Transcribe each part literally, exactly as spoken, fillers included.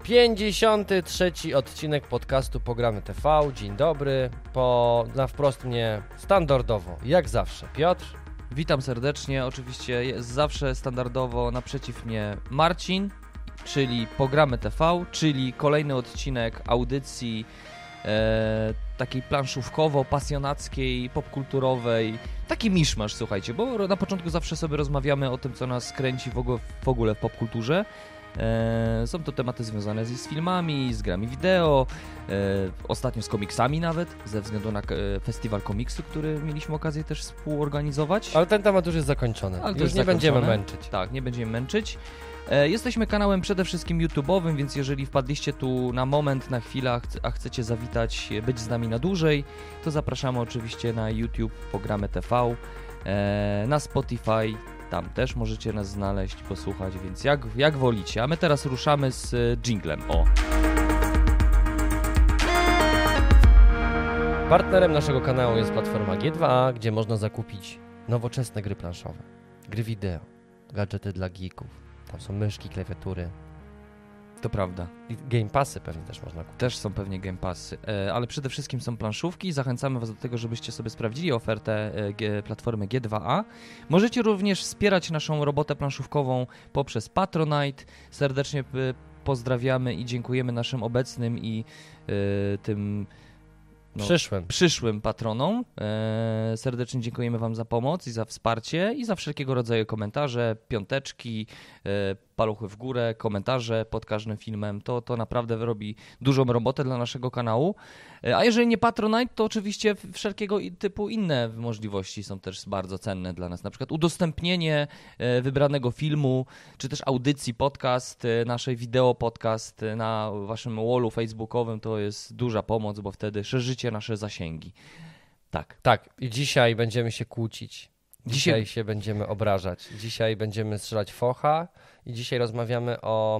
pięćdziesiąty trzeci odcinek podcastu Pogramy T V. Dzień dobry. Po, na wprost mnie standardowo, jak zawsze, Piotr. Witam serdecznie. Oczywiście jest zawsze standardowo naprzeciw mnie Marcin, czyli Pogramy T V, czyli kolejny odcinek audycji e, takiej planszówkowo-pasjonackiej, popkulturowej. Taki miszmasz, słuchajcie, bo na początku zawsze sobie rozmawiamy o tym, co nas kręci w ogóle w, ogóle w popkulturze. E, są to tematy związane z, z filmami, z grami wideo, e, ostatnio z komiksami nawet, ze względu na e, festiwal komiksu, który mieliśmy okazję też współorganizować. Ale ten temat już jest zakończony, Ale już już nie zakończone. będziemy męczyć. Tak, nie będziemy męczyć. E, jesteśmy kanałem przede wszystkim YouTube'owym, więc jeżeli wpadliście tu na moment, na chwilę, a, chce, a chcecie zawitać, być z nami na dłużej, to zapraszamy oczywiście na YouTube Pogramy T V, e, na Spotify. Tam też możecie nas znaleźć, posłuchać, więc jak, jak wolicie. A my teraz ruszamy z dżinglem. O! Partnerem naszego kanału jest platforma G dwa A, gdzie można zakupić nowoczesne gry planszowe, gry wideo, gadżety dla geeków. Tam są myszki, klawiatury. To prawda. I Game Passy pewnie też można kupić. Też są pewnie Game Passy, e, ale przede wszystkim są planszówki. Zachęcamy Was do tego, żebyście sobie sprawdzili ofertę e, G, platformy G dwa A. Możecie również wspierać naszą robotę planszówkową poprzez Patronite. Serdecznie p- pozdrawiamy i dziękujemy naszym obecnym i e, tym no, Przyszłym. przyszłym patronom. E, serdecznie dziękujemy Wam za pomoc i za wsparcie i za wszelkiego rodzaju komentarze, piąteczki, e, paluchy w górę, komentarze pod każdym filmem. To, to naprawdę robi dużą robotę dla naszego kanału. E, a jeżeli nie Patronite, to oczywiście wszelkiego typu inne możliwości są też bardzo cenne dla nas. Na przykład udostępnienie e, wybranego filmu, czy też audycji, podcast, e, naszej wideo podcast e, na Waszym wallu facebookowym to jest duża pomoc, bo wtedy szerzycie nasze zasięgi. Tak. Tak, i dzisiaj będziemy się kłócić. Dzisiaj, Dzisiaj- się będziemy obrażać. Dzisiaj będziemy strzelać focha i dzisiaj rozmawiamy o,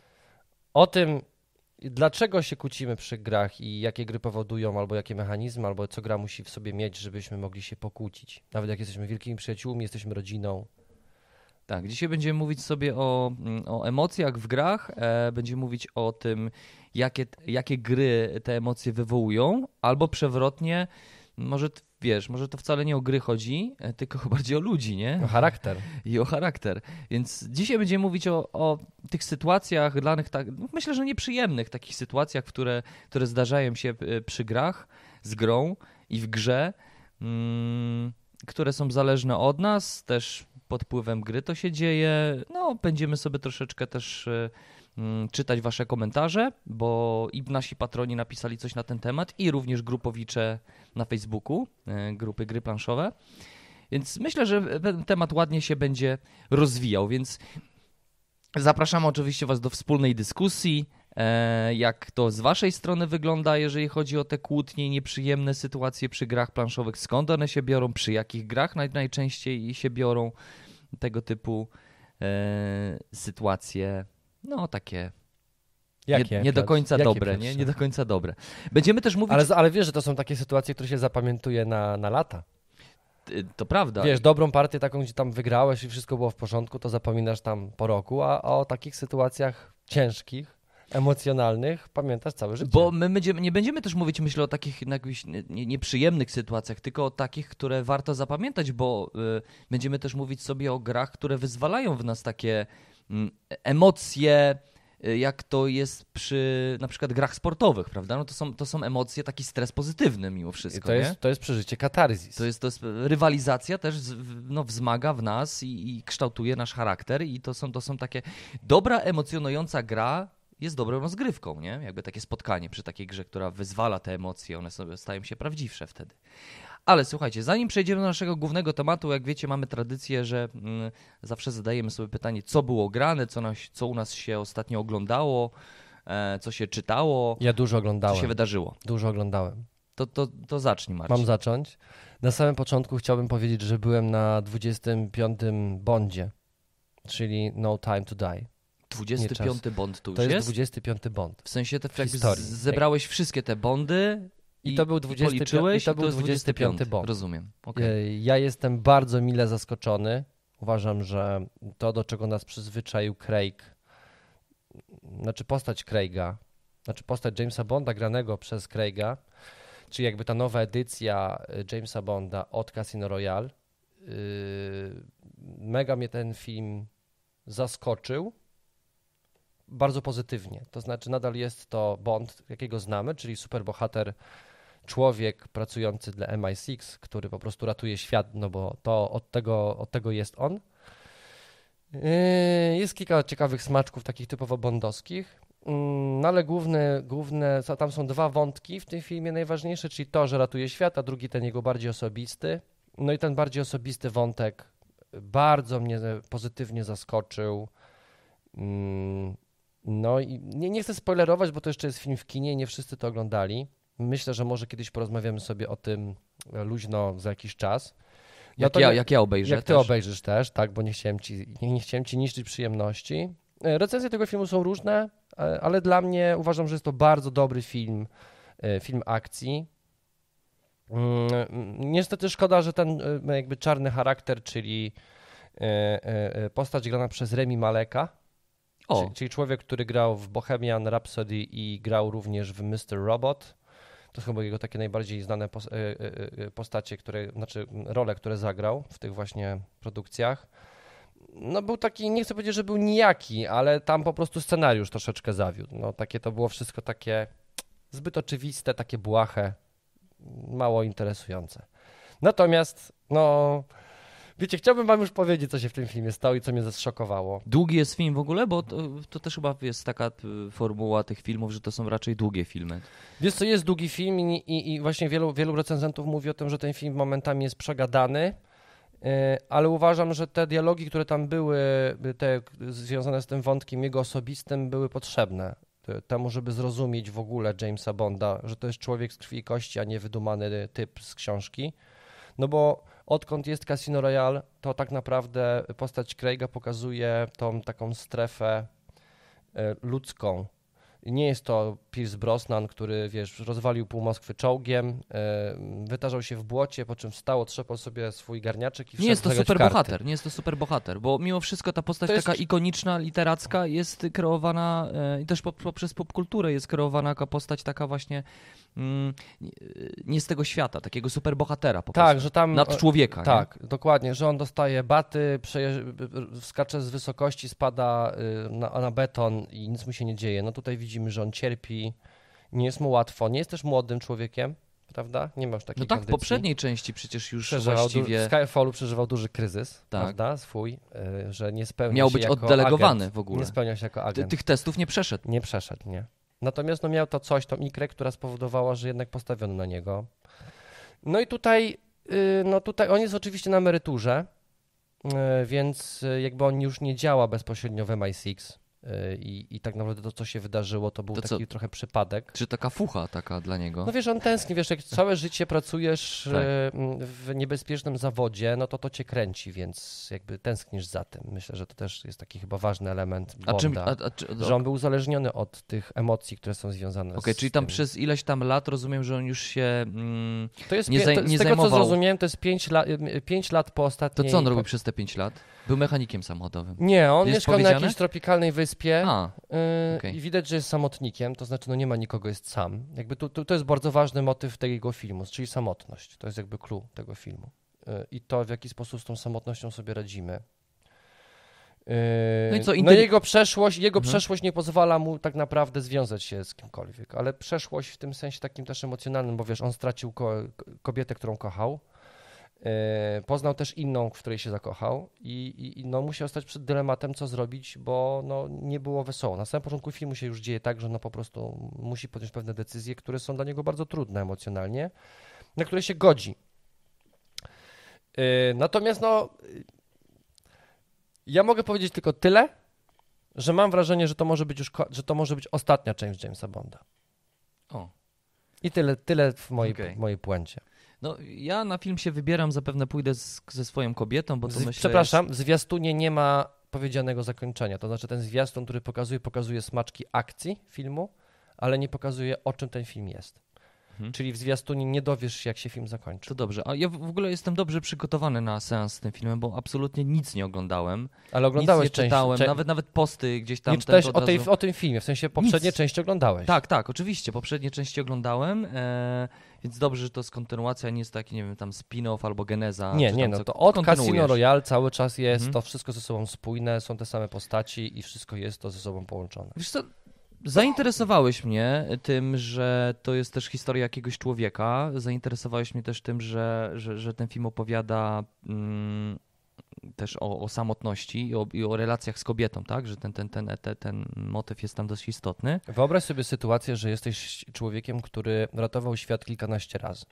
o tym, dlaczego się kłócimy przy grach i jakie gry powodują, albo jakie mechanizmy, albo co gra musi w sobie mieć, żebyśmy mogli się pokłócić. Nawet jak jesteśmy wielkimi przyjaciółmi, jesteśmy rodziną. Tak, dzisiaj będziemy mówić sobie o, o emocjach w grach, e, będziemy mówić o tym, jakie, jakie gry te emocje wywołują, albo przewrotnie, może t- wiesz, może to wcale nie o gry chodzi, e, tylko bardziej o ludzi, nie? O charakter. I o charakter. Więc dzisiaj będziemy mówić o, o tych sytuacjach dla nich, tak, myślę, że nieprzyjemnych takich sytuacjach, które, które zdarzają się e, przy grach, z grą i w grze, mm, które są zależne od nas, też pod wpływem gry to się dzieje. No, będziemy sobie troszeczkę też y, y, czytać wasze komentarze, bo i nasi patroni napisali coś na ten temat i również grupowicze na Facebooku, y, grupy gry planszowe. Więc myślę, że ten temat ładnie się będzie rozwijał, więc zapraszamy oczywiście was do wspólnej dyskusji. E, jak to z waszej strony wygląda, jeżeli chodzi o te kłótnie i nieprzyjemne sytuacje przy grach planszowych, skąd one się biorą, przy jakich grach naj, najczęściej się biorą tego typu e, sytuacje, no takie Jakie, nie, nie do Piotr? końca Jakie, dobre, Piotrze? nie? Nie do końca dobre. Będziemy też mówić, Ale, ale wiesz, że to są takie sytuacje, które się zapamiętuje na, na lata. y, to prawda, Wiesz, dobrą partię taką, gdzie tam wygrałeś i wszystko było w porządku, to zapominasz tam po roku, a o takich sytuacjach ciężkich, emocjonalnych pamiętasz całe życie. bo my będziemy, nie będziemy też mówić, myślę, o takich no, jakichś nie, nie, nieprzyjemnych sytuacjach, tylko o takich, które warto zapamiętać, bo y, będziemy też mówić sobie o grach, które wyzwalają w nas takie mm, emocje, y, jak to jest przy na przykład grach sportowych, prawda? No to są, to są emocje, taki stres pozytywny mimo I wszystko, to, nie? jest, to jest przeżycie katarzis. To jest, to jest rywalizacja też z, w- no, wzmaga w nas i, i kształtuje nasz charakter i to są, to są takie dobra, emocjonująca gra jest dobrą rozgrywką, nie? Jakby takie spotkanie przy takiej grze, która wyzwala te emocje, one sobie stają się prawdziwsze wtedy. Ale słuchajcie, zanim przejdziemy do naszego głównego tematu, jak wiecie, mamy tradycję, że mm, zawsze zadajemy sobie pytanie, co było grane, co, nas, co u nas się ostatnio oglądało, e, co się czytało, Ja dużo co oglądałem. się wydarzyło. Dużo oglądałem. To, to, to zacznij, Marcin. Mam zacząć. Na samym początku chciałbym powiedzieć, że byłem na dwudziestym piątym Bondzie, czyli No Time to Die. dwudziesty piąty Bond tu już To jest jest? dwudziesty piąty Bond. W sensie te, jakby historii. z- zebrałeś wszystkie te bondy I to był i dwudziesty policzyłeś i to i był jest dwudziesty piąty Bond. Rozumiem. Okay. E, Ja jestem bardzo mile zaskoczony. Uważam, że to, do czego nas przyzwyczaił Craig, znaczy postać Craiga, znaczy postać Jamesa Bonda granego przez Craiga, czyli jakby ta nowa edycja Jamesa Bonda od Casino Royale. Yy, mega mnie ten film zaskoczył bardzo pozytywnie. To znaczy nadal jest to Bond, jakiego znamy, czyli superbohater, człowiek pracujący dla M I sześć, który po prostu ratuje świat, no bo to od tego, od tego jest on. Yy, jest kilka ciekawych smaczków takich typowo bondowskich. No ale główne, główne, tam są dwa wątki w tym filmie najważniejsze, czyli to, że ratuje świat, a drugi ten jego bardziej osobisty. No i ten bardziej osobisty wątek bardzo mnie pozytywnie zaskoczył. No i nie, nie chcę spoilerować, bo to jeszcze jest film w kinie i nie wszyscy to oglądali. Myślę, że może kiedyś porozmawiamy sobie o tym luźno za jakiś czas. No jak, ja, jak ja obejrzę Jak ty też. obejrzysz też, tak, bo nie chciałem ci, nie, nie chciałem ci niszczyć przyjemności. Recenzje tego filmu są różne, ale dla mnie uważam, że jest to bardzo dobry film, film akcji. Niestety szkoda, że ten jakby czarny charakter, czyli postać grana przez Rami Maleka, O. czyli, czyli człowiek, który grał w Bohemian Rhapsody i grał również w mister Robot. To chyba jego takie najbardziej znane postacie, które, znaczy role, które zagrał w tych właśnie produkcjach. No był taki, nie chcę powiedzieć, że był nijaki, ale tam po prostu scenariusz troszeczkę zawiódł. No takie to było wszystko takie zbyt oczywiste, takie błahe, mało interesujące. Natomiast, no, wiecie, chciałbym wam już powiedzieć, co się w tym filmie stało i co mnie zszokowało. Długi jest film w ogóle? Bo to, to też chyba jest taka formuła tych filmów, że to są raczej długie filmy. Wiesz co, jest długi film i, i, i właśnie wielu, wielu recenzentów mówi o tym, że ten film momentami jest przegadany, ale uważam, że te dialogi, które tam były, te związane z tym wątkiem jego osobistym, były potrzebne temu, żeby zrozumieć w ogóle Jamesa Bonda, że to jest człowiek z krwi i kości, a nie wydumany typ z książki. No bo odkąd jest Casino Royale, to tak naprawdę postać Craiga pokazuje tą taką strefę ludzką. Nie jest to Pierce Brosnan, który, wiesz, rozwalił pół Moskwy czołgiem, wytarzał się w błocie, po czym wstał, otrzepał sobie swój garniaczek i wszedł Nie jest to zagrać super karty. bohater, nie jest to super bohater, bo mimo wszystko ta postać To jest- taka ikoniczna, literacka jest kreowana e, i też po, poprzez popkulturę jest kreowana jako postać taka właśnie mm, nie- nie z tego świata, takiego super bohatera po Tak, prostu. że tam... Nad człowieka. nie? Tak, dokładnie, że on dostaje baty, przejeżdż- skacze z wysokości, spada y, na, na beton i nic mu się nie dzieje. No tutaj widzimy, że on cierpi, nie jest mu łatwo, nie jest też młodym człowiekiem, prawda? Nie ma już takiej No tak, w kondycji. poprzedniej części przecież już Przeżywał właściwie du- w Skyfallu przeżywał duży kryzys, Tak. prawda, swój, y, że nie spełniał miał się być jako oddelegowany agent. w ogóle. Nie spełniał się jako Ty, agent. tych testów nie przeszedł. Nie przeszedł, nie. Natomiast no, miał to coś, tą ikrę, która spowodowała, że jednak postawiono na niego. No i tutaj, y, no tutaj on jest oczywiście na emeryturze, y, więc y, jakby on już nie działa bezpośrednio w M I sześć y, i, i tak naprawdę to, co się wydarzyło, to był To co? taki trochę przypadek. Czy taka fucha taka dla niego? No wiesz, on tęskni, wiesz, jak całe życie pracujesz Tak. y, w niebezpiecznym zawodzie, no to to cię kręci, więc jakby tęsknisz za tym. Myślę, że to też jest taki chyba ważny element A Bonda, czym, a, a, czy, że on był uzależniony od tych emocji, które są związane Okej, z czyli tam tym. przez ileś tam lat rozumiem, że on już się... Mm, To jest nie pie- zaj- to, nie z tego, zajmował- co zrozumiałem, to jest pięć lat, pięć lat po to ostatniej... co on robił po... przez te pięć lat? Był mechanikiem samochodowym. Nie, on Jest mieszkał na powiedziane? jakiejś tropikalnej wyspie A, yy, okej. i widać, że jest samotnikiem, to znaczy no nie ma nikogo, jest sam. Jakby tu, tu, to jest bardzo ważny motyw tego filmu, czyli samotność. To jest jakby clue tego filmu. Yy, I to, w jaki sposób z tą samotnością sobie radzimy. Yy, No i co, no inteli- jego przeszłość, jego Mhm. przeszłość nie pozwala mu tak naprawdę związać się z kimkolwiek, ale przeszłość w tym sensie takim też emocjonalnym, bo wiesz, on stracił ko- kobietę, którą kochał, yy, poznał też inną, w której się zakochał i, i, i no, musiał stać przed dylematem, co zrobić, bo no, nie było wesoło. Na samym początku filmu się już dzieje tak, że no, po prostu musi podjąć pewne decyzje, które są dla niego bardzo trudne emocjonalnie, na które się godzi. Yy, natomiast no, ja mogę powiedzieć tylko tyle, że mam wrażenie, że to może być już, ko- że to może być ostatnia część Jamesa Bonda. O. I tyle, tyle w mojej, Okej. w mojej puencie. No ja na film się wybieram, zapewne pójdę z, ze swoją kobietą, bo to Z, myślę przepraszam, w zwiastunie nie ma powiedzianego zakończenia. To znaczy ten zwiastun, który pokazuje, pokazuje smaczki akcji filmu, ale nie pokazuje, o czym ten film jest. Mhm. Czyli w zwiastunie nie dowiesz się, jak się film zakończy. To dobrze. A ja w ogóle jestem dobrze przygotowany na seans z tym filmem, bo absolutnie nic nie oglądałem. Ale oglądałeś nic nie część, czytałem, cze... nawet, nawet posty gdzieś tam. Nie czytałeś od o, tej, razu... o tym filmie, w sensie poprzednie Nic. części oglądałeś. Tak, tak, oczywiście. Poprzednie części oglądałem, e, więc dobrze, że to jest kontynuacja, nie jest taki, nie wiem, tam spin-off albo geneza. Nie, czy nie, tam no co to od Casino kontynuujesz. Royale cały czas jest, Mhm. to wszystko ze sobą spójne, są te same postaci i wszystko jest to ze sobą połączone. Wiesz co, zainteresowałeś mnie tym, że to jest też historia jakiegoś człowieka. Zainteresowałeś mnie też tym, że, że, że ten film opowiada mm, też o, o samotności i o, i o relacjach z kobietą, tak? Że ten, ten, ten, ten, ten motyw jest tam dość istotny. Wyobraź sobie sytuację, że jesteś człowiekiem, który ratował świat kilkanaście razy.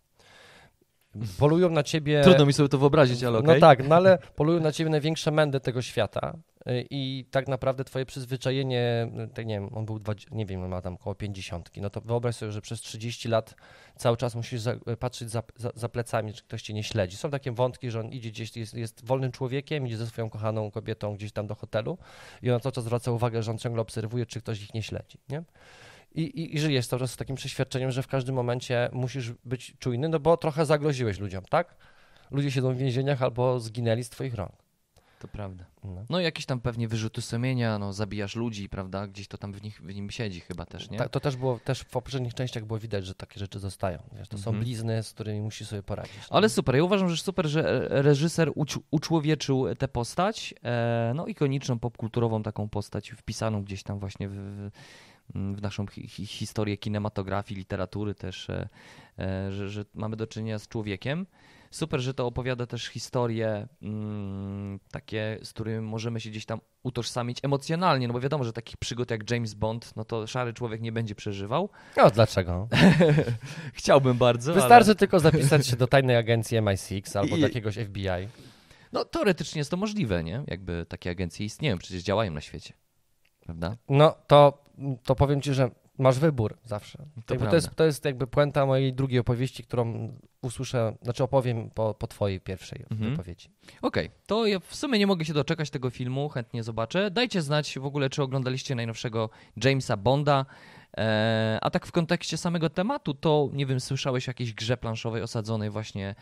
Polują na ciebie... Trudno mi sobie to wyobrazić, ale okej. No tak, no ale polują na ciebie największe mędy tego świata i tak naprawdę twoje przyzwyczajenie, tak nie wiem, on był, dwadzieścia, nie wiem, on ma tam około pięćdziesiątki, no to wyobraź sobie, że przez trzydzieści lat cały czas musisz za, patrzeć za, za, za plecami, czy ktoś cię nie śledzi. Są takie wątki, że on idzie gdzieś, jest, jest wolnym człowiekiem, idzie ze swoją kochaną kobietą gdzieś tam do hotelu i on cały czas zwraca uwagę, że on ciągle obserwuje, czy ktoś ich nie śledzi, nie? I, i, I żyjesz cały czas z takim przeświadczeniem, że w każdym momencie musisz być czujny, no bo trochę zagroziłeś ludziom, tak? Ludzie siedzą w więzieniach albo zginęli z twoich rąk. To prawda. No, No jakieś tam pewnie wyrzuty sumienia, no zabijasz ludzi, prawda? Gdzieś to tam w, nich, w nim siedzi chyba też, nie? Ta, to też było, też w poprzednich częściach było widać, że takie rzeczy zostają. Wiesz, to Mhm. są blizny, z którymi musisz sobie poradzić. Ale super, ja uważam, że super, że reżyser ucz- uczłowieczył tę postać, e, no ikoniczną, popkulturową taką postać, wpisaną gdzieś tam właśnie w, w, w naszą hi- hi- historię kinematografii, literatury też, e, e, że, że mamy do czynienia z człowiekiem. Super, że to opowiada też historie mm, takie, z którymi możemy się gdzieś tam utożsamić emocjonalnie, no bo wiadomo, że takich przygód jak James Bond, no to szary człowiek nie będzie przeżywał. No dlaczego? Chciałbym bardzo, Wystarczy ale... tylko zapisać się do tajnej agencji M I six albo I- do jakiegoś F B I. No teoretycznie jest to możliwe, nie? Jakby takie agencje istnieją, przecież działają na świecie, prawda? No to, to powiem ci, że masz wybór zawsze. To Jakby to, prawda. jest, to jest jakby puenta mojej drugiej opowieści, którą usłyszę, znaczy opowiem po, po twojej pierwszej Mhm. wypowiedzi. Okej, to ja w sumie nie mogę się doczekać tego filmu, chętnie zobaczę. Dajcie znać w ogóle, czy oglądaliście najnowszego Jamesa Bonda. Eee, a tak w kontekście samego tematu, to nie wiem, słyszałeś o jakiejś grze planszowej osadzonej właśnie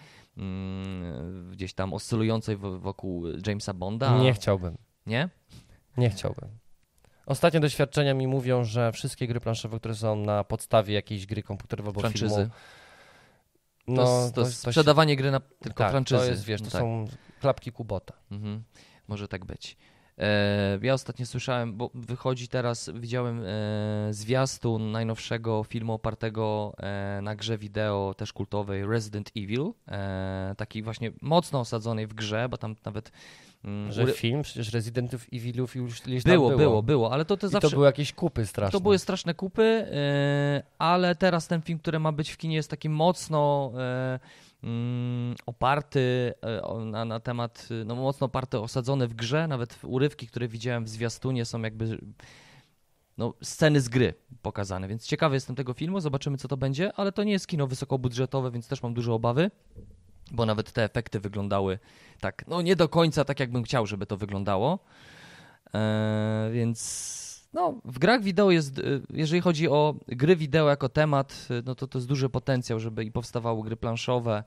mm, gdzieś tam oscylującej w, wokół Jamesa Bonda? Nie chciałbym. Nie? Nie chciałbym. Ostatnie doświadczenia mi mówią, że wszystkie gry planszowe, które są na podstawie jakiejś gry komputerowej albo Franczyzy. filmu, To, no, jest- to, jest to, sprzedawanie gry na tylko tak, franczyzy. to jest, wiesz, to No tak. są klapki Kubota. Mhm. Może tak być. E, ja ostatnio słyszałem, bo wychodzi teraz, widziałem e, zwiastun najnowszego filmu opartego e, na grze wideo, też kultowej, Resident Evil. E, takiej właśnie mocno osadzonej w grze, bo tam nawet... mm, Że ury- film, przecież Resident Evilów już gdzieś było, tam było, było, było, ale to, to I zawsze... to były jakieś kupy straszne. To były straszne kupy, e, ale teraz ten film, który ma być w kinie, jest taki mocno e, mm, oparty e, o- na, na temat, e, no mocno oparty, osadzony w grze. Nawet urywki, które widziałem w zwiastunie, są jakby no, sceny z gry pokazane, więc ciekawy jestem tego filmu, zobaczymy co to będzie, ale to nie jest kino wysokobudżetowe, więc też mam duże obawy, bo nawet te efekty wyglądały tak, no nie do końca tak, jakbym chciał, żeby to wyglądało. E, więc no, w grach wideo jest, y, jeżeli chodzi o gry wideo jako temat, y, no to to jest duży potencjał, żeby i powstawały gry planszowe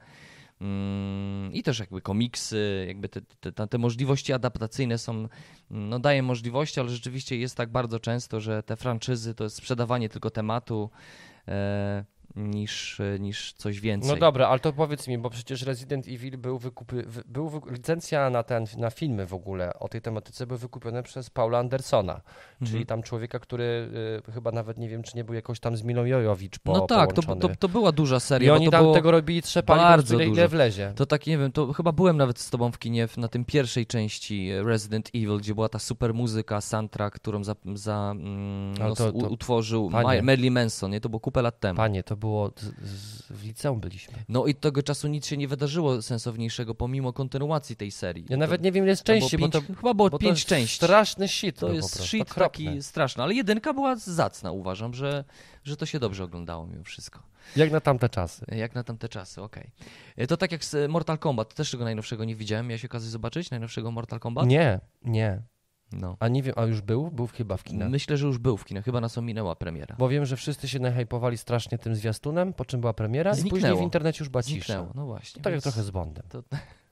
mm, i też jakby komiksy, jakby te, te, te, te możliwości adaptacyjne są, mm, no dają możliwości, ale rzeczywiście jest tak bardzo często, że te franczyzy to jest sprzedawanie tylko tematu e, niż, niż coś więcej. No dobra, ale to powiedz mi, bo przecież Resident Evil był wykupy, wy, był wy, licencja na ten, na filmy w ogóle o tej tematyce były wykupione przez Paula Andersona, Mhm. czyli tam człowieka, który y, chyba nawet nie wiem, czy nie był jakoś tam z Milą Jojowicz po, No tak, to, połączony. to, to była duża I seria. oni bo to tam było... tego robili, trzepali bardzo ile, ile dużo. wlezie. To tak, nie wiem, to chyba byłem nawet z tobą w kinie w- na tym pierwszej części Resident Evil, gdzie była ta super muzyka, soundtrack, którą za, za, mm, Ale no, to- u- to- utworzył Panie. Ma- Marilyn Manson, nie? To było kupę lat temu. Panie, to było, z, z, w liceum byliśmy. No i tego czasu nic się nie wydarzyło sensowniejszego, pomimo kontynuacji tej serii. Ja nawet to, nie wiem, ile jest to było części, bo to, pięć, chyba było bo to pięć jest części. straszny shit To był jest po prostu, shit okropne. taki straszny, ale jedynka była zacna, uważam, że, że to się dobrze oglądało mimo wszystko. Jak na tamte czasy. Jak na tamte czasy, okej. E, To tak jak z Mortal Kombat, też tego najnowszego nie widziałem. Miałeś okazję zobaczyć najnowszego Mortal Kombat? Nie, nie. No. A nie wiem, a już był? Był chyba w kinach. Myślę, że już był w kinach, chyba nas ominęła premiera. Bo wiem, że wszyscy się nahypowali strasznie tym zwiastunem, po czym była premiera Zniknęło. i później w internecie już była cisza. Zniknęło, no właśnie. Tak jak więc trochę z Bondem. To,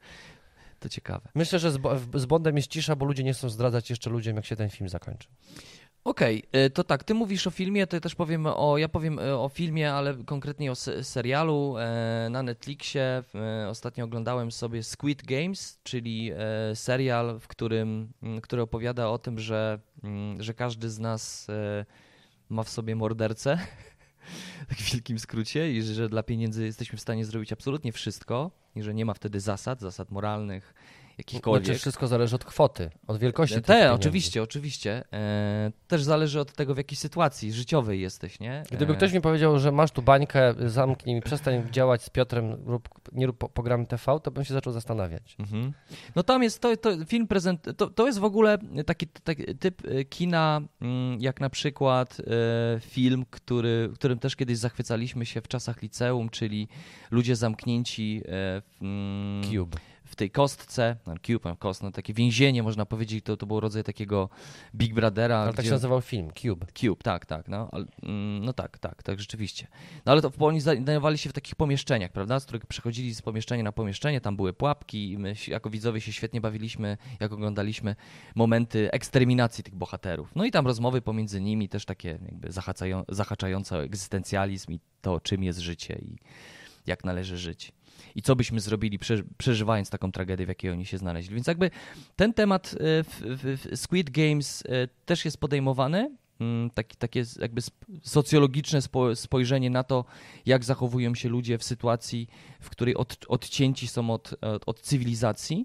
to ciekawe. Myślę, że z, Bo- z Bondem jest cisza, bo ludzie nie chcą zdradzać jeszcze ludziom, jak się ten film zakończy. Okej, okay, to tak, ty mówisz o filmie, to ja też powiem o, ja powiem o filmie, ale konkretnie o se- serialu e, na Netflixie. E, ostatnio oglądałem sobie Squid Games, czyli e, serial, w którym, m, który opowiada o tym, że, m, że każdy z nas e, ma w sobie mordercę, tak w wielkim skrócie, i że dla pieniędzy jesteśmy w stanie zrobić absolutnie wszystko i że nie ma wtedy zasad, zasad moralnych, jakichkolwiek. Znaczy wszystko zależy od kwoty, od wielkości tych Te, pieniędzy. oczywiście, oczywiście. E, też zależy od tego, w jakiej sytuacji życiowej jesteś, nie? E, Gdyby ktoś mi powiedział, że masz tu bańkę, zamknij mi, przestań działać z Piotrem, rób, nie rób po- programy T V, to bym się zaczął zastanawiać. Mhm. No tam jest, to, to film prezent, to, to jest w ogóle taki, taki typ kina, mm, jak na przykład e, film, który, którym też kiedyś zachwycaliśmy się w czasach liceum, czyli Ludzie zamknięci e, w, mm, Cube. w tej kostce, no, Cube, kost, no, takie więzienie, można powiedzieć, to, to był rodzaj takiego Big Brothera. Ale tak gdzie- się nazywał film, Cube. Cube, tak, tak, no, ale, mm, no tak, tak, tak, rzeczywiście. No ale to bo oni znajdowali się w takich pomieszczeniach, prawda, z których przechodzili z pomieszczenia na pomieszczenie, tam były pułapki i my się- jako widzowie się świetnie bawiliśmy, jak oglądaliśmy momenty eksterminacji tych bohaterów. No i tam rozmowy pomiędzy nimi też takie jakby zahaczają, zahaczające o egzystencjalizm i to, czym jest życie i jak należy żyć. I co byśmy zrobili, przeż- przeżywając taką tragedię, w jakiej oni się znaleźli. Więc jakby ten temat e, w, w, w Squid Games e, też jest podejmowany. Mm, Taki, takie jakby sp- socjologiczne spo, spojrzenie na to, jak zachowują się ludzie w sytuacji, w której od, odcięci są od, od, od cywilizacji.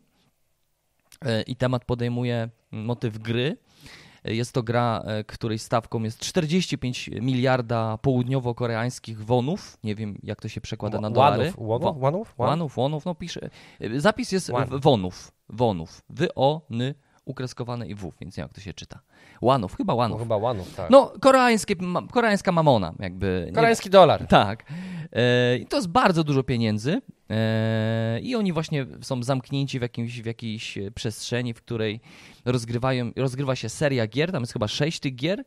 E, I temat podejmuje motyw gry. Jest to gra, e, której stawką jest czterdzieści pięć miliarda południowo-koreańskich wonów. Nie wiem, jak to się przekłada na dolary. Łanów, łanów, Wo- łanów, łanów? Łanów, łonów, no pisze. Zapis jest Łan. w- wonów, wonów. Wy-o-ny, ukreskowane i w, więc nie wiem, jak to się czyta. Łanów, chyba No, łanów. chyba łanów, tak. No, koreańskie, ma, koreańska mamona, jakby. nie- Koreański dolar. Tak. E, I to jest bardzo dużo pieniędzy. E, I oni właśnie są zamknięci w, jakimś, w jakiejś przestrzeni, w której rozgrywają, rozgrywa się seria gier. Tam jest chyba sześć tych gier.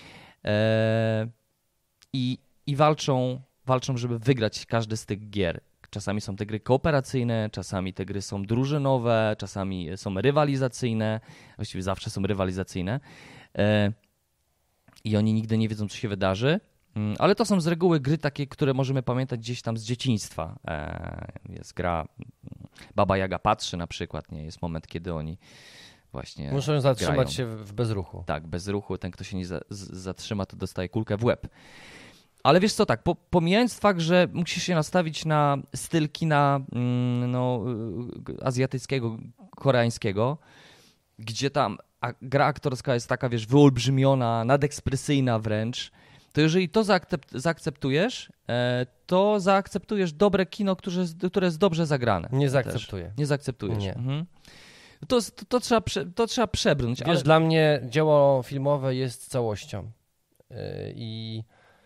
E, i, I walczą, walczą, żeby wygrać każdy z tych gier. Czasami są te gry kooperacyjne, czasami te gry są drużynowe, czasami są rywalizacyjne. Właściwie zawsze są rywalizacyjne. E, I oni nigdy nie wiedzą, co się wydarzy. Mm, Ale to są z reguły gry takie, które możemy pamiętać gdzieś tam z dzieciństwa. E, Jest gra mm, Baba Jaga patrzy na przykład, nie? Jest moment, kiedy oni właśnie Muszą zatrzymać grają. się w w bezruchu. Tak, bez ruchu. Ten, kto się nie za, z, zatrzyma, to dostaje kulkę w łeb. Ale wiesz co, tak, po, pomijając fakt, że musisz się nastawić na styl kina mm, no, y, azjatyckiego, koreańskiego, gdzie tam a, gra aktorska jest taka, wiesz, wyolbrzymiona, nadekspresyjna wręcz, to jeżeli to zaakcept, zaakceptujesz, e, to zaakceptujesz dobre kino, które, jest- które jest dobrze zagrane. Nie Też. zaakceptuję. Nie zaakceptujesz. Nie. Mhm. To, jest- to, to, trzeba prze, to trzeba przebrnąć. Wiesz, ale... dla mnie dzieło filmowe jest całością. Yy, I,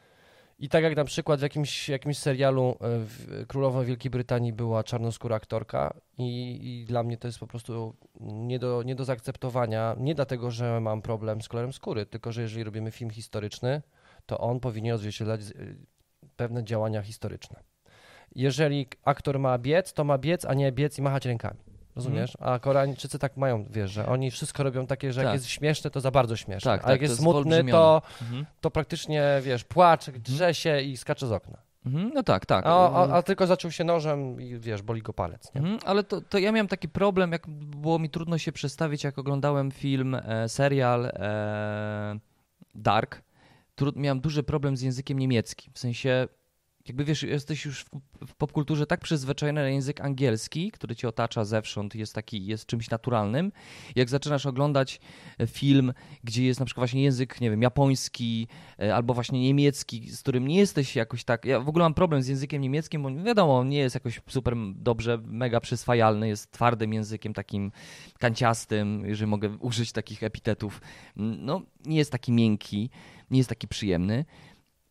i tak jak na przykład w jakimś, jakimś serialu yy, w Królową Wielkiej Brytanii była czarnoskóra aktorka i, i dla mnie to jest po prostu nie do, nie do zaakceptowania. Nie dlatego, że mam problem z kolorem skóry, tylko że jeżeli robimy film historyczny, to on powinien odzwierciedlać yy, pewne działania historyczne. Jeżeli aktor ma biec, to ma biec, a nie biec i machać rękami. Rozumiesz? A Koreańczycy tak mają, wiesz, że oni wszystko robią takie, że jak Tak. jest śmieszne, to za bardzo śmieszne. Tak, a tak, jak to jest jest smutny, wyolbrzymione. to, Mhm. to praktycznie, wiesz, płacze, drze się i skacze z okna. Mhm. No tak, tak. A, a, a tylko zaczął się nożem i wiesz, boli go palec. Nie? Mhm, ale to, to ja miałem taki problem, jak było mi trudno się przestawić, jak oglądałem film, e, serial e, Dark. Trud, miałem duży problem z językiem niemieckim. W sensie, jakby wiesz, jesteś już w, w popkulturze tak przyzwyczajony na język angielski, który cię otacza zewsząd, jest taki, jest czymś naturalnym. Jak zaczynasz oglądać film, gdzie jest na przykład właśnie język, nie wiem, japoński e, albo właśnie niemiecki, z którym nie jesteś jakoś tak... Ja w ogóle mam problem z językiem niemieckim, bo wiadomo, on nie jest jakoś super dobrze, mega przyswajalny, jest twardym językiem, takim kanciastym, jeżeli mogę użyć takich epitetów. No, nie jest taki miękki, nie jest taki przyjemny.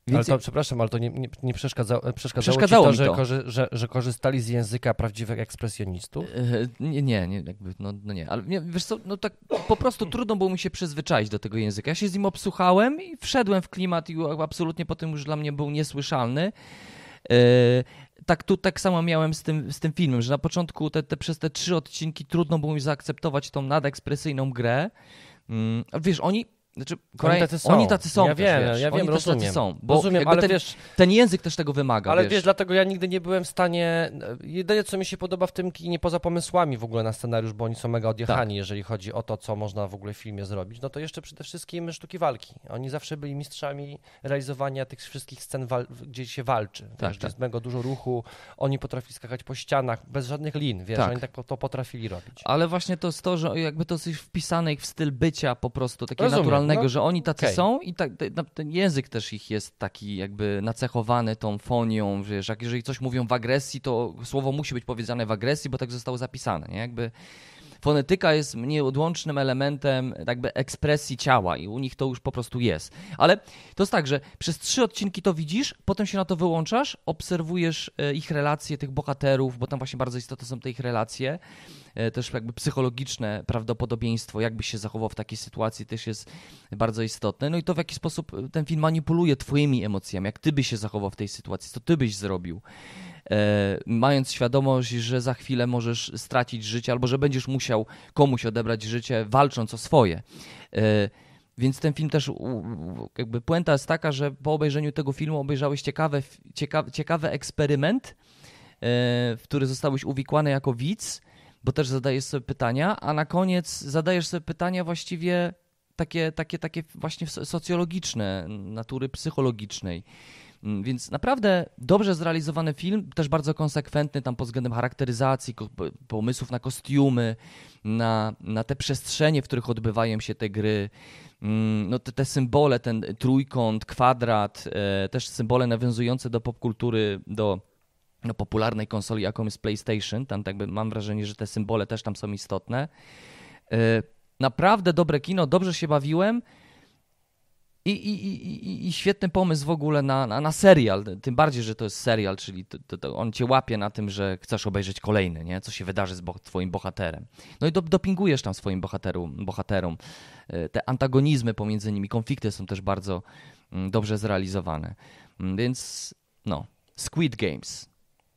Ale to, przepraszam, ale to nie, nie, nie przeszkadza, przeszkadzało, Przeszkadzało ci to, mi że, to. Korzy, że, że korzystali z języka prawdziwych ekspresjonistów? E, Nie, nie, nie, jakby, no, no nie, ale nie, wiesz co, no tak po prostu trudno było mi się przyzwyczaić do tego języka. Ja się z nim obsłuchałem i wszedłem w klimat i absolutnie potem już dla mnie był niesłyszalny. E, tak tu tak samo miałem z tym, z tym filmem, że na początku te, te, przez te trzy odcinki trudno było mi zaakceptować tą nadekspresyjną grę. Mm, a wiesz, oni Znaczy, Korea... Oni tacy są. Oni tacy są Ja też, wiem, wiesz. ja wiem, Oni rozumiem. też tacy są. Bo rozumiem, ale ten, wiesz... ten język też tego wymaga, Ale wiesz. wiesz, dlatego ja nigdy nie byłem w stanie... Jedyne, co mi się podoba w tym kinie, poza pomysłami w ogóle na scenariusz, bo oni są mega odjechani, tak. jeżeli chodzi o to, co można w ogóle w filmie zrobić, no to jeszcze przede wszystkim sztuki walki. Oni zawsze byli mistrzami realizowania tych wszystkich scen, wal... gdzie się walczy. Tak, wiesz, tak. Jest mega dużo ruchu, oni potrafili skakać po ścianach, bez żadnych lin, wiesz, tak. oni tak to potrafili robić. Ale właśnie to jest to, że jakby to jest wpisane ich w styl bycia po prostu, takiego Rozumiem, naturalnego, no. że oni tacy Okay. są i tak, ten język też ich jest taki jakby nacechowany tą fonią, wiesz, jak jeżeli coś mówią w agresji, to słowo musi być powiedziane w agresji, bo tak zostało zapisane, nie? Jakby fonetyka jest nieodłącznym elementem jakby ekspresji ciała i u nich to już po prostu jest. Ale to jest tak, że przez trzy odcinki to widzisz, potem się na to wyłączasz, obserwujesz ich relacje, tych bohaterów, bo tam właśnie bardzo istotne są te ich relacje, też jakby psychologiczne prawdopodobieństwo, jakby się zachował w takiej sytuacji też jest bardzo istotne. No i to w jaki sposób ten film manipuluje twoimi emocjami, jak ty byś się zachował w tej sytuacji, co ty byś zrobił. E, mając świadomość, że za chwilę możesz stracić życie albo że będziesz musiał komuś odebrać życie, walcząc o swoje. E, więc ten film też, jakby puenta jest taka, że po obejrzeniu tego filmu obejrzałeś ciekawe, ciekawy, ciekawy eksperyment, e, w który zostałeś uwikłany jako widz, bo też zadajesz sobie pytania, a na koniec zadajesz sobie pytania właściwie takie, takie, takie właśnie socjologiczne, natury psychologicznej. Więc naprawdę dobrze zrealizowany film, też bardzo konsekwentny tam pod względem charakteryzacji, pomysłów na kostiumy, na, na te przestrzenie, w których odbywają się te gry, no te, te symbole, ten trójkąt, kwadrat, e, też symbole nawiązujące do popkultury, do no, popularnej konsoli, jaką jest PlayStation. Tam jakby mam wrażenie, że te symbole też tam są istotne. E, naprawdę dobre kino, dobrze się bawiłem. I, i, i, i świetny pomysł w ogóle na, na, na serial, tym bardziej, że to jest serial, czyli to, to, to on cię łapie na tym, że chcesz obejrzeć kolejny, nie? Co się wydarzy z bo- twoim bohaterem. No i do, dopingujesz tam swoim bohaterom, bohaterom. Te antagonizmy pomiędzy nimi, konflikty są też bardzo mm, dobrze zrealizowane. Więc no, Squid Games.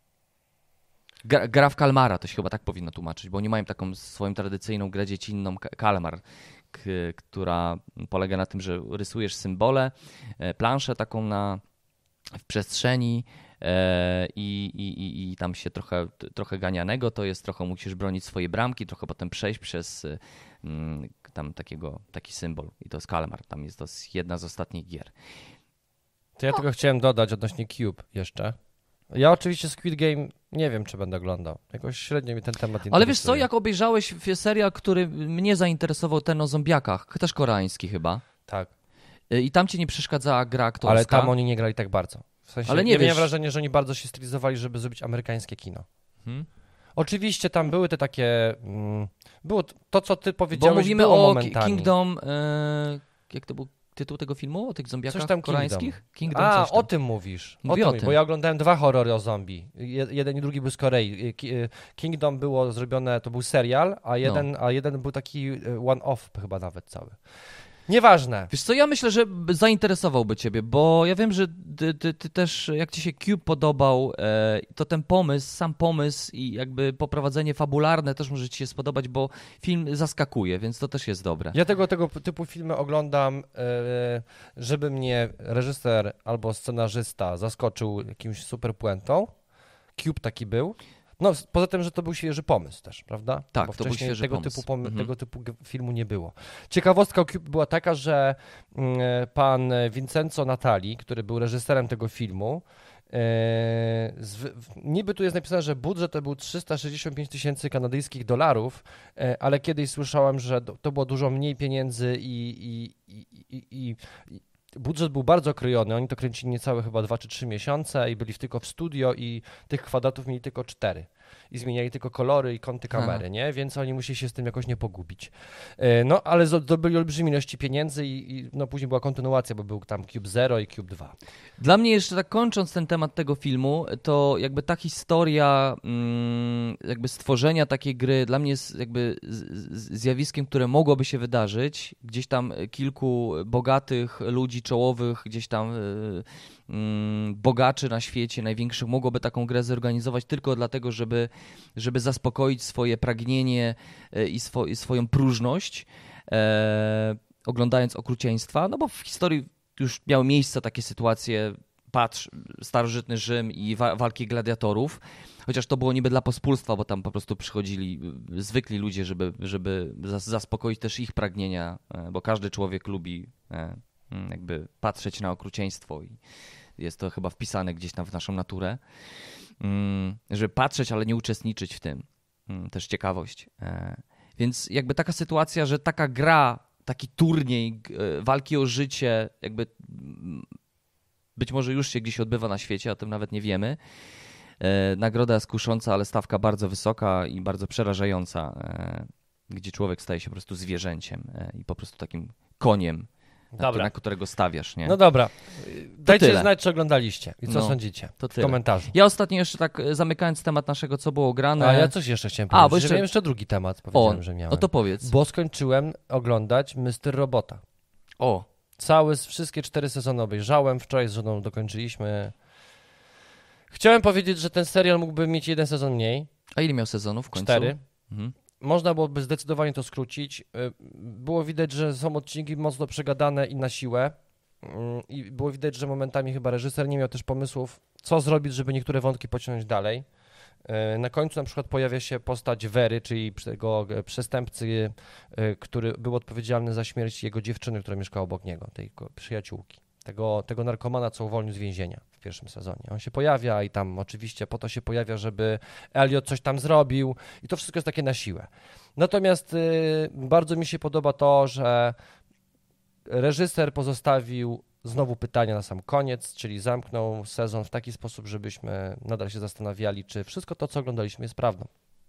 Gra, gra w kalmara, to się chyba tak powinno tłumaczyć, bo oni mają taką swoją tradycyjną grę dziecinną, kalmar, K, która polega na tym, że rysujesz symbole, planszę taką na, w przestrzeni e, i, i, i tam się trochę, trochę ganianego to jest, trochę musisz bronić swojej bramki, trochę potem przejść przez m, tam takiego, taki symbol i to jest kalmar, tam jest to jedna z ostatnich gier. To ja no. tylko chciałem dodać odnośnie Cube jeszcze. Ja oczywiście Squid Game nie wiem, czy będę oglądał. Jakoś średnio mi ten temat interesuje. Ale wiesz co, jak obejrzałeś serial, który mnie zainteresował, ten o zombiakach, też koreański chyba. Tak. I tam ci nie przeszkadzała gra aktorska. Ale tam oni nie grali tak bardzo. W sensie, Ale nie ja wiesz... miałem wrażenie, że oni bardzo się stylizowali, żeby zrobić amerykańskie kino. Hmm? Oczywiście tam były te takie... Mm, było to, co ty powiedziałeś, Bo mówimy było o momentami. Kingdom... E, jak to był tytuł tego filmu? O tych zombiakach coś tam koreańskich? Kingdom. Kingdom A, coś tam. o tym mówisz. Mówię o o tym, tym. Bo ja oglądałem dwa horrory o zombie. Jeden i drugi był z Korei. Kingdom było zrobione, to był serial, a jeden, no. a jeden był taki one-off chyba nawet cały. Nieważne. Wiesz co, ja myślę, że zainteresowałby ciebie, bo ja wiem, że ty, ty, ty też, jak ci się Cube podobał, e, to ten pomysł, sam pomysł i jakby poprowadzenie fabularne też może ci się spodobać, bo film zaskakuje, więc to też jest dobre. Ja tego, tego typu filmy oglądam, e, żeby mnie reżyser albo scenarzysta zaskoczył jakimś super puentą. Cube taki był. No, poza tym, że to był świeży pomysł też, prawda? Tak, Bo to był świeży tego pomysł. Typu pom- mhm. tego typu filmu nie było. Ciekawostka o Cube była taka, że pan Vincenzo Natali, który był reżyserem tego filmu, e, z, niby tu jest napisane, że budżet to był trzysta sześćdziesiąt pięć tysięcy kanadyjskich dolarów, e, ale kiedyś słyszałem, że to było dużo mniej pieniędzy i, i, i, i, i, i budżet był bardzo krojony, oni to kręcili niecałe chyba dwa czy trzy miesiące i byli tylko w studio i tych kwadratów mieli tylko cztery. i zmieniali tylko kolory i kąty kamery, Aha. nie? Więc oni musieli się z tym jakoś nie pogubić. E, No, ale zdobyli olbrzymie ilości pieniędzy i, i no, później była kontynuacja, bo był tam Cube Zero i Cube dwa. Dla mnie jeszcze tak kończąc ten temat tego filmu, to jakby ta historia mm, jakby stworzenia takiej gry dla mnie jest jakby z- z- zjawiskiem, które mogłoby się wydarzyć. Gdzieś tam kilku bogatych ludzi czołowych, gdzieś tam y, mm, bogaczy na świecie, największych, mogłoby taką grę zorganizować tylko dlatego, żeby, żeby zaspokoić swoje pragnienie y, i, swo, i swoją próżność, e, oglądając okrucieństwa, no bo w historii już miały miejsce takie sytuacje, patrz, starożytny Rzym i wa- walki gladiatorów, chociaż to było niby dla pospólstwa, bo tam po prostu przychodzili y, zwykli ludzie, żeby, żeby zas- zaspokoić też ich pragnienia, e, bo każdy człowiek lubi e, mm, jakby patrzeć na okrucieństwo i jest to chyba wpisane gdzieś tam w naszą naturę, mm, żeby patrzeć, ale nie uczestniczyć w tym. Mm, też ciekawość. E, Więc jakby taka sytuacja, że taka gra, taki turniej g- e, walki o życie, jakby mm, być może już się gdzieś odbywa na świecie, o tym nawet nie wiemy. E, Nagroda jest kusząca, ale stawka bardzo wysoka i bardzo przerażająca, e, gdzie człowiek staje się po prostu zwierzęciem e, i po prostu takim koniem, na, Dobra. na którego stawiasz, nie? No dobra, dajcie tyle. znać, czy oglądaliście i co No, sądzicie to w tyle. komentarzu. Ja ostatnio jeszcze tak e, zamykając temat naszego, co było grane. A ja coś jeszcze chciałem A, powiedzieć, bo że jeszcze- miałem jeszcze drugi temat, O, powiedziałem, że miałem. no to powiedz. Bo skończyłem oglądać mister Robota. O, Cały, wszystkie cztery sezony obejrzałem, wczoraj z żoną dokończyliśmy. Chciałem powiedzieć, że ten serial mógłby mieć jeden sezon mniej, a ile miał sezonów w końcu? cztery. Mhm. Można byłoby zdecydowanie to skrócić. Y, Było widać, że są odcinki mocno przegadane i na siłę. Mm, I było widać, że momentami chyba reżyser nie miał też pomysłów, co zrobić, żeby niektóre wątki pociągnąć dalej. Y, Na końcu na przykład pojawia się postać Wery, czyli tego e, przestępcy, y, który był odpowiedzialny za śmierć jego dziewczyny, która mieszkała obok niego, tej ko- przyjaciółki. Tego, tego narkomana, co uwolnił z więzienia w pierwszym sezonie. On się pojawia i tam oczywiście po to się pojawia, żeby Elliot coś tam zrobił i to wszystko jest takie na siłę. Natomiast y, bardzo mi się podoba to, że reżyser pozostawił znowu pytania na sam koniec, czyli zamknął sezon w taki sposób, żebyśmy nadal się zastanawiali, czy wszystko to, co oglądaliśmy, jest prawdą,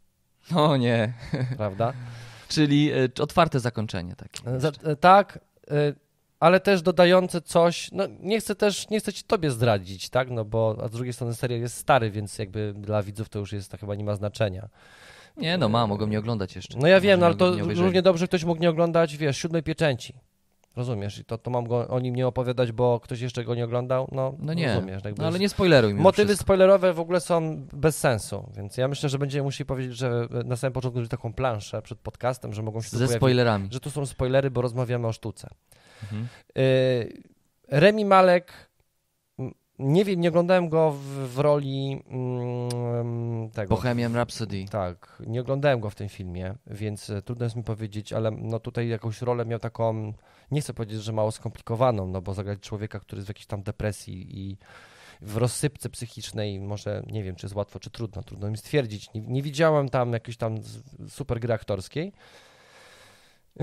O nie, prawda? czyli e, otwarte zakończenie takie. Za, jeszcze. e, tak, y, ale też dodające coś, no nie chcę też, nie chcę ci tobie zdradzić, tak, no bo a z drugiej strony serial jest stary, więc jakby dla widzów to już jest, to chyba nie ma znaczenia. Nie no, ma, mogą mnie oglądać jeszcze. No ja Może wiem, no, ale nie- to nie obejrzeli. równie dobrze ktoś mógł nie oglądać, wiesz, Siódmej Pieczęci. Rozumiesz? I to, to mam go, o nim nie opowiadać, bo ktoś jeszcze go nie oglądał? No, No nie, rozumiesz. Jakby no, ale nie spoileruj mi. motywy spoilerowe w ogóle są bez sensu, więc ja myślę, że będziemy musieli powiedzieć, że na samym początku zrobić taką planszę przed podcastem, że mogą się tu Ze pojawić, spoilerami. że tu są spoilery, bo rozmawiamy o sztuce. Mhm. Y, Remi Malek, m, nie wiem, nie oglądałem go w, w roli mm, tego. Bohemian Rhapsody. Tak, nie oglądałem go w tym filmie, więc e, trudno jest mi powiedzieć, ale no tutaj jakąś rolę miał taką, nie chcę powiedzieć, że mało skomplikowaną, no bo zagrać człowieka, który jest w jakiejś tam depresji i w rozsypce psychicznej, może nie wiem, czy jest łatwo, czy trudno, trudno mi stwierdzić. Nie, nie widziałem tam jakiejś tam z- super gry aktorskiej. Yy,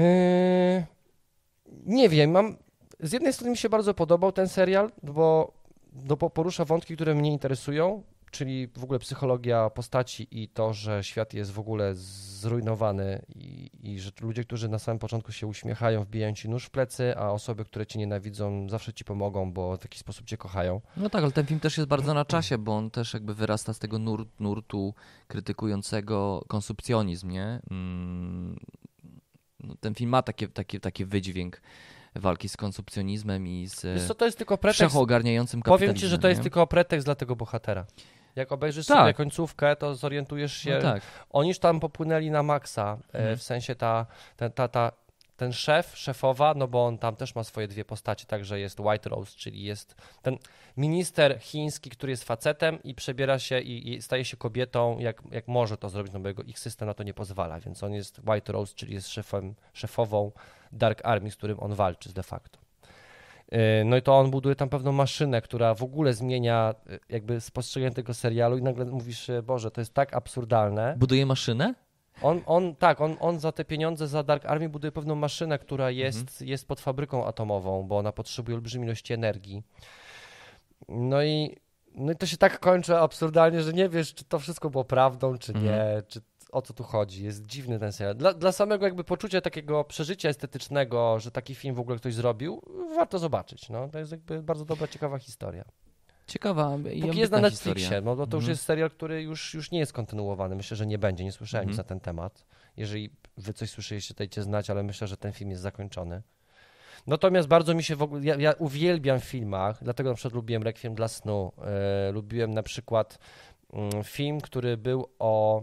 nie wiem, mam, z jednej strony mi się bardzo podobał ten serial, bo, no bo porusza wątki, które mnie interesują, czyli w ogóle psychologia postaci i to, że świat jest w ogóle zrujnowany i, i że ludzie, którzy na samym początku się uśmiechają, wbijają ci nóż w plecy, a osoby, które cię nienawidzą, zawsze ci pomogą, bo w jakiś sposób cię kochają. No tak, ale ten film też jest bardzo na czasie, bo on też jakby wyrasta z tego nur, nurtu krytykującego konsumpcjonizm, nie? Mm, no, ten film ma takie, takie, taki wydźwięk walki z konsumpcjonizmem i z Wiesz co, to jest tylko pretekst, wszechogarniającym kapitalizmem. powiem ci, że to jest nie? tylko pretekst dla tego bohatera. Jak obejrzysz Tak. sobie końcówkę, to zorientujesz się, No tak. oni już tam popłynęli na maksa, e, Mhm. w sensie ta, ta, ta, ta, ten szef, szefowa, no bo on tam też ma swoje dwie postacie, także jest White Rose, czyli jest ten minister chiński, który jest facetem i przebiera się i, i staje się kobietą, jak, jak może to zrobić, no bo jego, ich system na to nie pozwala, więc on jest White Rose, czyli jest szefem, szefową Dark Army, z którym on walczy de facto. Yy, No i to on buduje tam pewną maszynę, która w ogóle zmienia yy, jakby spostrzeganie tego serialu i nagle mówisz, yy, Boże, to jest tak absurdalne. Buduje maszynę? On, on tak, on, on za te pieniądze, za Dark Army buduje pewną maszynę, która jest, Mhm. jest pod fabryką atomową, bo ona potrzebuje olbrzymiej ilości energii. No i No i to się tak kończy absurdalnie, że nie wiesz, czy to wszystko było prawdą, czy nie, Mhm. czy o co tu chodzi. Jest dziwny ten serial. Dla, dla samego jakby poczucia takiego przeżycia estetycznego, że taki film w ogóle ktoś zrobił, warto zobaczyć. No. To jest jakby bardzo dobra, ciekawa historia. Ciekawa i Póki jest na ambitna Netflixie, historia. no bo to już Mhm. jest serial, który już, już nie jest kontynuowany. Myślę, że nie będzie, nie słyszałem Mhm. nic na ten temat. Jeżeli wy coś słyszeliście, dajcie znać, ale myślę, że ten film jest zakończony. Natomiast bardzo mi się w ogóle, ja, ja uwielbiam w filmach, dlatego na przykład lubiłem Requiem dla snu, e, lubiłem na przykład mm, film, który był o,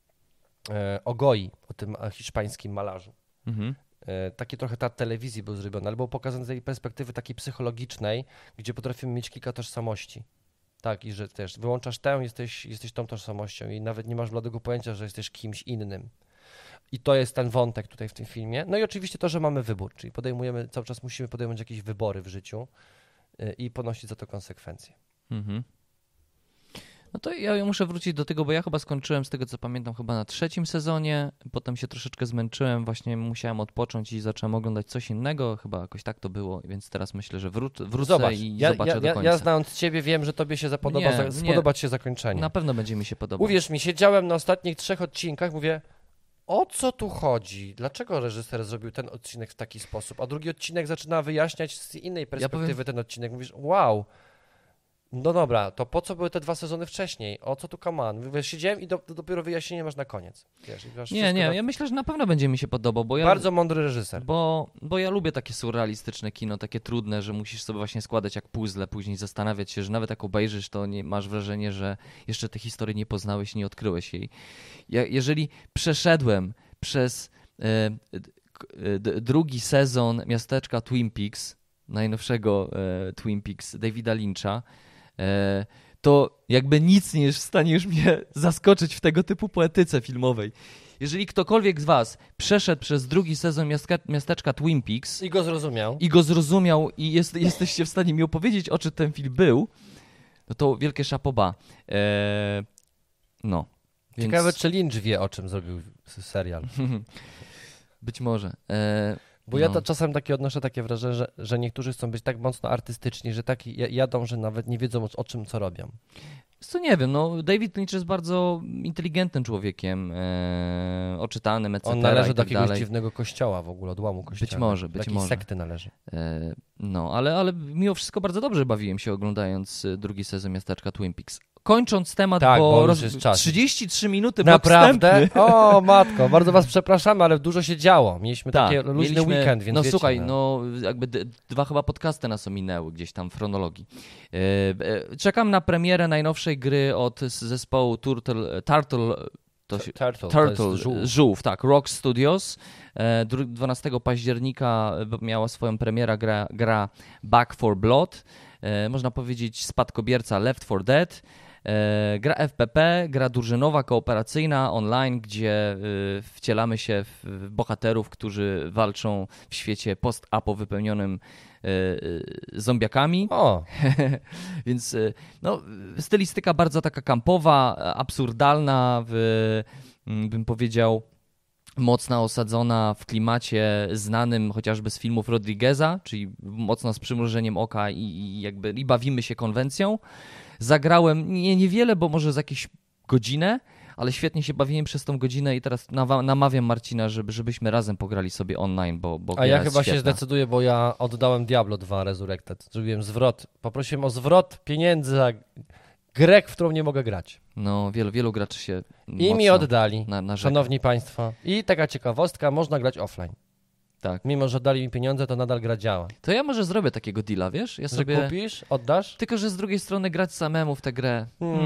e, o Goi, o tym e, hiszpańskim malarzu. Mhm. E, Taki trochę teatr telewizji był zrobiony, ale był pokazany z tej perspektywy takiej psychologicznej, gdzie potrafimy mieć kilka tożsamości. Tak, i że też wyłączasz tę, jesteś, jesteś tą tożsamością i nawet nie masz bladego pojęcia, że jesteś kimś innym. I to jest ten wątek tutaj w tym filmie. No i oczywiście to, że mamy wybór, czyli podejmujemy, cały czas musimy podejmować jakieś wybory w życiu y, i ponosić za to konsekwencje. Mhm. No to ja muszę wrócić do tego, bo ja chyba skończyłem, z tego co pamiętam, chyba na trzecim sezonie, potem się troszeczkę zmęczyłem, właśnie musiałem odpocząć i zacząłem oglądać coś innego, chyba jakoś tak to było, więc teraz myślę, że wró- wrócę Zobacz, i ja, zobaczę ja, do ja, końca. ja znając ciebie wiem, że tobie się zapodoba, Nie, za, nie. spodoba ci się zakończenie. Na pewno będzie mi się podobał. Uwierz mi, siedziałem na ostatnich trzech odcinkach, mówię, o co tu chodzi? Dlaczego reżyser zrobił ten odcinek w taki sposób? A drugi odcinek zaczyna wyjaśniać z innej perspektywy powiem- ten odcinek. Mówisz, wow, no dobra, to po co były te dwa sezony wcześniej? O co tu kaman? Wiesz, siedziałem i do, do, dopiero wyjaśnienie masz na koniec. Wiesz, i masz Nie, wszystko nie, na... ja myślę, że na pewno będzie mi się podobał, bo ja... Bardzo mądry reżyser. Bo, bo ja lubię takie surrealistyczne kino, takie trudne, że musisz sobie właśnie składać jak puzzle, później zastanawiać się, że nawet jak obejrzysz, to nie, masz wrażenie, że jeszcze tej historii nie poznałeś, nie odkryłeś jej. Ja, jeżeli przeszedłem przez e, d, d, drugi sezon Miasteczka Twin Peaks, najnowszego e, Twin Peaks Davida Lyncha, e, to jakby nic nie jest w stanie już mnie zaskoczyć w tego typu poetyce filmowej. Jeżeli ktokolwiek z was przeszedł przez drugi sezon miastka, Miasteczka Twin Peaks I go zrozumiał. i go zrozumiał i jest, jesteście w stanie mi opowiedzieć, o czym ten film był, no to wielkie chapeau. Eee, no. Więc... Ciekawe, czy Lynch wie, o czym zrobił s- serial. Być może. Eee, Bo ja no. to czasem takie odnoszę takie wrażenie, że, że niektórzy chcą być tak mocno artystyczni, że tak ja- jadą, że nawet nie wiedzą o, o czym, co robią. Co nie wiem, no David Lynch jest bardzo inteligentnym człowiekiem, e, oczytanym, et cetera. On należy i do tak jakiegoś dalej. dziwnego kościoła w ogóle, odłamu kościoła. może, do być jakiejś może. sekty należy. E, no, ale, ale mimo wszystko bardzo dobrze bawiłem się oglądając e, drugi sezon Miasteczka Twin Peaks. Kończąc temat, Tak, bo, bo już roz... jest czas. trzydzieści trzy minuty blok Naprawdę? wstępny. O matko, bardzo was przepraszamy, ale dużo się działo. Mieliśmy Tak, taki luźny mieliśmy- weekend, więc No wiecie, słuchaj, no. no jakby d- dwa chyba podcasty nas ominęły gdzieś tam w chronologii. E, e, czekam na premierę najnowszej gry od z- zespołu Turtle, Turtle to się, Turtle, Turtle, to jest żółw. żółw, tak, Rock Studios. E, dru- dwunastego października b- miała swoją premierę gra, gra Back for Blood. E, można powiedzieć spadkobierca Left four Dead. E, gra F P P, gra drużynowa, kooperacyjna, online, gdzie y, wcielamy się w, w bohaterów, którzy walczą w świecie post-apo wypełnionym y, y, zombiakami. O, Więc y, no, stylistyka bardzo taka kampowa, absurdalna, w, mm, bym powiedział mocno osadzona w klimacie znanym chociażby z filmów Rodrigueza, czyli mocno z przymrużeniem oka i, i jakby i bawimy się konwencją. Zagrałem nie, niewiele, bo może z jakieś godzinę, ale świetnie się bawiłem przez tą godzinę i teraz nawa- namawiam Marcina, żeby, żebyśmy razem pograli sobie online, bo, bo a gra ja jest chyba się świetna. zdecyduję, bo ja oddałem Diablo dwa Resurrected. Zrobiłem zwrot. Poprosiłem o zwrot pieniędzy za grę, w którą nie mogę grać. No, wielu, wielu graczy się I mi oddali, na, na szanowni państwo. I taka ciekawostka, można grać offline. Tak. Mimo, że dali mi pieniądze, to nadal gra działa. To ja może zrobię takiego deala, wiesz? Ja Że sobie... kupisz, oddasz? Tylko, że z drugiej strony grać samemu w tę grę. Hmm.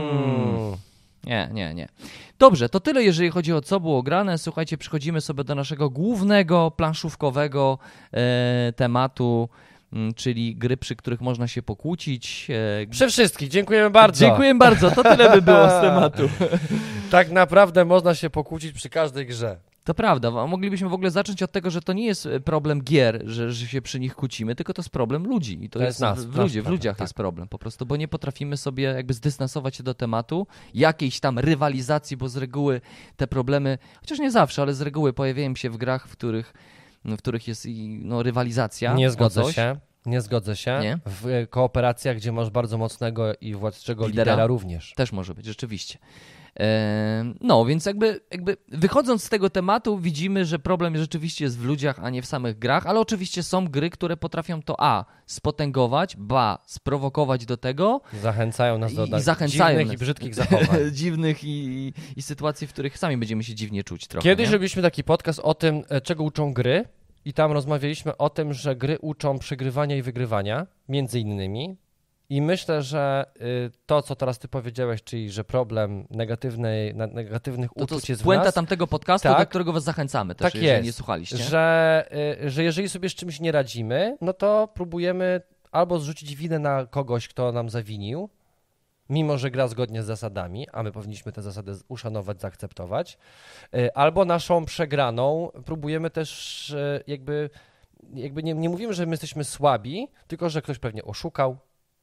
Nie, nie, nie. Dobrze, to tyle, jeżeli chodzi o co było grane. Słuchajcie, przechodzimy sobie do naszego głównego, planszówkowego e, tematu, m, czyli gry, przy których można się pokłócić. E, Przy wszystkich, dziękujemy bardzo. Dziękuję bardzo, to tyle by było z tematu. Tak naprawdę można się pokłócić przy każdej grze. To prawda, a moglibyśmy w ogóle zacząć od tego, że to nie jest problem gier, że, że się przy nich kłócimy, tylko to jest problem ludzi. I to, To jest, jest nas, w, nasz ludzi, w problem, ludziach tak. jest problem po prostu, bo nie potrafimy sobie jakby zdystansować się do tematu, jakiejś tam rywalizacji, bo z reguły te problemy, chociaż nie zawsze, ale z reguły pojawiają się w grach, w których, w których jest i, no, rywalizacja. Nie o zgodzę coś. się. Nie zgodzę się. Nie? W kooperacjach, gdzie masz bardzo mocnego i władczego Lidera? lidera również. Też może być, rzeczywiście. Eee, No, więc jakby, jakby wychodząc z tego tematu widzimy, że problem rzeczywiście jest w ludziach, a nie w samych grach, ale oczywiście są gry, które potrafią to a. spotęgować, b. sprowokować do tego, Zachęcają nas do I- i tak zachęcają dziwnych nas. i brzydkich zachowań. dziwnych i, i, i sytuacji, w których sami będziemy się dziwnie czuć trochę. Kiedyś nie? robiliśmy taki podcast o tym, e, czego uczą gry i tam rozmawialiśmy o tym, że gry uczą przegrywania i wygrywania, między innymi. I myślę, że y, to, co teraz ty powiedziałeś, czyli że problem negatywnej, na, negatywnych To, to uczuć jest w puenta nas, tamtego podcastu, Tak. do którego was zachęcamy też, Tak jeżeli jest. nie słuchaliście. że, y, że jeżeli sobie z czymś nie radzimy, no to próbujemy albo zrzucić winę na kogoś, kto nam zawinił, mimo że gra zgodnie z zasadami, a my powinniśmy te zasady uszanować, zaakceptować, y, albo naszą przegraną próbujemy też y, jakby, jakby nie, nie mówimy, że my jesteśmy słabi, tylko że ktoś pewnie oszukał,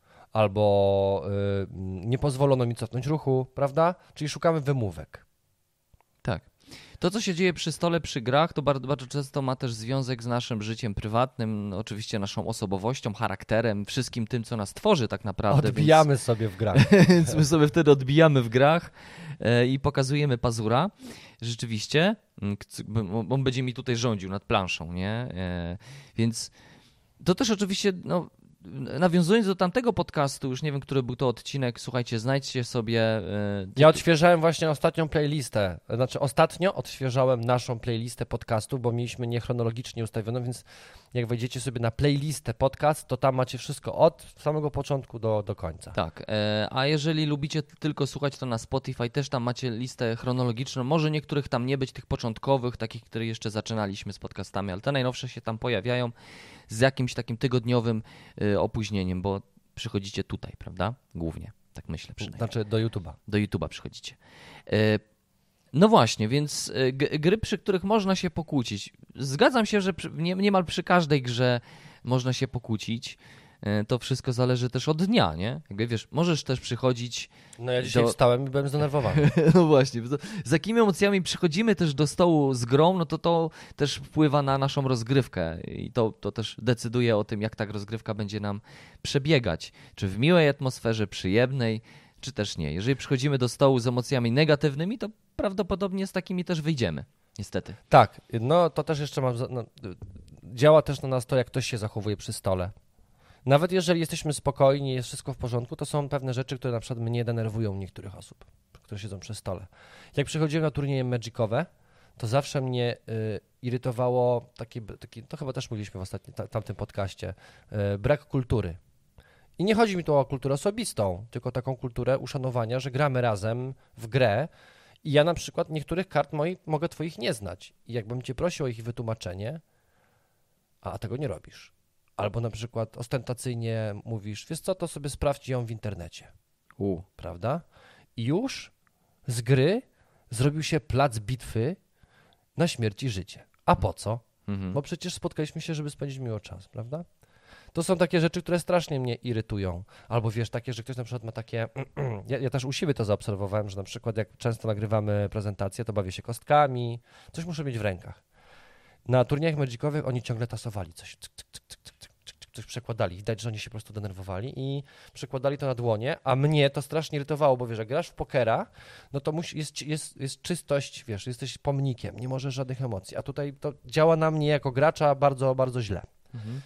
albo y, nie pozwolono mi cofnąć ruchu, prawda? Czyli szukamy wymówek. Tak. To, co się dzieje przy stole, przy grach, to bardzo, bardzo często ma też związek z naszym życiem prywatnym, oczywiście naszą osobowością, charakterem, wszystkim tym, co nas tworzy tak naprawdę. Odbijamy sobie w grach. Więc, więc my sobie wtedy odbijamy w grach e, i pokazujemy pazura. Rzeczywiście, mm, kc- bo on będzie mi tutaj rządził nad planszą, nie? E, Więc to też oczywiście, no, nawiązując do tamtego podcastu, już nie wiem, który był to odcinek, słuchajcie, znajdźcie sobie... e, Ja odświeżałem właśnie ostatnią playlistę, znaczy ostatnio odświeżałem naszą playlistę podcastów, bo mieliśmy niechronologicznie ustawioną, więc jak wejdziecie sobie na playlistę podcast, to tam macie wszystko od samego początku do, do końca. Tak, e, a jeżeli lubicie tylko słuchać, to na Spotify też tam macie listę chronologiczną. Może niektórych tam nie być, tych początkowych, takich, które jeszcze zaczynaliśmy z podcastami, ale te najnowsze się tam pojawiają z jakimś takim tygodniowym e, opóźnieniem, bo przychodzicie tutaj, prawda? Głównie, tak myślę przynajmniej. Znaczy do YouTube'a. Do YouTube'a przychodzicie. E, No właśnie, więc e, g- gry, przy których można się pokłócić. Zgadzam się, że przy, nie, niemal przy każdej grze można się pokłócić. E, To wszystko zależy też od dnia, nie? Jakby wiesz, możesz też przychodzić. No ja dzisiaj Do- wstałem i byłem zdenerwowany. No właśnie, z- z jakimi emocjami przychodzimy też do stołu z grą, no to to też wpływa na naszą rozgrywkę i to, to też decyduje o tym, jak ta rozgrywka będzie nam przebiegać. Czy w miłej atmosferze, przyjemnej, czy też nie. Jeżeli przychodzimy do stołu z emocjami negatywnymi, to prawdopodobnie z takimi też wyjdziemy. Niestety. Tak, no to też jeszcze mam, za- no, działa też na nas to, jak ktoś się zachowuje przy stole. Nawet jeżeli jesteśmy spokojni, jest wszystko w porządku, to są pewne rzeczy, które na przykład mnie denerwują niektórych osób, które siedzą przy stole. Jak przychodziłem na turnieje magicowe, to zawsze mnie y, irytowało taki, taki, to chyba też mówiliśmy w ostatnim, ta, tamtym podcaście, y, brak kultury. I nie chodzi mi tu o kulturę osobistą, tylko taką kulturę uszanowania, że gramy razem w grę i ja na przykład niektórych kart moich mogę twoich nie znać. I jakbym cię prosił o ich wytłumaczenie, a tego nie robisz. Albo na przykład ostentacyjnie mówisz, wiesz co, to sobie sprawdź ją w internecie, U. prawda? I już z gry zrobił się plac bitwy na śmierć i życie. A po co? Mhm. Bo przecież spotkaliśmy się, żeby spędzić miło czas, prawda? To są takie rzeczy, które strasznie mnie irytują. Albo wiesz, takie, że ktoś na przykład ma takie... ja, ja też u siebie to zaobserwowałem, że na przykład jak często nagrywamy prezentacje, to bawię się kostkami, coś muszę mieć w rękach. Na turniejach magicowych oni ciągle tasowali coś, cyk, cyk, cyk, cyk, cyk, cyk, cyk, coś przekładali. Widać, że oni się po prostu denerwowali i przekładali to na dłonie, a mnie to strasznie irytowało, bo wiesz, jak grasz w pokera, no to musi, jest, jest, jest czystość, wiesz, jesteś pomnikiem, nie możesz żadnych emocji, a tutaj to działa na mnie jako gracza bardzo, bardzo źle. Mhm.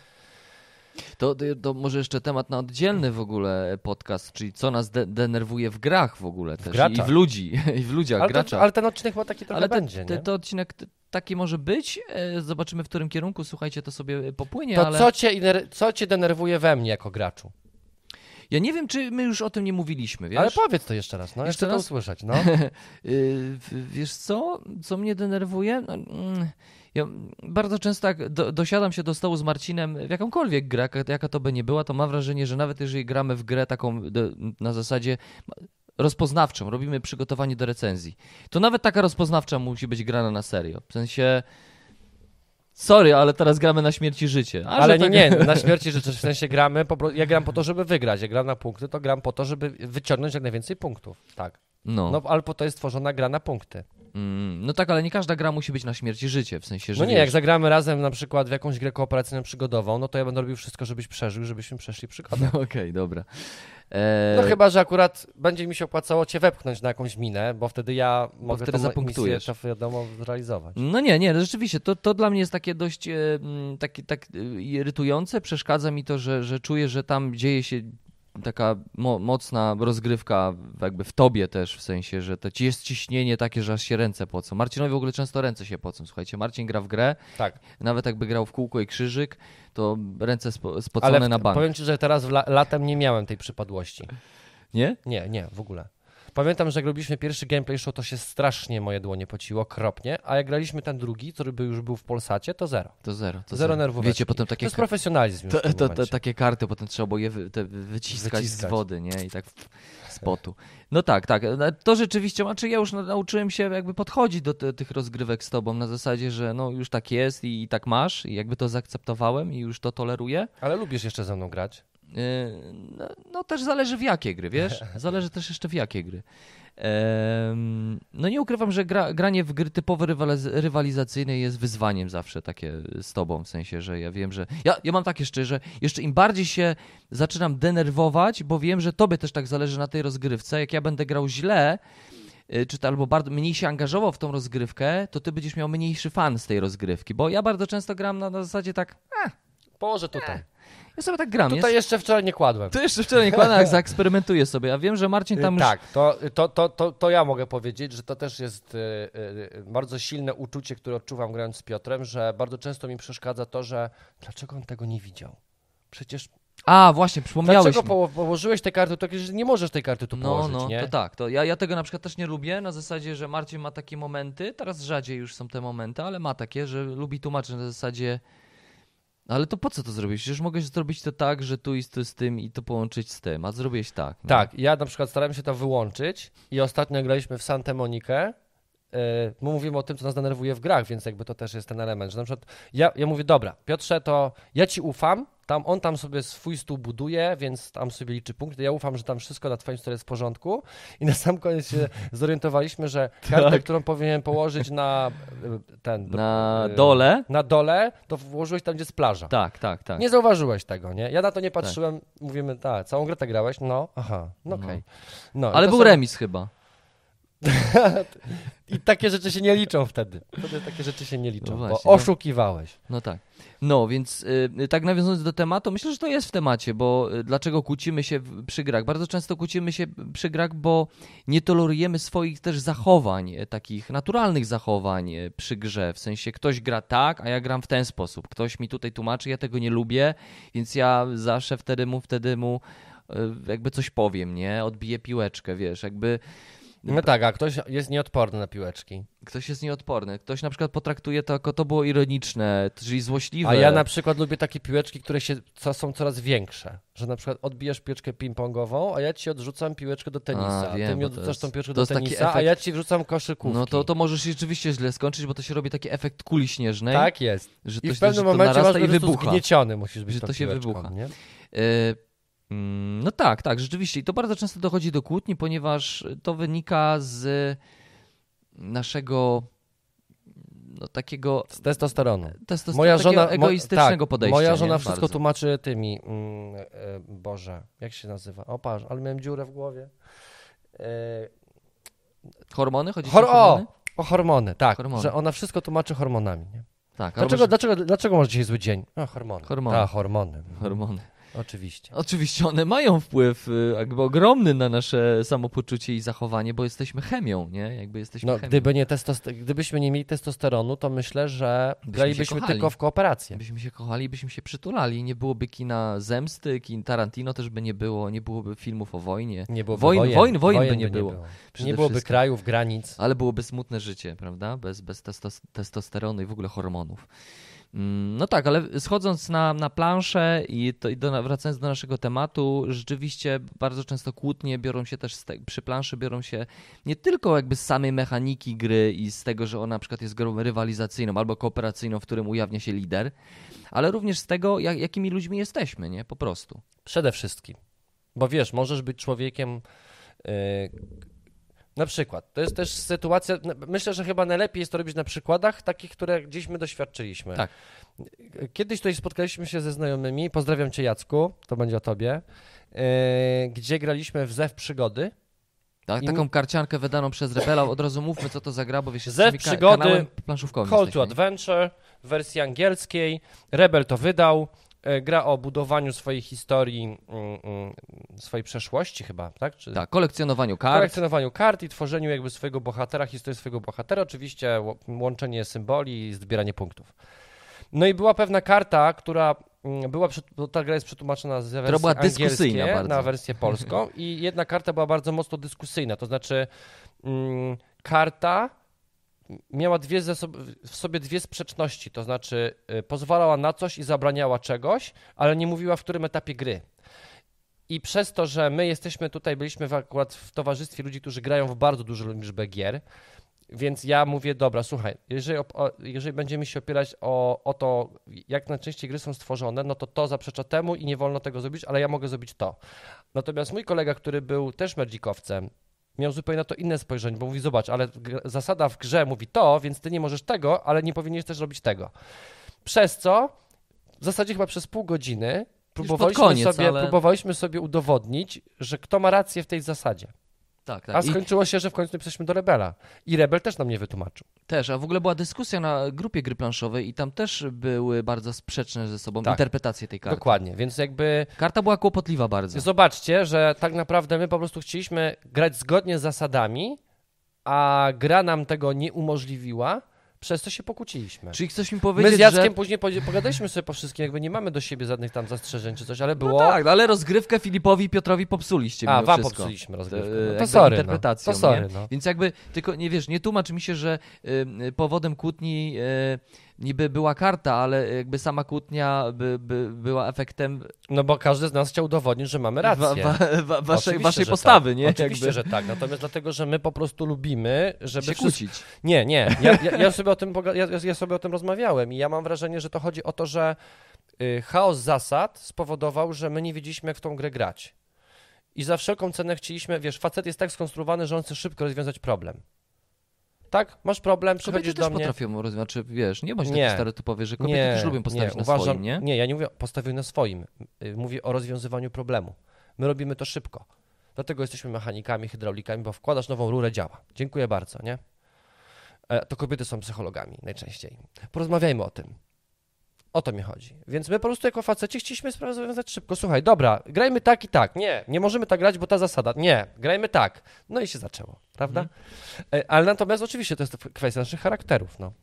To, to, to może jeszcze temat na oddzielny w ogóle podcast, czyli co nas de- denerwuje w grach w ogóle też i graczach. w ludzi, i w ludziach, Ale, to, graczach. ale ten odcinek chyba taki trochę Ale te, będzie, te, nie? to odcinek t- taki może być, e, zobaczymy w którym kierunku, słuchajcie, to sobie popłynie, To ale co, cię, iner- co cię denerwuje we mnie jako graczu? ja nie wiem, czy my już o tym nie mówiliśmy, wiesz? Ale powiedz to jeszcze raz, no, Jeszcze jeszcze to raz? usłyszeć, no. Yy, w- wiesz co, co mnie denerwuje? No, mm, ja bardzo często jak do, dosiadam się do stołu z Marcinem w jakąkolwiek grę, jaka, jaka to by nie była, to mam wrażenie, że nawet jeżeli gramy w grę taką do, na zasadzie rozpoznawczą, robimy przygotowanie do recenzji, to nawet taka rozpoznawcza musi być grana na serio. W sensie, sorry, ale teraz gramy na śmierć i życie. A Ale że nie, tak- nie, na śmierci rzeczy, w sensie gramy, po, pro- ja gram po to, żeby wygrać, jak gram na punkty, to gram po to, żeby wyciągnąć jak najwięcej punktów, tak. No. No, ale po to jest tworzona gra na punkty. Mm, no tak, ale nie każda gra musi być na śmierć i życie, w sensie, że No nie, wiesz, jak zagramy razem na przykład w jakąś grę kooperacyjną przygodową, no to ja będę robił wszystko, żebyś przeżył, żebyśmy przeszli przygodę. No okej, okay, dobra. E... No chyba, że akurat będzie mi się opłacało cię wepchnąć na jakąś minę, bo wtedy ja mogę wtedy tą zapunktujesz. misję, to wiadomo, zrealizować. No nie, nie, rzeczywiście, to, to dla mnie jest takie dość e, takie, tak irytujące, przeszkadza mi to, że, że czuję, że tam dzieje się taka mo- mocna rozgrywka jakby w tobie też, w sensie, że to ci jest ciśnienie takie, że aż się ręce pocą. Marcinowi w ogóle często ręce się pocą, słuchajcie, Marcin gra w grę, Tak. nawet jakby grał w kółko i krzyżyk, to ręce spo- spocone Ale w, na bank. powiem ci, że teraz w la- latem nie miałem tej przypadłości. Nie? Nie, nie, w ogóle. Pamiętam, że jak robiliśmy pierwszy gameplay show, to się strasznie moje dłonie pociło, okropnie, a jak graliśmy ten drugi, który by już był w Polsacie, to zero. To zero. To Zero, zero. nerwów. Wiecie, potem To takie jest profesjonalizm już To, w tym to, to, momencie. takie karty, potem trzeba było je wy, te wyciskać, Wyciskać. z wody, nie? I tak w, z potu. No tak, tak. To rzeczywiście, znaczy ja już nauczyłem się jakby podchodzić do te, tych rozgrywek z tobą na zasadzie, że no już tak jest i, i tak masz i jakby to zaakceptowałem i już to toleruję. Ale lubisz jeszcze ze mną grać? Yy, no, no też zależy w jakie gry, wiesz? Zależy też jeszcze w jakie gry. No nie ukrywam, że gra, granie w gry typowo rywaliz- rywalizacyjne jest wyzwaniem zawsze takie z tobą, w sensie, że ja wiem, że... Ja, ja mam takie szczerze, jeszcze im bardziej się zaczynam denerwować, bo wiem, że tobie też tak zależy na tej rozgrywce, jak ja będę grał źle, czy to albo bardzo mniej się angażował w tą rozgrywkę, to ty będziesz miał mniejszy fan z tej rozgrywki, bo ja bardzo często gram na, na zasadzie tak... A, Położę tutaj. ja sobie tak gram. Tutaj jest... jeszcze wczoraj nie kładłem. To jeszcze wczoraj nie kładłem, jak zaeksperymentuję sobie. A wiem, że Marcin tam już... Tak, to, to, to, to, to ja mogę powiedzieć, że to też jest y, y, bardzo silne uczucie, które odczuwam grając z Piotrem, że bardzo często mi przeszkadza to, że dlaczego on tego nie widział? Przecież A, właśnie, przypomniałeś dlaczego mi. po, położyłeś tę kartę, to że nie możesz tej karty tu No, położyć, no, nie? to tak. To ja, ja tego na przykład też nie lubię, na zasadzie, że Marcin ma takie momenty, teraz rzadziej już są te momenty, ale ma takie, że lubi tłumaczyć na zasadzie ale to po co to zrobić? Przecież mogłeś zrobić to tak, że tu i to z tym i to połączyć z tym, a zrobiłeś tak. Nie? Tak, ja na przykład starałem się to wyłączyć i ostatnio graliśmy w Santa Monikę. Yy, mówimy o tym, co nas denerwuje w grach, więc jakby to też jest ten element, że na przykład ja, ja mówię, dobra, Piotrze, to ja ci ufam, tam, on tam sobie swój stół buduje, więc tam sobie liczy punkty, ja ufam, że tam wszystko na twoim stole jest w porządku i na sam koniec się zorientowaliśmy, że kartę, Tak. którą powinienem położyć na y, ten... Na y, dole? Na dole, to włożyłeś tam, gdzie jest plaża. Tak, tak, tak. Nie zauważyłeś tego, nie? Ja na to nie patrzyłem, mówimy, tak, całą grę tak grałeś? No, aha, no okej. Okay. No, ale był są... remis chyba. I takie rzeczy się nie liczą wtedy. Wtedy takie rzeczy się nie liczą, no bo właśnie, oszukiwałeś. No, no tak. No, więc y, tak nawiązując do tematu, myślę, że to jest w temacie, bo y, dlaczego kłócimy się w, przy grach? Bardzo często kłócimy się przy grach, bo nie tolerujemy swoich też zachowań, y, takich naturalnych zachowań y, przy grze. W sensie ktoś gra tak, a ja gram w ten sposób. Ktoś mi tutaj tłumaczy, ja tego nie lubię, więc ja zawsze wtedy mu, wtedy mu y, jakby coś powiem, nie? Odbiję piłeczkę, wiesz, jakby... No tak, a ktoś jest nieodporny na piłeczki. Ktoś jest nieodporny. Ktoś na przykład potraktuje to jako to było ironiczne, czyli złośliwe. A ja na przykład lubię takie piłeczki, które się, co są coraz większe. Że na przykład odbijesz piłeczkę ping-pongową, a ja ci odrzucam piłeczkę do tenisa. A, wiem, ty mi bo to odrzucasz jest- tą piłeczkę to do jest taki tenisa, a efekt- ja ci wrzucam koszykówki. No to, to może się rzeczywiście źle skończyć, bo to się robi taki efekt kuli śnieżnej. Tak jest. Że I to, w pewnym że to momencie masz narasta po i prostu wybucha. zgnieciony musisz być Że tą to się piłeczką, wybucha. Nie? Y, mm, no tak, tak, rzeczywiście. I to bardzo często dochodzi do kłótni, ponieważ to wynika z naszego no, takiego Z testosteronu. testosteronu, Moja żona, takiego egoistycznego tak, podejścia. moja żona nie? wszystko Bardzo. tłumaczy tymi, mm, e, Boże, jak się nazywa? O, patrz, ale miałem dziurę w głowie. E, Hormony? Chodzi hor- ci o hormony? o, o hormony, tak, Hormony. że ona wszystko tłumaczy hormonami. Nie? Tak. albo Dlaczego, że- dlaczego, dlaczego masz dzisiaj zły dzień? A, hormony. Hormony. A, hormony. Hormony. Oczywiście. Oczywiście one mają wpływ y, jakby ogromny na nasze samopoczucie i zachowanie, bo jesteśmy chemią, nie? Jakby jesteśmy No, chemią. gdyby nie testoster- gdybyśmy nie mieli testosteronu, to myślę, że Byśmy gralibyśmy się kochali. tylko w kooperację. Byśmy się kochali, byśmy się przytulali, nie byłoby kina zemsty, kin Tarantino też by nie było, nie byłoby filmów o wojnie. Nie byłoby Wojen- wojen, wojen- wojen by wojen nie było. Nie Przede byłoby wszystkim. krajów, granic. Ale byłoby smutne życie, prawda? Bez, bez testos- testosteronu i w ogóle hormonów. Mm, No tak, ale schodząc na, na planszę i, to, i do, wracając do naszego tematu, rzeczywiście bardzo często kłótnie biorą się też z te, przy planszy biorą się nie tylko jakby z samej mechaniki gry i z tego, że ona na przykład jest grą rywalizacyjną albo kooperacyjną, w którym ujawnia się lider, ale również z tego, jak, jakimi ludźmi jesteśmy, nie? Po prostu. Przede wszystkim. Bo wiesz, możesz być człowiekiem, yy, Na przykład. To jest też sytuacja, myślę, że chyba najlepiej jest to robić na przykładach takich, które gdzieś my doświadczyliśmy. Tak. Kiedyś tutaj spotkaliśmy się ze znajomymi, pozdrawiam cię Jacku, to będzie o tobie, yy, gdzie graliśmy w Zew Przygody. Tak, I taką mi- karciankę wydaną przez Rebela, od razu mówmy co to za gra, bo wiesz, Zew jesteśmy ka- Przygody, kanałem planszówkowym. Call to jesteśmy. Adventure w wersji angielskiej. Rebel to wydał. E, Gra o budowaniu swojej historii, mm, mm, swojej przeszłości chyba, tak? Czy Tak, kolekcjonowaniu kart. kolekcjonowaniu kart i tworzeniu jakby swojego bohatera, historii swojego bohatera. Oczywiście ło- łączenie symboli i zbieranie punktów. No i była pewna karta, która mm, była, przet- bo ta gra jest przetłumaczona z wersji była dyskusyjna angielskiej bardzo. na wersję polską i jedna karta była bardzo mocno dyskusyjna, to znaczy mm, karta miała dwie ze sob- w sobie dwie sprzeczności, to znaczy y, pozwalała na coś i zabraniała czegoś, ale nie mówiła, w którym etapie gry. I przez to, że my jesteśmy tutaj, byliśmy w, akurat w towarzystwie ludzi, którzy grają w bardzo dużą liczbę gier, więc ja mówię, dobra, słuchaj, jeżeli, op- o, jeżeli będziemy się opierać o, o to, jak najczęściej gry są stworzone, no to to zaprzecza temu i nie wolno tego zrobić, ale ja mogę zrobić to. Natomiast mój kolega, który był też Magicowcem, miał zupełnie na to inne spojrzenie, bo mówi, zobacz, ale gr- zasada w grze mówi to, więc ty nie możesz tego, ale nie powinieneś też robić tego. Przez co w zasadzie chyba przez pół godziny próbowaliśmy, koniec, sobie, ale- próbowaliśmy sobie udowodnić, że kto ma rację w tej zasadzie. Tak, tak. A I skończyło się, że w końcu napisaliśmy do Rebela. I Rebel też nam nie wytłumaczył. też, a w ogóle była dyskusja na grupie gry planszowej i tam też były bardzo sprzeczne ze sobą Tak. interpretacje tej karty. Dokładnie, więc jakby Karta była kłopotliwa bardzo. zobaczcie, że tak naprawdę my po prostu chcieliśmy grać zgodnie z zasadami, a gra nam tego nie umożliwiła, przez co się pokłóciliśmy. Czyli chcesz mi My powiedzieć, z Jackiem że... później podzie- pogadaliśmy sobie po wszystkim, jakby nie mamy do siebie żadnych tam zastrzeżeń czy coś, ale było... No tak, ale rozgrywkę Filipowi i Piotrowi popsuliście A, mimo wam wszystko. popsuliśmy To, rozgrywkę. e, No, to jakby sorry, interpretacją, no. To sorry, nie? no. Więc jakby, tylko nie wiesz, nie tłumacz mi się, że y, y, powodem kłótni y, niby była karta, ale jakby sama kłótnia by, by była efektem No bo każdy z nas chciał udowodnić, że mamy wa, rację. wa, wa, waszej, Oczywiście, waszej że postawy, tak. nie? Oczywiście, Jakby że tak. Natomiast dlatego, że my po prostu lubimy, żeby się wszystko... kłócić. Nie, nie. Ja, ja, ja, sobie o tym, poga- ja, ja sobie o tym rozmawiałem i ja mam wrażenie, że to chodzi o to, że y, chaos zasad spowodował, że my nie wiedzieliśmy, jak w tą grę grać. I za wszelką cenę chcieliśmy, wiesz, facet jest tak skonstruowany, że on chce szybko rozwiązać problem. Tak? Masz problem, Kobiety przychodzisz też do mnie... potrafią rozwiązać, czy wiesz, nie bądź Nie. taki stereotypowy, że kobiety Nie, też lubią postawić nie, na uważam, swoim, nie? Nie, ja nie mówię postawił na swoim. Y, Mówię o rozwiązywaniu problemu. My robimy to szybko. Dlatego jesteśmy mechanikami, hydraulikami, bo wkładasz nową rurę, działa. Dziękuję bardzo, nie? E, To kobiety są psychologami najczęściej. Porozmawiajmy o tym. O to mi chodzi. Więc my po prostu jako faceci chcieliśmy sprawę rozwiązać szybko. Słuchaj, dobra, grajmy tak i tak. Nie, nie możemy tak grać, bo ta zasada. Nie, grajmy tak. No i się zaczęło, prawda? Mhm. E, Ale natomiast oczywiście to jest kwestia naszych charakterów, no.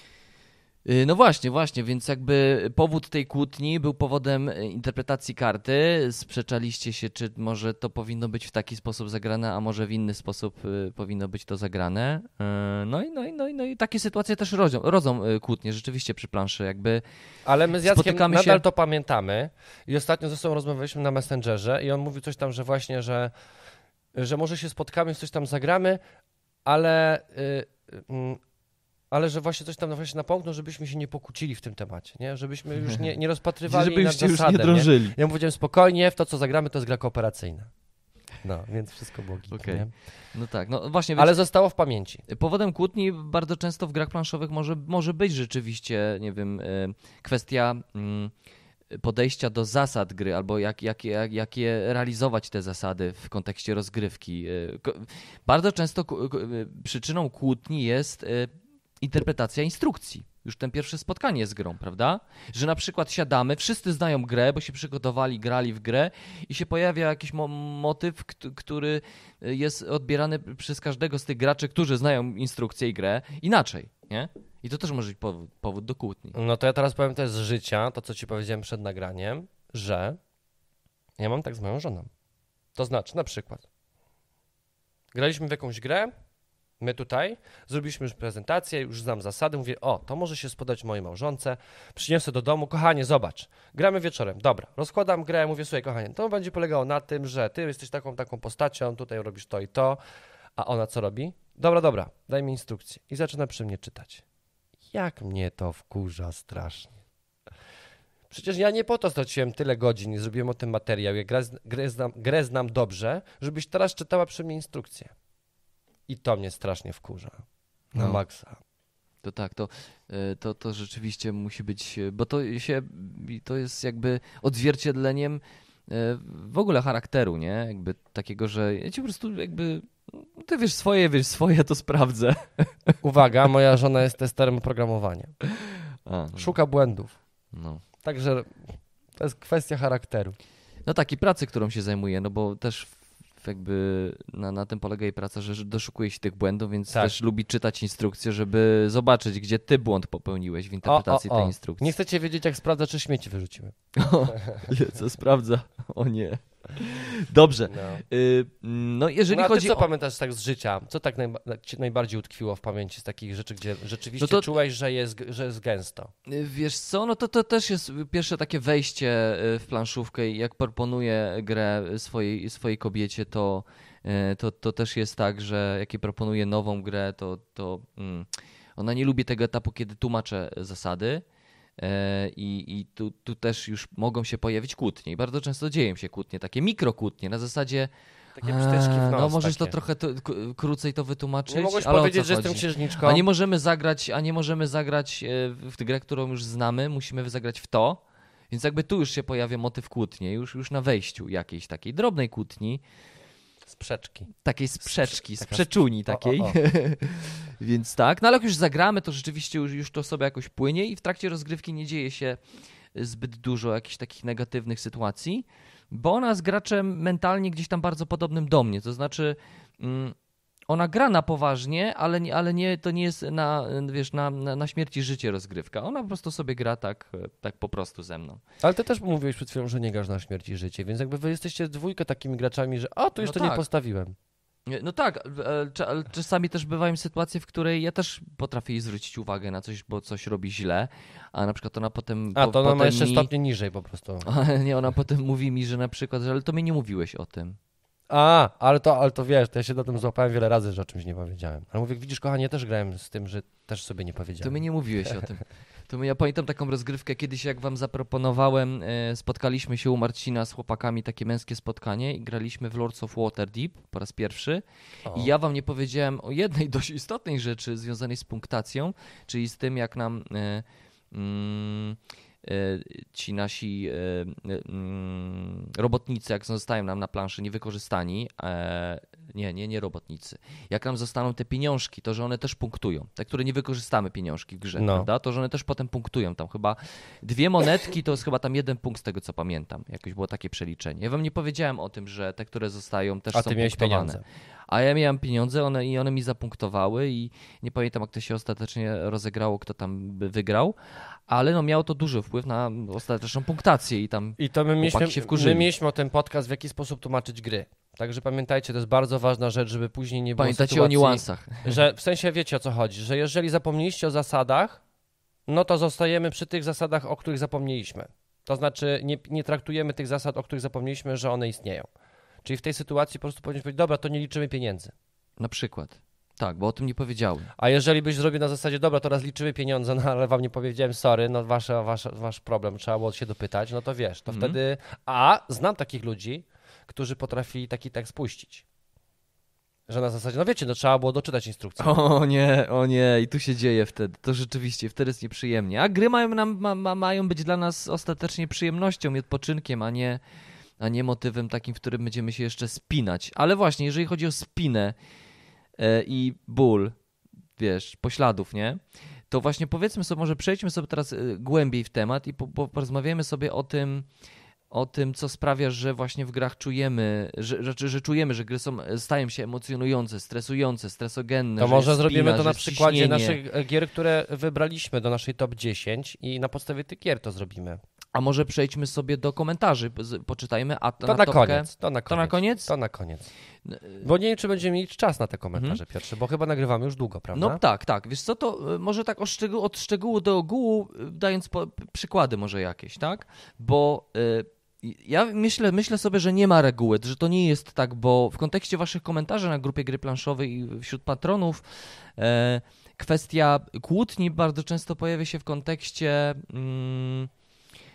Y, No właśnie, właśnie, więc jakby powód tej kłótni był powodem y, interpretacji karty. Sprzeczaliście się, czy może to powinno być w taki sposób zagrane, a może w inny sposób y, powinno być to zagrane. Y, No i, no i, no i, no i takie sytuacje też rodzą, rodzą y, kłótnie rzeczywiście przy planszy, jakby Ale my z Jackiem Spotykamy nadal się- to pamiętamy i ostatnio ze sobą rozmawialiśmy na Messengerze i on mówił coś tam, że właśnie, że, że może się spotkamy, coś tam zagramy, ale, y, y, mm, ale że właśnie coś tam właśnie napomknął, żebyśmy się nie pokłócili w tym temacie, nie? Żebyśmy już nie, nie rozpatrywali nad żebyście już zasadem, nie drążyli. Ja mu powiedziałem spokojnie, w to co zagramy to jest gra kooperacyjna. No, więc wszystko było git, Okej. nie? No tak, no właśnie, więc Ale zostało w pamięci. powodem kłótni bardzo często w grach planszowych może, może być rzeczywiście, nie wiem, y, kwestia mm, podejścia do zasad gry, albo jak, jak, jak, jak je realizować te zasady w kontekście rozgrywki. Y, ko- Bardzo często ku- ku- y, przyczyną kłótni jest y, interpretacja instrukcji. Już ten pierwsze spotkanie z grą, prawda? Że na przykład siadamy, wszyscy znają grę, bo się przygotowali, grali w grę i się pojawia jakiś mo- motyw, kt- który jest odbierany przez każdego z tych graczy, którzy znają instrukcję i grę inaczej, nie? I to też może być powód, powód do kłótni. No to ja teraz powiem też z życia, to co ci powiedziałem przed nagraniem, że ja mam tak z moją żoną. To znaczy, na przykład, graliśmy w jakąś grę, my tutaj, zrobiliśmy już prezentację, już znam zasady, mówię, o, to może się spodać mojej małżonce, przyniosę do domu, kochanie, zobacz, gramy wieczorem, dobra, rozkładam grę, mówię, słuchaj, kochanie, to będzie polegało na tym, że ty jesteś taką, taką postacią, tutaj robisz to i to, a ona co robi? Dobra, dobra, daj mi instrukcję i zaczyna przy mnie czytać. Jak mnie to wkurza strasznie. Przecież ja nie po to straciłem tyle godzin i zrobiłem o tym materiał, jak grę, grę, znam, grę znam dobrze, żebyś teraz czytała przy mnie instrukcję. I to mnie strasznie wkurza. Na No. maksa. To tak, to, y, to, to rzeczywiście musi być, y, bo to się, to jest jakby odzwierciedleniem y, w ogóle charakteru, nie? Jakby takiego, że ja ci po prostu jakby, no, ty wiesz swoje, wiesz swoje, to sprawdzę. Uwaga, moja żona jest testerem oprogramowania. A, Szuka błędów. no. Także to jest kwestia charakteru. No tak, i pracy, którą się zajmuję, no bo też w- jakby na, na tym polega jej praca, że doszukuje się tych błędów, więc Tak. też lubi czytać instrukcje, żeby zobaczyć, gdzie ty błąd popełniłeś w interpretacji tej instrukcji. Nie chcecie wiedzieć, jak sprawdza, czy śmieci wyrzuciły. O, co sprawdza? O nie. Dobrze. No. Y, no jeżeli No, a ty chodzi co o... pamiętasz tak z życia? Co tak najba- ci najbardziej utkwiło w pamięci z takich rzeczy, gdzie rzeczywiście No to- czułeś, że jest, że jest gęsto? Y, Wiesz co, no to, to też jest pierwsze takie wejście y, w planszówkę i jak proponuję grę swojej, swojej kobiecie, to, y, to, to też jest tak, że jak jej proponuję nową grę, to, to mm, ona nie lubi tego etapu, kiedy tłumaczę zasady. E, I, i tu, tu też już mogą się pojawić kłótnie. I bardzo często dzieją się kłótnie, takie mikrokłótnie, na zasadzie Takie psztyczki w "A, nos. no możesz takie. to trochę to, k- krócej to wytłumaczyć, Nie mogłeś ale o powiedzieć, co że jestem chodzi? księżniczką. A nie możemy zagrać, a nie możemy zagrać e, w tę grę, którą już znamy, musimy zagrać w to. Więc jakby tu już się pojawia motyw kłótni, już, już na wejściu jakiejś takiej drobnej kłótni, Sprzeczki. takiej sprzeczki, taka sprzeczuni o, takiej. o, o. Więc tak, no ale jak już zagramy, to rzeczywiście już, już to sobie jakoś płynie i w trakcie rozgrywki nie dzieje się zbyt dużo jakichś takich negatywnych sytuacji, bo ona jest graczem mentalnie gdzieś tam bardzo podobnym do mnie, to znaczy mm, ona gra na poważnie, ale, nie, ale nie, to nie jest na, wiesz, na, na, na śmierć i życie rozgrywka. Ona po prostu sobie gra tak, tak po prostu ze mną. Ale ty też mówiłeś przed chwilą, że nie grasz na śmierć i życie, więc jakby wy jesteście dwójkę takimi graczami, że a, to już No to tak. nie postawiłem. No tak, e, cza- ale czasami też bywają sytuacje, w której ja też potrafię jej zwrócić uwagę na coś, bo coś robi źle, a na przykład ona potem... A, po, to ona ma potem jeszcze mi... stopnie niżej po prostu. Ale nie, ona potem mówi mi, że na przykład, że ale to mnie nie mówiłeś o tym. A, ale to, ale to wiesz, to ja się na tym złapałem wiele razy, że o czymś nie powiedziałem. Ale mówię, widzisz, kochanie, ja też grałem z tym, że też sobie nie To powiedziałem. mnie nie mówiłeś o tym. To my, ja pamiętam taką rozgrywkę kiedyś, jak wam zaproponowałem, e, spotkaliśmy się u Marcina z chłopakami, takie męskie spotkanie i graliśmy w Lords of Waterdeep po raz pierwszy. O. I ja wam nie powiedziałem o jednej dość istotnej rzeczy związanej z punktacją, czyli z tym, jak nam e, mm, e, ci nasi e, e, mm, robotnicy, jak zostają nam na planszy niewykorzystani, e, nie, nie, nie robotnicy, jak nam zostaną te pieniążki, to że one też punktują, te, które nie wykorzystamy pieniążki w grze, No. prawda, to że one też potem punktują, tam chyba dwie monetki to jest chyba tam jeden punkt z tego, co pamiętam, jakoś było takie przeliczenie. Ja wam nie powiedziałem o tym, że te, które zostają, też A są ty miałeś punktowane. pieniądze. A ja miałem pieniądze one, i one mi zapunktowały i nie pamiętam, jak to się ostatecznie rozegrało, kto tam by wygrał, ale no miało to duży wpływ na ostateczną punktację i tam I to my mieliśmy, się wkurzyli. my mieliśmy o ten podcast, w jaki sposób tłumaczyć gry. Także pamiętajcie, to jest bardzo ważna rzecz, żeby później nie było pamiętacie sytuacji, o niuansach. że w sensie wiecie, o co chodzi, że jeżeli zapomnieliście o zasadach, no to zostajemy przy tych zasadach, o których zapomnieliśmy. To znaczy nie, nie traktujemy tych zasad, o których zapomnieliśmy, że one istnieją. Czyli w tej sytuacji po prostu powinniśmy powiedzieć, dobra, to nie liczymy pieniędzy. Na przykład. Tak, bo o tym nie powiedziałem. A jeżeli byś zrobił na zasadzie, dobra, teraz liczymy pieniądze, no ale wam nie powiedziałem, sorry, no wasza, wasza, wasz problem, trzeba było się dopytać, no to wiesz, to Mhm. wtedy... A znam takich ludzi, którzy potrafili taki tekst puścić. Że na zasadzie, no wiecie, no trzeba było doczytać instrukcję. O nie, o nie, i tu się dzieje wtedy. To rzeczywiście, wtedy jest nieprzyjemnie. A gry mają, nam, ma, ma, mają być dla nas ostatecznie przyjemnością i odpoczynkiem, a nie, a nie motywem takim, w którym będziemy się jeszcze spinać. Ale właśnie, jeżeli chodzi o spinę e, i ból, wiesz, pośladów, nie? To właśnie powiedzmy sobie, może przejdźmy sobie teraz e, głębiej w temat i po, po, porozmawiamy sobie o tym, o tym, co sprawia, że właśnie w grach czujemy, że, że, że czujemy, że gry są, stają się emocjonujące, stresujące, stresogenne. To że może jest zrobimy spina, to że na jest przykładzie ciśnienie. naszych e, gier, które wybraliśmy do naszej top dziesięć i na podstawie tych gier to zrobimy. A może przejdźmy sobie do komentarzy, z- poczytajmy, a to, To na, na topkę... koniec. To na To na koniec. koniec? To na koniec. Bo nie wiem, czy będziemy mieć czas na te komentarze pierwsze, bo chyba nagrywamy już długo, prawda? No tak, tak. Wiesz co, to y, może tak od szczegółu, od szczegółu do ogółu, y, dając po, p- przykłady może jakieś, tak? Bo y, ja myślę, myślę sobie, że nie ma reguły, że to nie jest tak, bo w kontekście waszych komentarzy na grupie Gry Planszowej i wśród patronów e, kwestia kłótni bardzo często pojawia się w kontekście mm,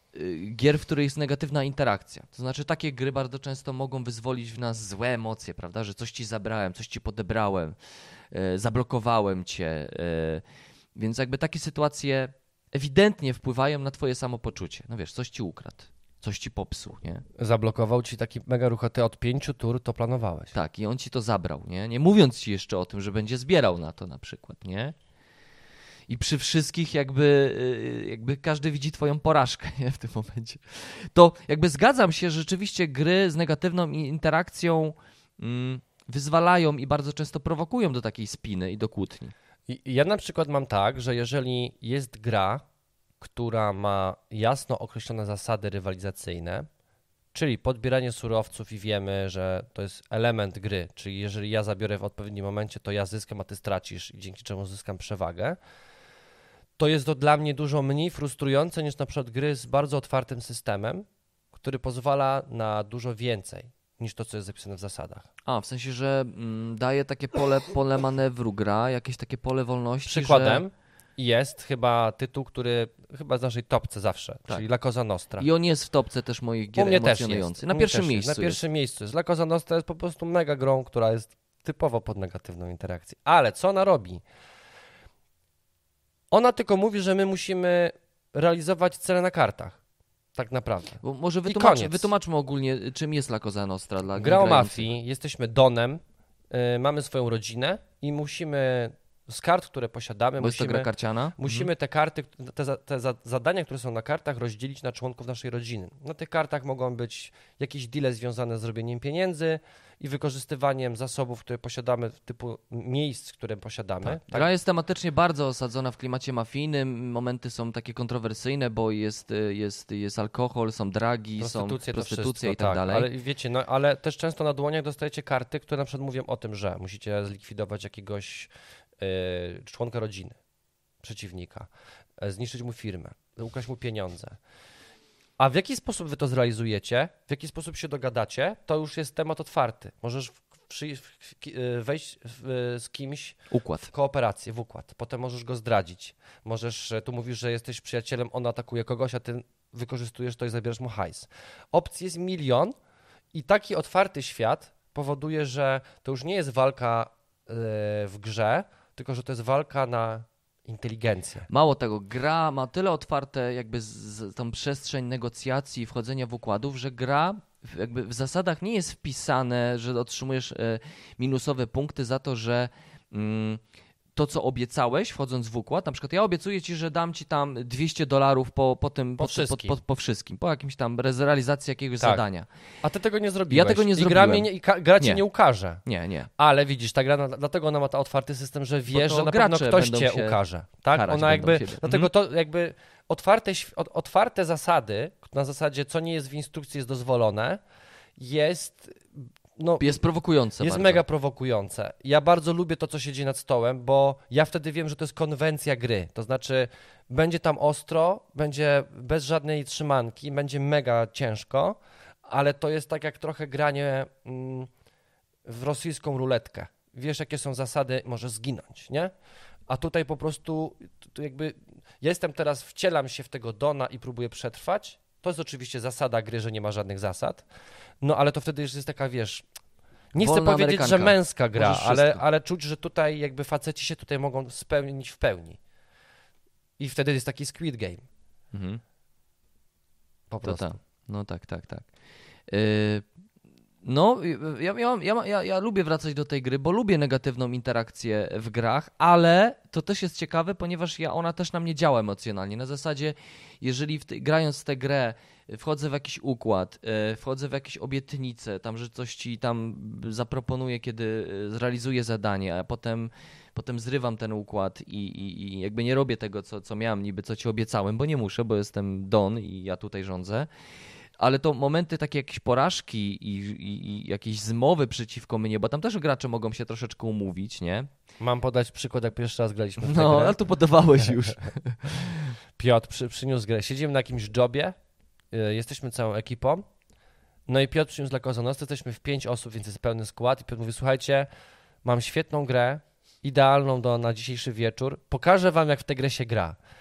gier, w których jest negatywna interakcja. To znaczy takie gry bardzo często mogą wyzwolić w nas złe emocje, prawda, że coś ci zabrałem, coś ci podebrałem, e, zablokowałem cię, e, więc jakby takie sytuacje ewidentnie wpływają na twoje samopoczucie. No wiesz, coś ci ukradł, coś ci popsuł, nie? Zablokował ci taki mega ruch, a ty od pięciu tur to planowałeś. Tak, i on ci to zabrał, nie? Nie mówiąc ci jeszcze o tym, że będzie zbierał na to na przykład, nie? I przy wszystkich jakby, jakby każdy widzi twoją porażkę, nie? W tym momencie. To jakby zgadzam się, że rzeczywiście gry z negatywną interakcją mm, wyzwalają i bardzo często prowokują do takiej spiny i do kłótni. I ja na przykład mam tak, że jeżeli jest gra, która ma jasno określone zasady rywalizacyjne, czyli podbieranie surowców i wiemy, że to jest element gry, czyli jeżeli ja zabiorę w odpowiednim momencie, to ja zyskam, a ty stracisz i dzięki czemu zyskam przewagę, to jest to dla mnie dużo mniej frustrujące niż na przykład gry z bardzo otwartym systemem, który pozwala na dużo więcej niż to, co jest zapisane w zasadach. A, w sensie, że mm, daje takie pole, pole manewru gra, jakieś takie pole wolności. Przykładem że... jest chyba tytuł, który chyba z naszej topce zawsze, Tak. czyli La Cosa Nostra. I on jest w topce też moich gier U mnie też emocjonujących. jest. Na U mnie pierwszym też miejscu jest. Na pierwszym jest. miejscu jest. La Cosa Nostra jest po prostu mega grą, która jest typowo pod negatywną interakcję. Ale co ona robi? Ona tylko mówi, że my musimy realizować cele na kartach. Tak naprawdę. Bo może I wytłumacz, koniec. wytłumaczmy ogólnie, czym jest La Cosa Nostra dla Gra o grających. mafii, jesteśmy Donem, yy, mamy swoją rodzinę i musimy z kart, które posiadamy, Bo jest to musimy, gra karciana? musimy te karty, te, za- te za- zadania, które są na kartach, rozdzielić na członków naszej rodziny. Na tych kartach mogą być jakieś deale związane z robieniem pieniędzy i wykorzystywaniem zasobów, które posiadamy, typu miejsc, które posiadamy. Tak. Tak? Gra jest tematycznie bardzo osadzona w klimacie mafijnym, momenty są takie kontrowersyjne, bo jest, jest, jest alkohol, są dragi, są Prostytucje, to prostytucja wszystko, i tak, dalej. Ale wiecie, no ale też często na dłoniach dostajecie karty, które na przykład mówią o tym, że musicie zlikwidować jakiegoś y, członka rodziny, przeciwnika, y, zniszczyć mu firmę, ukraść mu pieniądze. A w jaki sposób wy to zrealizujecie, w jaki sposób się dogadacie, to już jest temat otwarty. Możesz w, przy, w, w, wejść w, z kimś Układ. w kooperację, w układ. Potem możesz go zdradzić. Możesz, tu mówisz, że jesteś przyjacielem, on atakuje kogoś, a ty wykorzystujesz to i zabierasz mu hajs. Opcji jest milion i taki otwarty świat powoduje, że to już nie jest walka yy, w grze, tylko że to jest walka na inteligencję. Mało tego, gra ma tyle otwarte jakby z, z tą przestrzeń negocjacji i wchodzenia w układów, że gra w, jakby w zasadach nie jest wpisane, że otrzymujesz e, minusowe punkty za to, że mm, to, co obiecałeś wchodząc w układ, na przykład ja obiecuję ci, że dam ci tam dwieście dolarów po, po tym, Po po, wszystkim. po, po, po wszystkim, po jakimś tam realizacji jakiegoś Tak. zadania. A ty tego nie zrobiłeś. Ja tego nie I gra, zrobiłem. mnie nie, i ka- gra ci Nie. nie ukaże. Nie, nie. Ale widzisz, ta gra, na- dlatego ona ma ta otwarty system, że wiesz, to że na pewno gracze ktoś będą cię się ukaże. Tak? karać Ona będą jakby, siebie. dlatego Mhm. to jakby otwarte, św- ot- otwarte zasady, na zasadzie co nie jest w instrukcji jest dozwolone, jest, no, Jest prowokujące jest bardzo. mega prowokujące. Ja bardzo lubię to, co się dzieje nad stołem, bo ja wtedy wiem, że to jest konwencja gry. To znaczy będzie tam ostro, będzie bez żadnej trzymanki, będzie mega ciężko, ale to jest tak jak trochę granie mm, w rosyjską ruletkę. Wiesz, jakie są zasady, możesz zginąć, nie? A tutaj po prostu tu jakby ja jestem teraz, wcielam się w tego Dona i próbuję przetrwać. To jest oczywiście zasada gry, że nie ma żadnych zasad. No ale to wtedy już jest taka, wiesz, nie chcę Wolna powiedzieć, że amerykanka. męska gra, Możesz ale, wszystko. ale czuć, że tutaj jakby faceci się tutaj mogą spełnić w pełni. I wtedy jest taki Squid Game. Mhm. Po To prostu. tak. No tak, tak, tak. Yy, no, ja, ja, ja, ja, ja lubię wracać do tej gry, bo lubię negatywną interakcję w grach, ale to też jest ciekawe, ponieważ ja, ona też na mnie działa emocjonalnie. Na zasadzie, jeżeli w te, grając w tę grę wchodzę w jakiś układ, yy, wchodzę w jakieś obietnice, tam, że coś ci tam zaproponuję, kiedy yy, zrealizuję zadanie, a potem, potem zrywam ten układ i, i, i jakby nie robię tego, co, co miałem niby, co ci obiecałem, bo nie muszę, bo jestem Don i ja tutaj rządzę. Ale to momenty takie jakieś porażki i, i, i jakieś zmowy przeciwko mnie, bo tam też gracze mogą się troszeczkę umówić, nie? Mam podać przykład, jak pierwszy raz graliśmy w tę No, grę. ale tu podawałeś już. Piotr przy, przyniósł grę. Siedzimy na jakimś jobie, y, jesteśmy całą ekipą, no i Piotr przyniósł dla Cosa Nostra, jesteśmy w pięć osób, więc jest pełny skład i Piotr mówi, słuchajcie, mam świetną grę, idealną do, na dzisiejszy wieczór, pokażę wam, jak w tę grę się gra.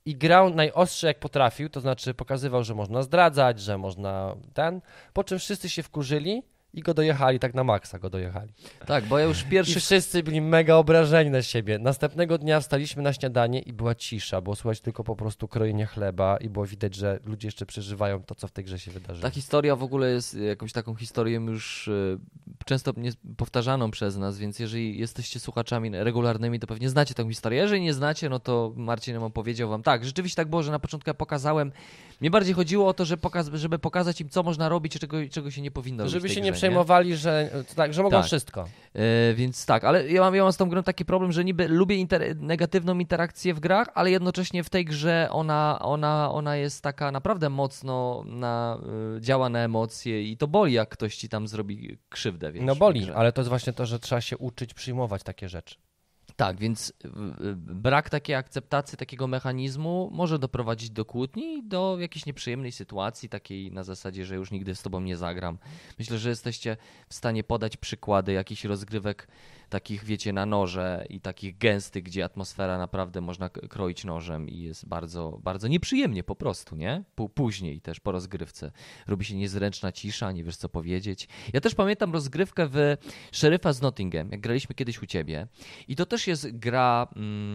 i grał najostsze jak potrafił, to znaczy pokazywał, że można zdradzać, że można ten, po czym wszyscy się wkurzyli i go dojechali, tak na maksa go dojechali. Tak, bo ja już w I pierwszych... wszyscy byli mega obrażeni na siebie. Następnego dnia wstaliśmy na śniadanie i była cisza, było słychać tylko po prostu krojenie chleba i było widać, że ludzie jeszcze przeżywają to, co w tej grze się wydarzyło. Ta historia w ogóle jest jakąś taką historią już y, często nie, powtarzaną przez nas, więc jeżeli jesteście słuchaczami regularnymi, to pewnie znacie tę historię. Jeżeli nie znacie, no to Marcin nam opowiedział wam. Tak, rzeczywiście tak było, że na początku ja pokazałem. Mnie bardziej chodziło o to, że pokaz- żeby pokazać im, co można robić, czego, czego się nie powinno robić. Żeby w tej się grze, nie przejmowali, że, tak, że mogą Tak. wszystko. Yy, więc tak, ale ja mam, ja mam z tą grą taki problem, że niby lubię inter- negatywną interakcję w grach, ale jednocześnie w tej grze ona, ona, ona jest taka naprawdę mocno na, yy, działa na emocje i to boli, jak ktoś ci tam zrobi krzywdę. Wiesz, No w boli, grze. ale to jest właśnie to, że trzeba się uczyć przyjmować takie rzeczy. Tak, więc yy, brak takiej akceptacji, takiego mechanizmu może doprowadzić do kłótni i do jakiejś nieprzyjemnej sytuacji, takiej na zasadzie, że już nigdy z tobą nie zagram. Myślę, że jesteście w stanie podać przykłady jakichś rozgrywek takich, wiecie, na noże i takich gęstych, gdzie atmosfera naprawdę można k- kroić nożem i jest bardzo, bardzo nieprzyjemnie po prostu, nie? P- później też po rozgrywce robi się niezręczna cisza, nie wiesz co powiedzieć. Ja też pamiętam rozgrywkę w Szeryfa z Nottingham, jak graliśmy kiedyś u ciebie i to też jest gra... Mm,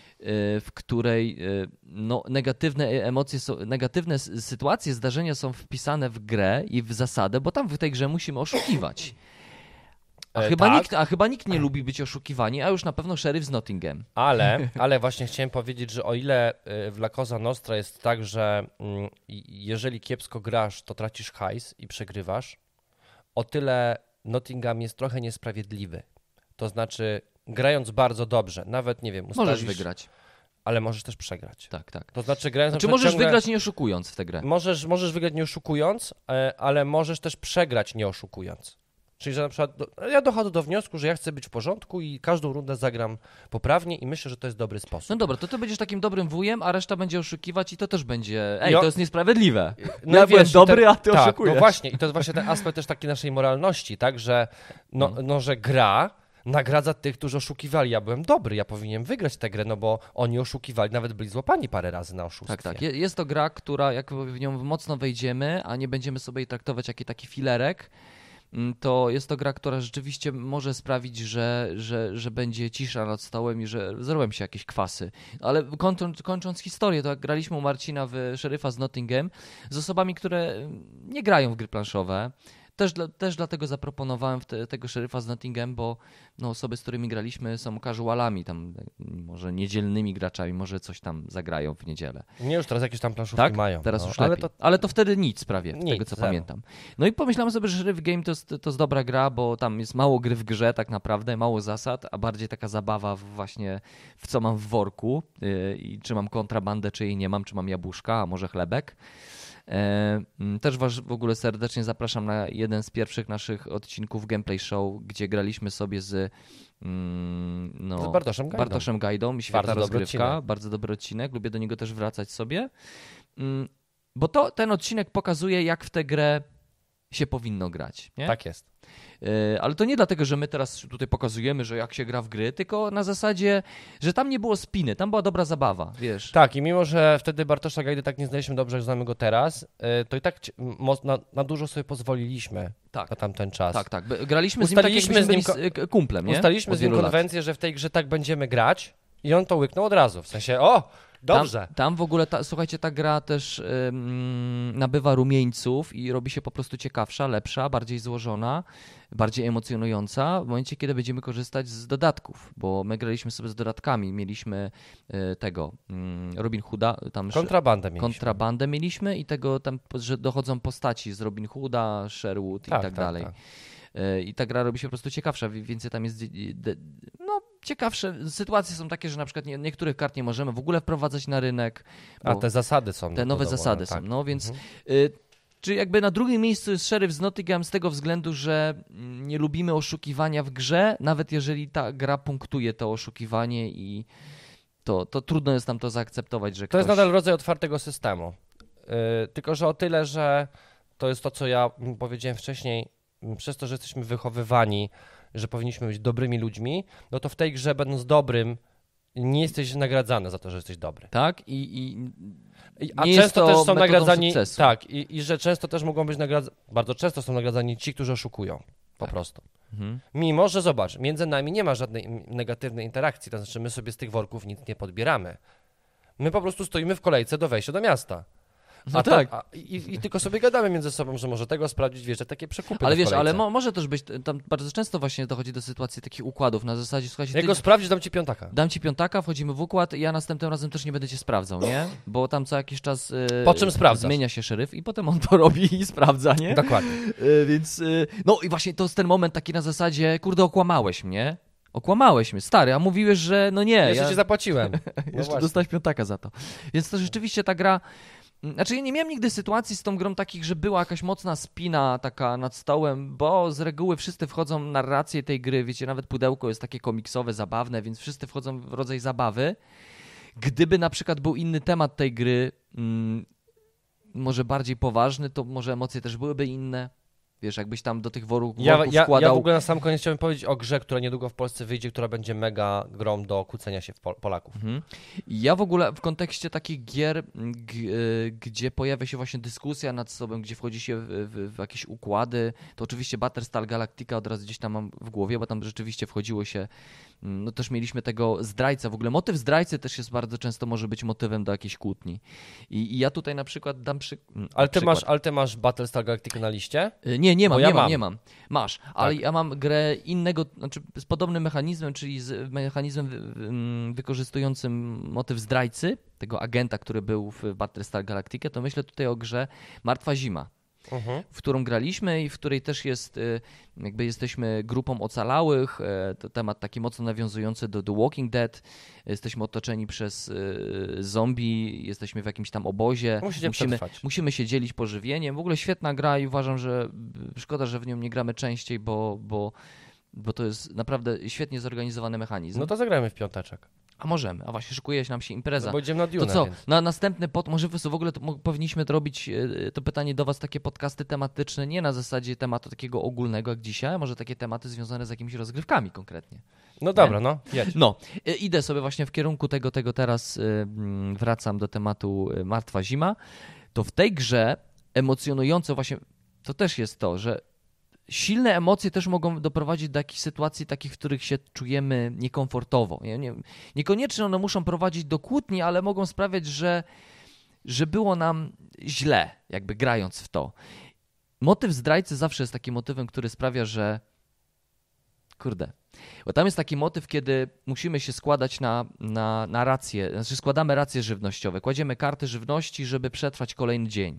w której no, negatywne emocje, są, negatywne sytuacje, zdarzenia są wpisane w grę i w zasadę, bo tam w tej grze musimy oszukiwać. A, E, chyba, tak. nikt, a chyba nikt nie lubi być oszukiwani, a już na pewno szeryf z Nottingham. Ale, ale właśnie chciałem powiedzieć, że o ile y, w La Cosa Nostra jest tak, że mm, i- jeżeli kiepsko grasz, to tracisz hajs i przegrywasz, o tyle Nottingham jest trochę niesprawiedliwy. To znaczy, grając bardzo dobrze, nawet, nie wiem, ustalisz, Możesz wygrać. ale możesz też przegrać. Tak, tak. To znaczy, grając na Znaczy przykład możesz ciągle, wygrać nie oszukując w tę grę. Możesz, możesz wygrać nie oszukując, e, ale możesz też przegrać nie oszukując. Czyli, że na przykład do, ja dochodzę do wniosku, że ja chcę być w porządku i każdą rundę zagram poprawnie i myślę, że to jest dobry sposób. No dobra, to ty będziesz takim dobrym wujem, a reszta będzie oszukiwać i to też będzie... Ej, Jo- to jest niesprawiedliwe. No ja i byłem wiesz, dobry, i to- a ty tak, oszukujesz. No właśnie, i to jest właśnie ten aspekt też takiej naszej moralności, tak, że no, Mm. no, że gra nagradza tych, którzy oszukiwali. Ja byłem dobry, ja powinienem wygrać tę grę, no bo oni oszukiwali, nawet byli złapani parę razy na oszustwie. Tak, tak. Je- Jest to gra, która jak w nią mocno wejdziemy, a nie będziemy sobie jej traktować jak taki filerek, mm, to jest to gra, która rzeczywiście może sprawić, że, że, że będzie cisza nad stołem i że zrobią się jakieś kwasy. Ale kończąc, kończąc historię, to jak graliśmy u Marcina w Szeryfa z Nottingham z osobami, które nie grają w gry planszowe. Też, dla, też dlatego zaproponowałem w te, tego Szeryfa z Nottingham, bo no, osoby, z którymi graliśmy, są casualami, tam może niedzielnymi graczami, może coś tam zagrają w niedzielę. Nie, już teraz jakieś tam planszówki Tak? mają. Teraz no, już ale lepiej. to Ale to wtedy nic prawie, Nic, tego co zero. pamiętam. No i pomyślałem sobie, że Szeryf Game to jest, to jest dobra gra, bo tam jest mało gry w grze tak naprawdę, mało zasad, a bardziej taka zabawa w właśnie w co mam w worku yy, i czy mam kontrabandę, czy jej nie mam, czy mam jabłuszka, a może chlebek. E, mm, Też was w ogóle serdecznie zapraszam na jeden z pierwszych naszych odcinków Gameplay Show, gdzie graliśmy sobie z, mm, no, Z Bartoszem Gajdą. Bartoszem Gajdą. Świetna Bardzo dobry rozgrywka, odcinek. bardzo dobry odcinek. Lubię do niego też wracać sobie. Mm, Bo to ten odcinek pokazuje, jak w tę grę się powinno grać. Nie? tak jest. E, Ale to nie dlatego, że my teraz tutaj pokazujemy, że jak się gra w gry, tylko na zasadzie, że tam nie było spiny, tam była dobra zabawa, wiesz. Tak, i mimo, że wtedy Bartosza Gajdy tak nie znaliśmy dobrze, jak znamy go teraz, y, to i tak ci- mo- na, na dużo sobie pozwoliliśmy Tak. na tamten czas. Tak, tak. By- Graliśmy z nim tak, Ustaliliśmy jakbyśmy z nim byli z y, kumplem, nie? Ustaliliśmy Od z nim wielu lat. konwencję, że w tej grze tak będziemy grać i on to łyknął od razu. W sensie, o, dobrze. Tam, tam w ogóle, ta, słuchajcie, ta gra też ym, nabywa rumieńców i robi się po prostu ciekawsza, lepsza, bardziej złożona, bardziej emocjonująca w momencie, kiedy będziemy korzystać z dodatków, bo my graliśmy sobie z dodatkami. Mieliśmy y, tego mm, Robin Hooda, tam sz- Kontrabandę mieliśmy. kontrabandę mieliśmy i tego tam, że dochodzą postaci z Robin Hooda, Sherwood i tak, dalej. tak. Y, I ta gra robi się po prostu ciekawsza, wi- więcej tam jest, y, y, no ciekawsze. Sytuacje są takie, że na przykład nie, niektórych kart nie możemy w ogóle wprowadzać na rynek. A bo te zasady są. te nowe dodawane, zasady tak. są, no więc Mhm. y, czy jakby na drugim miejscu jest Szeryf z Nottingham z tego względu, że mm, nie lubimy oszukiwania w grze, nawet jeżeli ta gra punktuje to oszukiwanie i to, to trudno jest nam to zaakceptować, że To ktoś... jest nadal rodzaj otwartego systemu. Yy, tylko, że o tyle, że to jest to, co ja mm, powiedziałem wcześniej, mm, przez to, że jesteśmy wychowywani, że powinniśmy być dobrymi ludźmi, no to w tej grze, będąc dobrym, nie jesteś nagradzany za to, że jesteś dobry. Tak? I, i A nie często jest to też są nagradzani, sukcesu. tak, i, i że często też mogą być nagradzani, bardzo często są nagradzani ci, którzy oszukują, po tak. prostu. Mhm. Mimo, że zobacz, między nami nie ma żadnej negatywnej interakcji, to znaczy my sobie z tych worków nic nie podbieramy. My po prostu stoimy w kolejce do wejścia do miasta. No a tak. Ta, a, i, I tylko sobie gadamy między sobą, że może tego sprawdzić, wiesz, że takie przekupy Ale w wiesz, kolejce. ale mo, może też być, tam bardzo często właśnie dochodzi do sytuacji takich układów na zasadzie, słuchajcie, Jak go ty, sprawdzisz, dam ci piątaka. dam ci piątaka, wchodzimy w układ, ja następnym razem też nie będę cię sprawdzał, nie? Bo tam co jakiś czas yy, Po czym sprawdzasz? zmienia się szeryf i potem on to robi i sprawdza, nie? Dokładnie. Yy, więc, yy, no i właśnie to jest ten moment taki na zasadzie, kurde, okłamałeś mnie. Okłamałeś mnie, stary, a mówiłeś, że no nie. Jeszcze ja... ci zapłaciłem. No Jeszcze właśnie. dostałeś piątaka za to. Więc to rzeczywiście ta gra... Znaczy ja nie miałem nigdy sytuacji z tą grą takich, że była jakaś mocna spina taka nad stołem, bo z reguły wszyscy wchodzą w narrację tej gry, wiecie, nawet pudełko jest takie komiksowe, zabawne, więc wszyscy wchodzą w rodzaj zabawy. Gdyby na przykład był inny temat tej gry, mm, może bardziej poważny, to może emocje też byłyby inne. Wiesz, jakbyś tam do tych worów, Ja, worków ja, wkładał... ja w ogóle na sam koniec chciałem powiedzieć o grze, która niedługo w Polsce wyjdzie, która będzie mega grą do kłócenia się w Pol- Polaków. Mhm. Ja w ogóle w kontekście takich gier, g- y, gdzie pojawia się właśnie dyskusja nad sobą, gdzie wchodzi się w, w, w jakieś układy, to oczywiście Battlestar Galactica od razu gdzieś tam mam w głowie, bo tam rzeczywiście wchodziło się, no też mieliśmy tego zdrajca. W ogóle motyw zdrajcy też jest bardzo często może być motywem do jakiejś kłótni. I, i ja tutaj na przykład dam przy, Ale ty, przykład. masz, ale ty masz Battlestar Galactica na liście? Y, Nie, nie mam, Bo ja nie mam, mam. nie mam. Masz, ale Tak. ja mam grę innego, znaczy z podobnym mechanizmem, czyli z mechanizmem wy, wy, wykorzystującym motyw zdrajcy, tego agenta, który był w Battlestar Galactica, to myślę tutaj o grze Martwa Zima, Mhm. w którą graliśmy i w której też jest, y, jakby jesteśmy grupą ocalałych, y, to temat taki mocno nawiązujący do The Walking Dead, jesteśmy otoczeni przez y, zombie, jesteśmy w jakimś tam obozie, Musicie musimy, przetrwać. musimy się dzielić pożywieniem, w ogóle świetna gra i uważam, że y, szkoda, że w nią nie gramy częściej, bo, bo, bo to jest naprawdę świetnie zorganizowany mechanizm. No to zagrajmy w piąteczek. A możemy, a właśnie szykuje się nam się impreza. No bo idziemy na Dune, To co, więc. na następny pod, może wy w ogóle to, mo- powinniśmy to robić, e, to pytanie do was, takie podcasty tematyczne, nie na zasadzie tematu takiego ogólnego jak dzisiaj, a może takie tematy związane z jakimiś rozgrywkami konkretnie. No dobra, no, jedź. No, e, idę sobie właśnie w kierunku tego, tego teraz e, mm, wracam do tematu e, Martwa Zima. To w tej grze emocjonujące właśnie, to też jest to, że silne emocje też mogą doprowadzić do jakichś sytuacji takich, w których się czujemy niekomfortowo. Nie, nie, niekoniecznie one muszą prowadzić do kłótni, ale mogą sprawiać, że, że było nam źle, jakby grając w to. Motyw zdrajcy zawsze jest takim motywem, który sprawia, że kurde, bo tam jest taki motyw, kiedy musimy się składać na, na, na racje, znaczy składamy racje żywnościowe, kładziemy karty żywności, żeby przetrwać kolejny dzień.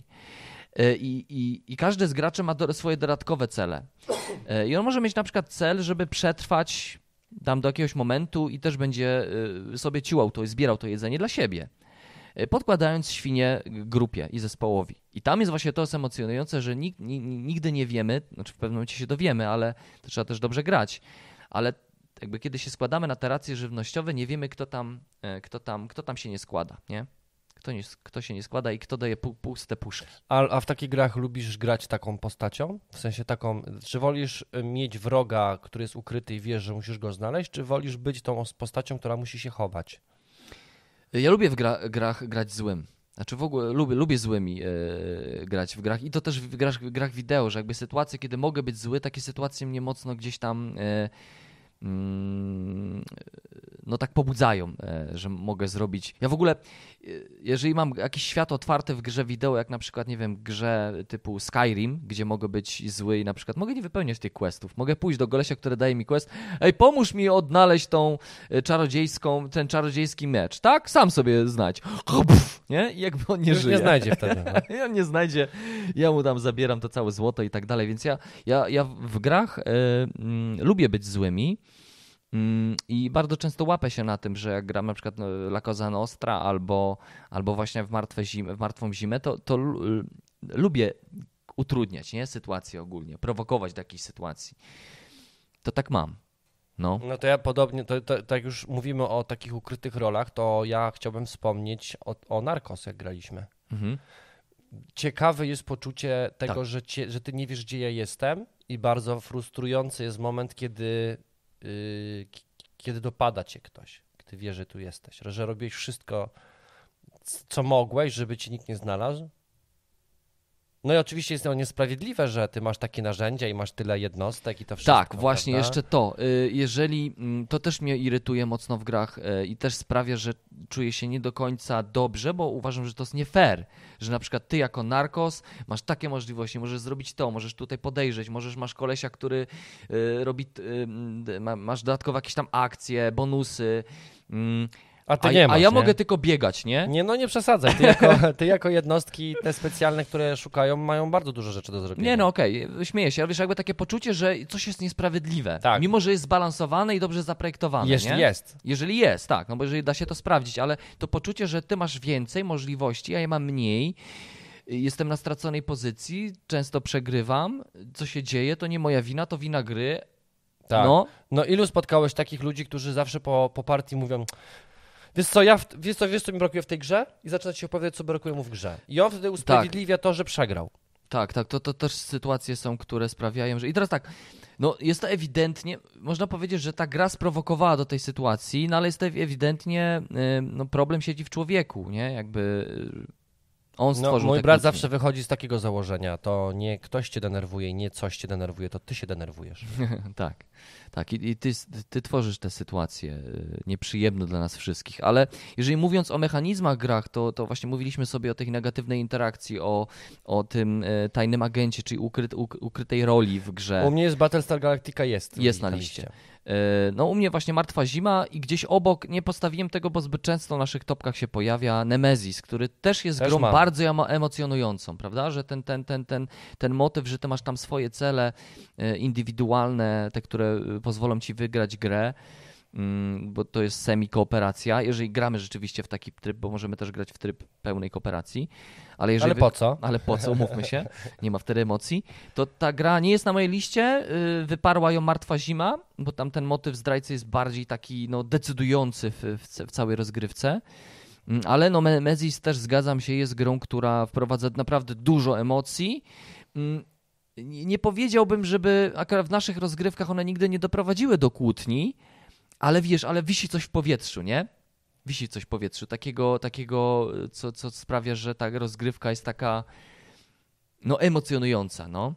I, i, I każdy z graczy ma do, swoje dodatkowe cele. I on może mieć na przykład cel, żeby przetrwać tam do jakiegoś momentu i też będzie sobie ciułał to i zbierał to jedzenie dla siebie, podkładając świnie grupie i zespołowi. I tam jest właśnie to jest emocjonujące, że nig, nigdy nie wiemy, znaczy w pewnym momencie się dowiemy, ale to trzeba też dobrze grać, ale jakby kiedy się składamy na te racje żywnościowe, nie wiemy kto tam, kto tam, kto tam się nie składa, nie? Kto, nie, kto się nie składa i kto daje pu, puste puszki. A, a w takich grach lubisz grać taką postacią? W sensie taką, czy wolisz mieć wroga, który jest ukryty i wiesz, że musisz go znaleźć, czy wolisz być tą postacią, która musi się chować? Ja lubię w gra, grach grać złym. Znaczy w ogóle lubię, lubię złymi e, grać w grach i to też w grach, w grach wideo, że jakby sytuacje, kiedy mogę być zły, takie sytuacje mnie mocno gdzieś tam e, mm, no tak pobudzają, e, że mogę zrobić. Ja w ogóle, e, jeżeli mam jakiś świat otwarty w grze wideo, jak na przykład, nie wiem, grze typu Skyrim, gdzie mogę być zły i na przykład mogę nie wypełniać tych questów. Mogę pójść do golesia, który daje mi quest. Ej, pomóż mi odnaleźć tą czarodziejską, ten czarodziejski miecz. Tak? Sam sobie znajdź. Nie? I jakby on nie Już żyje. nie znajdzie wtedy. No. I on nie znajdzie. Ja mu tam zabieram to całe złoto i tak dalej. Więc ja, ja, ja w grach y, y, lubię być złymi. I bardzo często łapę się na tym, że jak gram na przykład La Cosa Nostra albo, albo właśnie w, Martwe zimę, w Martwą Zimę, to, to l- lubię utrudniać, nie? Sytuację ogólnie, prowokować do jakiejś sytuacji. To tak mam. No. No to ja podobnie, to, to, tak już mówimy o takich ukrytych rolach, to ja chciałbym wspomnieć o, o Narcos, jak graliśmy. Mhm. Ciekawe jest poczucie tego, Tak. że, cię, że ty nie wiesz, gdzie ja jestem i bardzo frustrujący jest moment, kiedy Yy, kiedy dopada cię ktoś, ty wiesz, że tu jesteś, że robiłeś wszystko, co mogłeś, żeby ci nikt nie znalazł. No i oczywiście jest to niesprawiedliwe, że ty masz takie narzędzia i masz tyle jednostek i to wszystko. Tak, właśnie, prawda? jeszcze to. Jeżeli, to też mnie irytuje mocno w grach i też sprawia, że czuję się nie do końca dobrze, bo uważam, że to jest nie fair, że na przykład ty jako narkos masz takie możliwości, możesz zrobić to, możesz tutaj podejrzeć, możesz, masz kolesia, który robi, masz dodatkowo jakieś tam akcje, bonusy, A ty a, nie masz, a ja nie? mogę tylko biegać, nie? Nie, no nie przesadzaj. Ty jako, ty jako jednostki te specjalne, które szukają, mają bardzo dużo rzeczy do zrobienia. Nie, no okej, okay. Śmieję się, ale wiesz, jakby takie poczucie, że coś jest niesprawiedliwe, tak. Mimo że jest zbalansowane i dobrze zaprojektowane. Jeśli nie? jest. Jeżeli jest, tak, no bo jeżeli da się to sprawdzić, ale to poczucie, że ty masz więcej możliwości, a ja mam mniej, jestem na straconej pozycji, często przegrywam, co się dzieje, to nie moja wina, to wina gry. Tak. No, no ilu spotkałeś takich ludzi, którzy zawsze po, po partii mówią: Wiesz co, ja w, wiesz, co, wiesz co mi brakuje w tej grze? I zaczyna ci opowiadać, co brakuje mu w grze. I on wtedy usprawiedliwia tak. to, że przegrał. Tak, tak, to, to też sytuacje są, które sprawiają, że... I teraz tak, no jest to ewidentnie, można powiedzieć, że ta gra sprowokowała do tej sytuacji, no ale jest to ewidentnie, no problem siedzi w człowieku, nie? Jakby on stworzył... No, mój te brat kłótnie. zawsze wychodzi z takiego założenia, to nie ktoś cię denerwuje i nie coś cię denerwuje, to ty się denerwujesz. tak, tak i, i ty, ty tworzysz tę sytuację nieprzyjemną dla nas wszystkich, ale jeżeli mówiąc o mechanizmach grach, to, to właśnie mówiliśmy sobie o tej negatywnej interakcji, o, o tym e, tajnym agencie, czyli ukry, uk, ukrytej roli w grze. U mnie jest Battlestar Galactica, jest. Jest na liście. liście. No u mnie właśnie Martwa Zima i gdzieś obok, nie postawiłem tego, bo zbyt często w naszych topkach się pojawia Nemesis, który też jest też grą mam. bardzo emocjonującą, prawda, że ten, ten, ten, ten, ten motyw, że ty masz tam swoje cele indywidualne, te, które pozwolą ci wygrać grę, bo to jest semi-kooperacja, jeżeli gramy rzeczywiście w taki tryb, bo możemy też grać w tryb pełnej kooperacji. Ale, jeżeli ale po co? Ale po co, umówmy się, nie ma wtedy emocji. To ta gra nie jest na mojej liście, wyparła ją Martwa Zima, bo tam ten motyw zdrajcy jest bardziej taki no, decydujący w, w, w całej rozgrywce. Ale no, Nemesis też, zgadzam się, jest grą, która wprowadza naprawdę dużo emocji. Nie powiedziałbym, żeby akurat w naszych rozgrywkach one nigdy nie doprowadziły do kłótni, ale wiesz, ale wisi coś w powietrzu, nie? Wisi coś w powietrzu, takiego, takiego co, co sprawia, że ta rozgrywka jest taka no emocjonująca, no.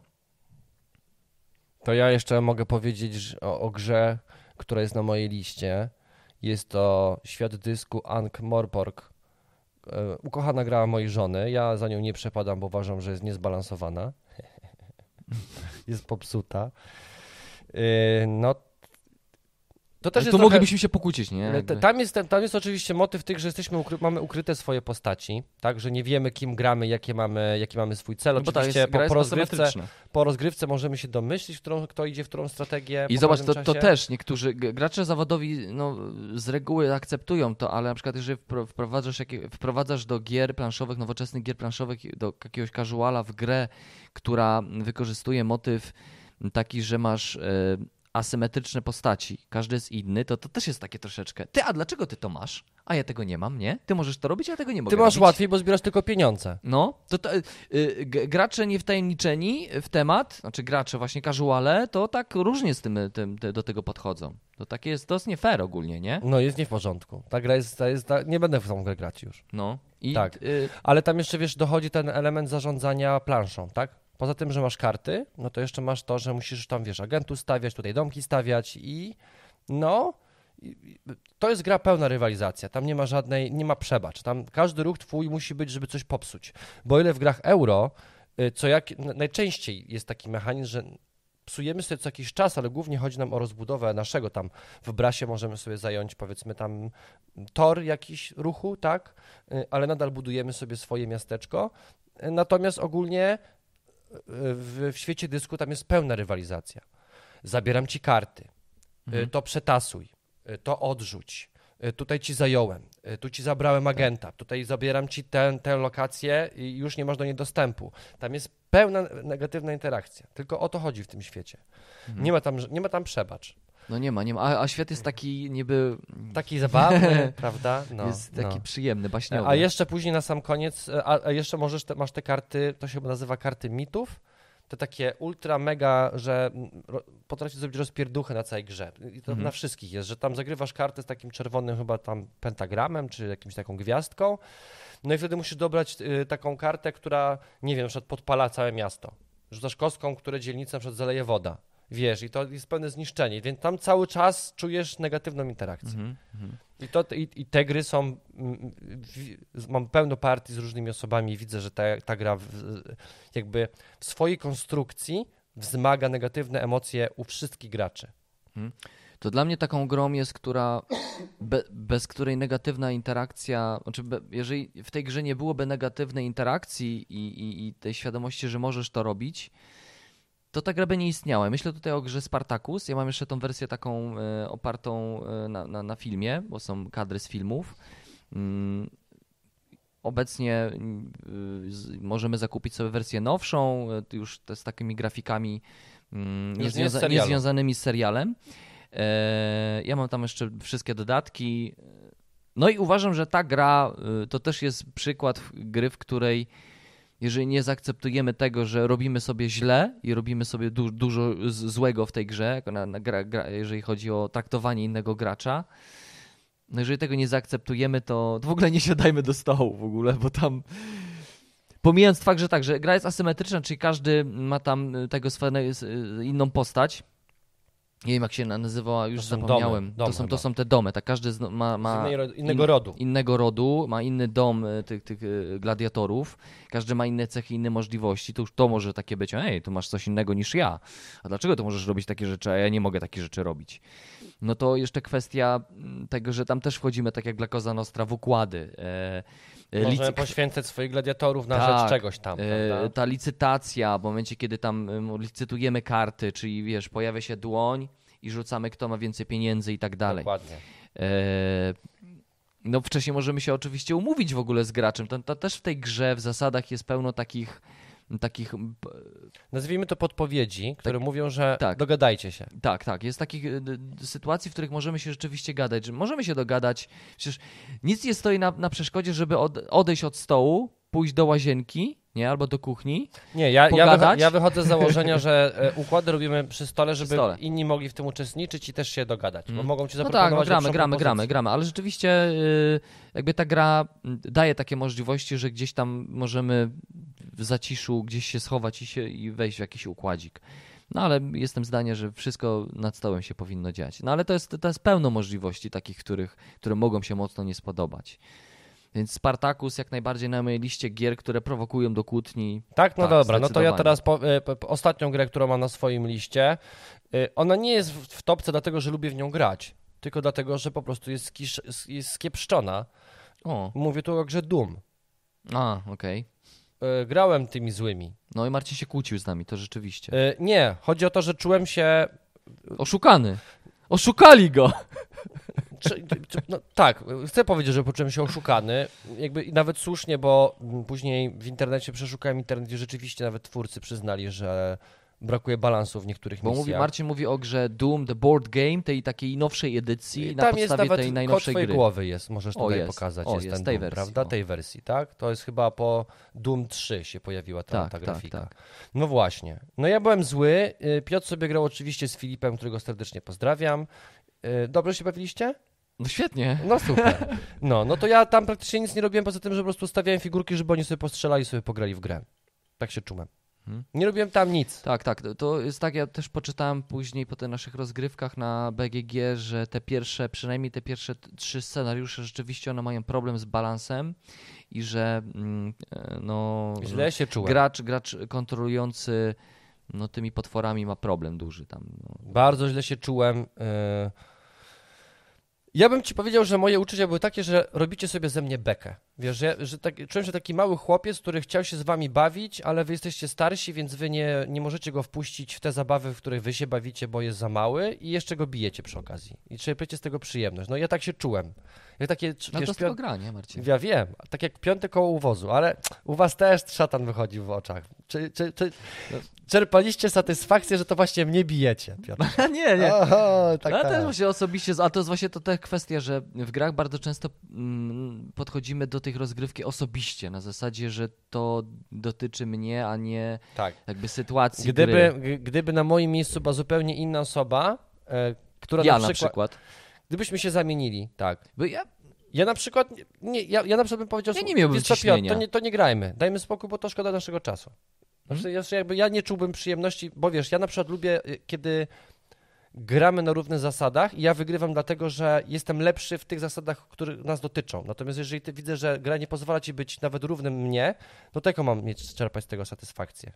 To ja jeszcze mogę powiedzieć o, o grze, która jest na mojej liście. Jest to Świat Dysku Ankh-Morpork. Ukochana gra mojej żony. Ja za nią nie przepadam, bo uważam, że jest niezbalansowana. Jest popsuta. No To też tu jest moglibyśmy trochę... się pokłócić, nie? Tam jest, tam jest oczywiście motyw tych, że jesteśmy ukry... mamy ukryte swoje postaci, tak, że nie wiemy, kim gramy, jakie mamy, jaki mamy swój cel. No oczywiście jest, po, po, rozgrywce, po rozgrywce możemy się domyślić, w którą, kto idzie w którą strategię. I zobacz, to, to też niektórzy gracze zawodowi no, z reguły akceptują to, ale na przykład jeżeli wprowadzasz, jakie, wprowadzasz do gier planszowych, nowoczesnych gier planszowych, do jakiegoś casuala w grę, która wykorzystuje motyw taki, że masz... Yy, asymetryczne postaci, każdy jest inny, to to też jest takie troszeczkę, ty, a dlaczego ty to masz? A ja tego nie mam, nie? Ty możesz to robić, a ja tego nie mogę Ty masz robić. łatwiej, bo zbierasz tylko pieniądze. No, to, to yy, gracze niewtajemniczeni w temat, znaczy gracze właśnie casuale, to tak różnie z tym, tym te, do tego podchodzą. To takie jest, to jest nie fair ogólnie, nie? No jest nie w porządku. Ta gra jest, ta jest ta... nie będę w tą grę grać już. No. I, tak, yy... ale tam jeszcze, wiesz, dochodzi ten element zarządzania planszą, tak? Poza tym, że masz karty, no to jeszcze masz to, że musisz tam, wiesz, agentów stawiać, tutaj domki stawiać i no, to jest gra pełna rywalizacja. Tam nie ma żadnej, nie ma przebacz. Tam każdy ruch twój musi być, żeby coś popsuć. Bo o ile w grach euro, co jak najczęściej jest taki mechanizm, że psujemy sobie co jakiś czas, ale głównie chodzi nam o rozbudowę naszego tam. W Brasie możemy sobie zająć, powiedzmy, tam tor jakiś ruchu, tak, ale nadal budujemy sobie swoje miasteczko. Natomiast ogólnie W, w świecie dysku tam jest pełna rywalizacja. Zabieram ci karty, mhm. to przetasuj, to odrzuć, tutaj ci zająłem, tu ci zabrałem agenta, tutaj zabieram ci tę, tę lokację i już nie masz do niej dostępu. Tam jest pełna negatywna interakcja. Tylko o to chodzi w tym świecie. Mhm. Nie ma tam, nie ma tam przebacz. No nie ma, nie ma. A, a świat jest taki niby... Taki zabawny, prawda? No, jest taki no. przyjemny, baśniowy. A jeszcze później na sam koniec, a, a jeszcze możesz te, masz te karty, to się nazywa karty mitów, te takie ultra mega, że ro, potrafi zrobić rozpierduchę na całej grze. I to Mhm. na wszystkich jest, że tam zagrywasz kartę z takim czerwonym chyba tam pentagramem, czy jakimś taką gwiazdką, no i wtedy musisz dobrać y, taką kartę, która, nie wiem, na przykład podpala całe miasto. Rzucasz kostką, które dzielnicę na przykład zaleje woda. Wiesz, i to jest pełne zniszczenie, więc tam cały czas czujesz negatywną interakcję. Mhm. Mhm. I, to, i, I te gry są, mm, w, mam pełno partii z różnymi osobami i widzę, że ta, ta gra w, jakby w swojej konstrukcji wzmaga negatywne emocje u wszystkich graczy. Mhm. To dla mnie taką grą jest, która be, bez której negatywna interakcja, znaczy be, jeżeli w tej grze nie byłoby negatywnej interakcji i, i, i tej świadomości, że możesz to robić, to ta gra by nie istniała. Myślę tutaj o grze Spartacus. Ja mam jeszcze tą wersję taką e, opartą e, na, na, na filmie, bo są kadry z filmów. Mm, obecnie y, z, możemy zakupić sobie wersję nowszą, y, już te z takimi grafikami mm, Już nie niezwiąza- z serialu. niezwiązanymi z serialem. E, ja mam tam jeszcze wszystkie dodatki. No i uważam, że ta gra y, to też jest przykład gry, w której jeżeli nie zaakceptujemy tego, że robimy sobie źle i robimy sobie du- dużo z- złego w tej grze, jako na, na gra, gra, jeżeli chodzi o traktowanie innego gracza, no jeżeli tego nie zaakceptujemy, to, to w ogóle nie siadajmy do stołu w ogóle, bo tam pomijając fakt, że tak, że gra jest asymetryczna, czyli każdy ma tam tego swoją inną postać. Nie wiem, jak się nazywała, już To są zapomniałem. domy, domy to, są, to chyba. są te domy, tak każdy zno- ma, ma Z innej, ro- innego rodu. innego rodu, ma inny dom y, tych, tych y, gladiatorów, każdy ma inne cechy, inne możliwości, to już to może takie być, ej, tu masz coś innego niż ja, a dlaczego ty możesz robić takie rzeczy, a ja nie mogę takich rzeczy robić? No to jeszcze kwestia mm, tego, że tam też wchodzimy, tak jak dla Cosa Nostra, w układy. E, e, Możemy licy- poświęcać swoich gladiatorów na Tak, rzecz czegoś tam, e, prawda? ta licytacja, w momencie, kiedy tam y, licytujemy karty, czyli wiesz, pojawia się dłoń i rzucamy, kto ma więcej pieniędzy i tak dalej. Dokładnie. E, No wcześniej możemy się oczywiście umówić w ogóle z graczem. To, to też w tej grze w zasadach jest pełno takich, takich p- Nazwijmy to podpowiedzi, które mówią, że tak. dogadajcie się. tak, tak, jest takich y, y, sytuacji, w których możemy się rzeczywiście gadać, że możemy się dogadać. Przecież nic nie stoi na, na przeszkodzie, żeby od, odejść od stołu, pójść do łazienki, nie, albo do kuchni. Nie, ja, ja, Pogadać? wycho- ja wychodzę z założenia, że e, układy robimy przy stole, żeby stole. inni mogli w tym uczestniczyć i też się dogadać, bo Mm. mogą ci No tak, zaproponować no gramy, lepszą gramy, gramy, propozycję. gramy, ale rzeczywiście y, jakby ta gra mm, daje takie możliwości, że gdzieś tam możemy w zaciszu gdzieś się schować i, się, i wejść w jakiś układzik. No ale jestem zdania, że wszystko nad stołem się powinno dziać. No ale to jest, to jest pełno możliwości takich, których, które mogą się mocno nie spodobać. Więc Spartacus jak najbardziej na mojej liście gier, które prowokują do kłótni. Tak, no Tak, dobra, no to ja zdecydowanie. teraz po, e, po, po ostatnią grę, którą mam na swoim liście, e, ona nie jest w, w topce dlatego, że lubię w nią grać, tylko dlatego, że po prostu jest, skisz, jest skiepszczona. O, Mówię tu o grze Doom. a, okej. E, Grałem tymi złymi. No i Marcin się kłócił z nami, to rzeczywiście. E, Nie, chodzi o to, że czułem się Oszukany. Oszukali go. Czy, czy, no, tak, chcę powiedzieć, że poczułem się oszukany, jakby i nawet słusznie, bo mm, później w internecie przeszukałem internet i rzeczywiście nawet twórcy przyznali, że brakuje balansu w niektórych Bo mówi, misjach. Marcin mówi o grze Doom, The Board Game, tej takiej nowszej edycji, na Tam jest podstawie nawet tej kod najnowszej twojej gry. głowy jest, możesz O, tutaj jest. pokazać, O, jest, jest ten tej Doom, wersji, prawda? o. Tej wersji, tak? To jest chyba po Doom trzy się pojawiła ta, Tak, ta tak, grafika. tak. No właśnie. No ja byłem zły, y, Piotr sobie grał oczywiście z Filipem, którego serdecznie pozdrawiam. Y, Dobrze się bawiliście? No świetnie. No super. No, no to ja tam praktycznie nic nie robiłem poza tym, że po prostu stawiałem figurki, żeby oni sobie postrzelali i sobie pograli w grę. Tak się czułem. Hmm. Nie robiłem tam nic. Tak, tak. To- To jest tak, ja też poczytałem później po tych naszych rozgrywkach na B G G, że te pierwsze, przynajmniej te pierwsze t- trzy scenariusze rzeczywiście one mają problem z balansem i że mm, e, no, Źle się czułem. gracz, gracz kontrolujący no, tymi potworami ma problem duży tam. No. Bardzo źle się czułem. Yy... Ja bym ci powiedział, że moje uczucia były takie, że robicie sobie ze mnie bekę. Wiesz, że, że tak, czułem się taki mały chłopiec, który chciał się z wami bawić, ale wy jesteście starsi, więc wy nie, nie możecie go wpuścić w te zabawy, w których wy się bawicie, bo jest za mały i jeszcze go bijecie przy okazji. I czerpiecie z tego przyjemność. No ja tak się czułem. Jak takie, No wiesz, to jest tylko pią- gra, nie Marcin? Ja wiem, tak jak piąte koło uwozu, ale u was też szatan wychodzi w oczach. Czy, czy, czy czerpaliście satysfakcję, że to właśnie mnie bijecie, Piotr? nie, nie. Oho, tak, Ale tak. też się osobiście, a to jest właśnie to ta kwestia, że w grach bardzo często mm, podchodzimy do tych tej rozgrywki osobiście, na zasadzie, że to dotyczy mnie, a nie Tak. jakby sytuacji Gdyby, gry. g- gdyby na moim miejscu była zupełnie inna osoba, e, która Ja na na przykład, przykład. Gdybyśmy się zamienili, tak. Bo ja, Ja na przykład, nie, ja, ja na przykład bym powiedział, Ja nie miałbym wiesz co, Piotr, ciśnienia. to nie, to nie grajmy, dajmy spokój, bo to szkoda naszego czasu. Znaczy, ja, jakby ja nie czułbym przyjemności, bo wiesz, ja na przykład lubię, y, kiedy gramy na równych zasadach i ja wygrywam dlatego, że jestem lepszy w tych zasadach, które nas dotyczą. Natomiast jeżeli ty widzę, że gra nie pozwala ci być nawet równym mnie, no to jaką mam mieć, czerpać z tego satysfakcję?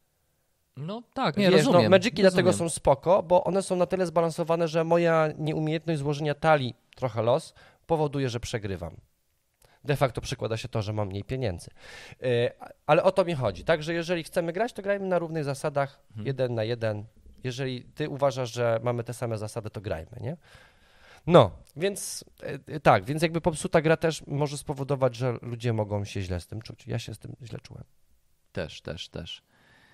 no tak, nie, Wiesz, rozumiem. no, Magiki dlatego rozumiem. są spoko, bo one są na tyle zbalansowane, że moja nieumiejętność złożenia talii, trochę los, powoduje, że przegrywam. De facto przekłada się to, że mam mniej pieniędzy. Yy, ale o to mi chodzi. Także jeżeli chcemy grać, to grajmy na równych zasadach, Mhm. jeden na jeden. Jeżeli ty uważasz, że mamy te same zasady, to grajmy, nie? No, więc yy, tak, więc jakby popsuta gra też może spowodować, że ludzie mogą się źle z tym czuć. Ja się z tym źle czułem. Też, też, też.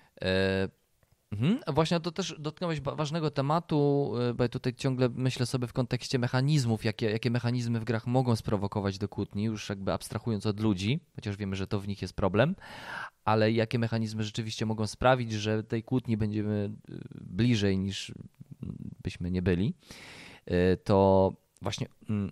E, mhm. A właśnie to też dotknąłeś ba- ważnego tematu, e, bo ja tutaj ciągle myślę sobie w kontekście mechanizmów, jakie, jakie mechanizmy w grach mogą sprowokować do kłótni, już jakby abstrahując od ludzi, chociaż wiemy, że to w nich jest problem, ale jakie mechanizmy rzeczywiście mogą sprawić, że tej kłótni będziemy e, bliżej niż byśmy nie byli, e, to właśnie mm,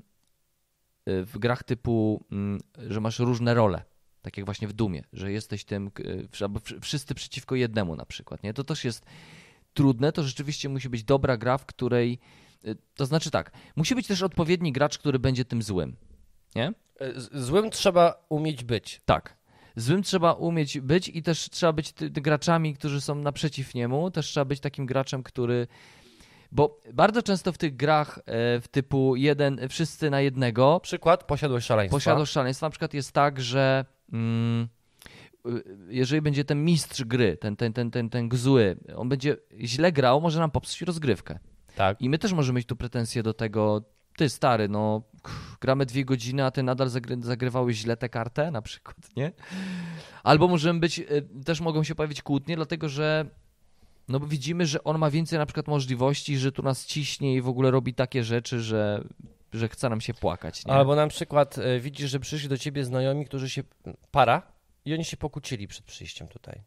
e, w grach typu, mm, że masz różne role. Tak jak właśnie w Dumie, że jesteś tym, k- w- albo wsz- wszyscy przeciwko jednemu na przykład, nie? To też jest trudne, to rzeczywiście musi być dobra gra, w której, y, to znaczy tak, musi być też odpowiedni gracz, który będzie tym złym, nie? Yy, z- Złym trzeba umieć być. Tak. Złym trzeba umieć być i też trzeba być ty, ty graczami, którzy są naprzeciw niemu, też trzeba być takim graczem, który, bo bardzo często w tych grach e, w typu jeden, wszyscy na jednego, Przykład, posiadłość szaleństwa. posiadasz szaleństwa. Na przykład jest tak, że mm, y, jeżeli będzie ten mistrz gry, ten, ten, ten, ten, ten zły, on będzie źle grał, może nam popsuć rozgrywkę. Tak. I my też możemy mieć tu pretensje do tego, ty stary, no kuf, gramy dwie godziny, a ty nadal zagry, zagrywałeś źle tę kartę na przykład, nie? Albo możemy być, y, też mogą się pojawić kłótnie, dlatego że no bo widzimy, że on ma więcej na przykład możliwości, że tu nas ciśnie i w ogóle robi takie rzeczy, że, że chce nam się płakać, nie? Albo na przykład e, widzisz, że przyszli do ciebie znajomi, którzy się, para, i oni się pokłócili przed przyjściem tutaj.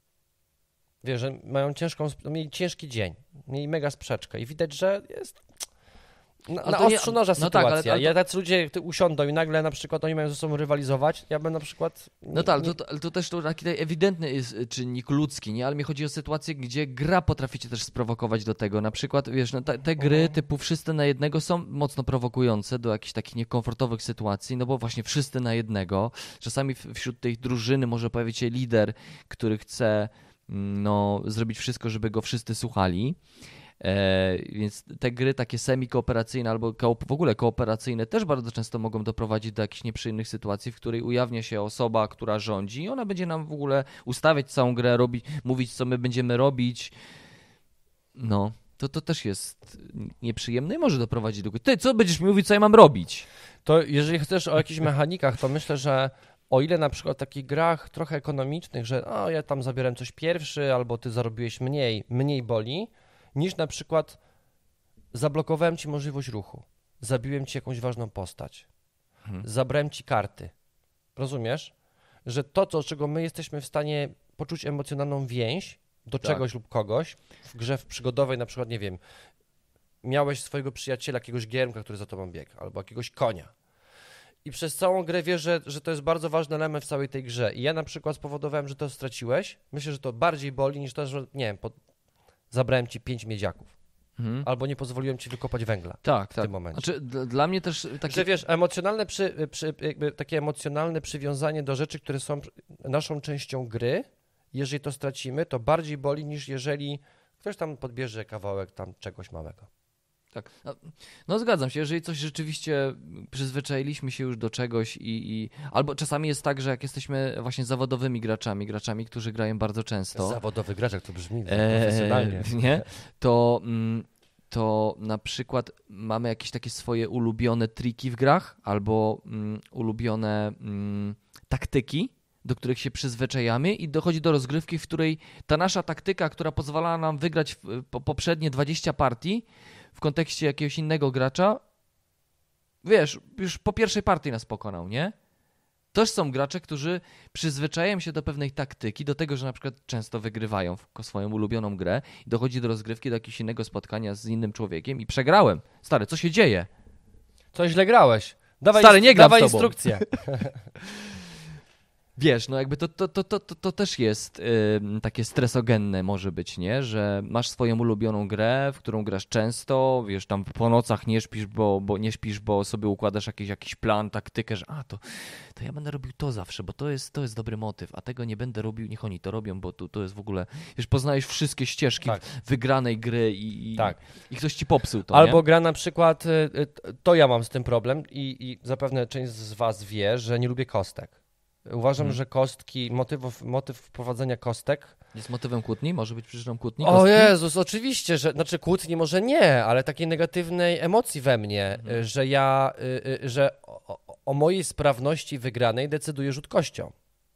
Wiesz, że mają ciężką, sp- mieli ciężki dzień, mieli mega sprzeczkę i widać, że jest na, Ale na to nie- ostrzu noża no tak, ale- sytuacja. ale to- Ja tacy ludzie ty usiądą i nagle na przykład oni mają ze sobą rywalizować, ja bym na przykład... No tak, ale to, ale to też to taki ewidentny jest czynnik ludzki, nie? Ale mi chodzi o sytuację, gdzie gra potrafi cię też sprowokować do tego. Na przykład, wiesz, no te, te gry typu wszyscy na jednego są mocno prowokujące do jakichś takich niekomfortowych sytuacji, no bo właśnie wszyscy na jednego. Czasami w- wśród tej drużyny może pojawić się lider, który chce mm, no, zrobić wszystko, żeby go wszyscy słuchali. E, więc te gry takie semi-kooperacyjne albo koop, w ogóle kooperacyjne też bardzo często mogą doprowadzić do jakichś nieprzyjemnych sytuacji, w której ujawnia się osoba, która rządzi i ona będzie nam w ogóle ustawiać całą grę, robić, mówić, co my będziemy robić. No, to, to też jest nieprzyjemne i może doprowadzić do... Ty, co będziesz mi mówić, co ja mam robić? To jeżeli chcesz o jakichś mechanikach, to myślę, że o ile na przykład w takich grach trochę ekonomicznych, że o, ja tam zabieram coś pierwszy, albo ty zarobiłeś mniej, mniej boli, niż na przykład zablokowałem ci możliwość ruchu, zabiłem ci jakąś ważną postać, Mhm. zabrałem ci karty. Rozumiesz? Że to, do czego my jesteśmy w stanie poczuć emocjonalną więź do Tak. czegoś lub kogoś, w grze w przygodowej na przykład, nie wiem, miałeś swojego przyjaciela, jakiegoś giermka, który za tobą biegł, albo jakiegoś konia. I przez całą grę wiesz, że, że to jest bardzo ważny element w całej tej grze. I ja na przykład spowodowałem, że to straciłeś. Myślę, że to bardziej boli niż to, że nie wiem, po... zabrałem ci pięć miedziaków. Mhm. Albo nie pozwoliłem ci wykopać węgla. Tak, w tak. tym momencie. Znaczy, d- dla mnie też takie... Że wiesz, emocjonalne przy, przy, jakby takie emocjonalne przywiązanie do rzeczy, które są naszą częścią gry, jeżeli to stracimy, to bardziej boli niż jeżeli ktoś tam podbierze kawałek tam czegoś małego. Tak. No, no zgadzam się, jeżeli coś rzeczywiście przyzwyczailiśmy się już do czegoś i, i... Albo czasami jest tak, że jak jesteśmy właśnie zawodowymi graczami, graczami, którzy grają bardzo często... Zawodowy gracz, jak to brzmi, Eee, profesjonalnie. nie? To, mm, to na przykład mamy jakieś takie swoje ulubione triki w grach albo mm, ulubione mm, taktyki, do których się przyzwyczajamy i dochodzi do rozgrywki, w której ta nasza taktyka, która pozwala nam wygrać w, po, poprzednie dwadzieścia partii w kontekście jakiegoś innego gracza, wiesz, już po pierwszej partii nas pokonał, nie? Też są gracze, którzy przyzwyczajają się do pewnej taktyki, do tego, że na przykład często wygrywają w swoją ulubioną grę i dochodzi do rozgrywki, do jakiegoś innego spotkania z innym człowiekiem i przegrałem. Stary, co się dzieje? Coś źle grałeś. Dawaj, Stary, nie gram dawaj z tobą. instrukcję. Wiesz, no jakby to, to, to, to, to, to też jest y, takie stresogenne może być, nie? Że masz swoją ulubioną grę, w którą grasz często, wiesz, tam po nocach nie śpisz, bo, bo nie śpisz, bo sobie układasz jakiś, jakiś plan, taktykę, że a, to, to ja będę robił to zawsze, bo to jest, to jest dobry motyw, a tego nie będę robił, niech oni to robią, bo to, to jest w ogóle, wiesz, poznajesz wszystkie ścieżki Tak. wygranej gry i, i, Tak. i ktoś ci popsuł to, Albo nie? gra na przykład, y, y, to ja mam z tym problem i, i zapewne część z was wie, że nie lubię kostek. Uważam, Hmm. że kostki, motywów, motyw wprowadzenia kostek. Jest motywem kłótni? Może być przyczyną kłótni? O Kostki? Jezus, oczywiście, że znaczy kłótni może nie, ale takiej negatywnej emocji we mnie, Mhm. y, że ja, y, y, że o, o mojej sprawności wygranej decyduje rzut kością.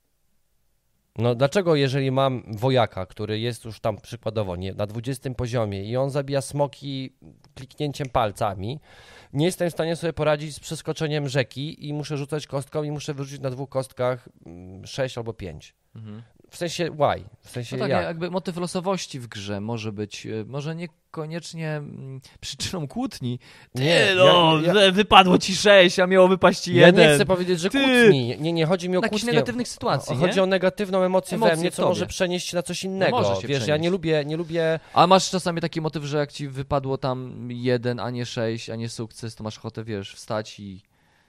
No dlaczego, jeżeli mam wojaka, który jest już tam przykładowo nie, na dwudziestym poziomie i on zabija smoki kliknięciem palcami, nie jestem w stanie sobie poradzić z przeskoczeniem rzeki i muszę rzucać kostką i muszę wyrzucić na dwóch kostkach mm, sześć albo pięć. Mhm. W sensie why? W sensie No tak, jak? jakby motyw losowości w grze może być, y, może niekoniecznie mm, przyczyną kłótni. Ty, Nie, no, ja- wy- wypadło ci sześć, a miało wypaść Ja jeden. nie chcę powiedzieć, że Ty! kłótni. Nie, nie chodzi mi o Na jakichś kłótnię. negatywnych sytuacji, O- nie? Chodzi o negatywną emocję we Emocje mnie, w co tobie. może przenieść się na coś innego. może się Wiesz, ja nie przenieść. lubię, nie lubię. A masz czasami taki motyw, że jak ci wypadło tam jeden, a nie sześć, a nie sukces, to masz ochotę, wiesz, wstać i...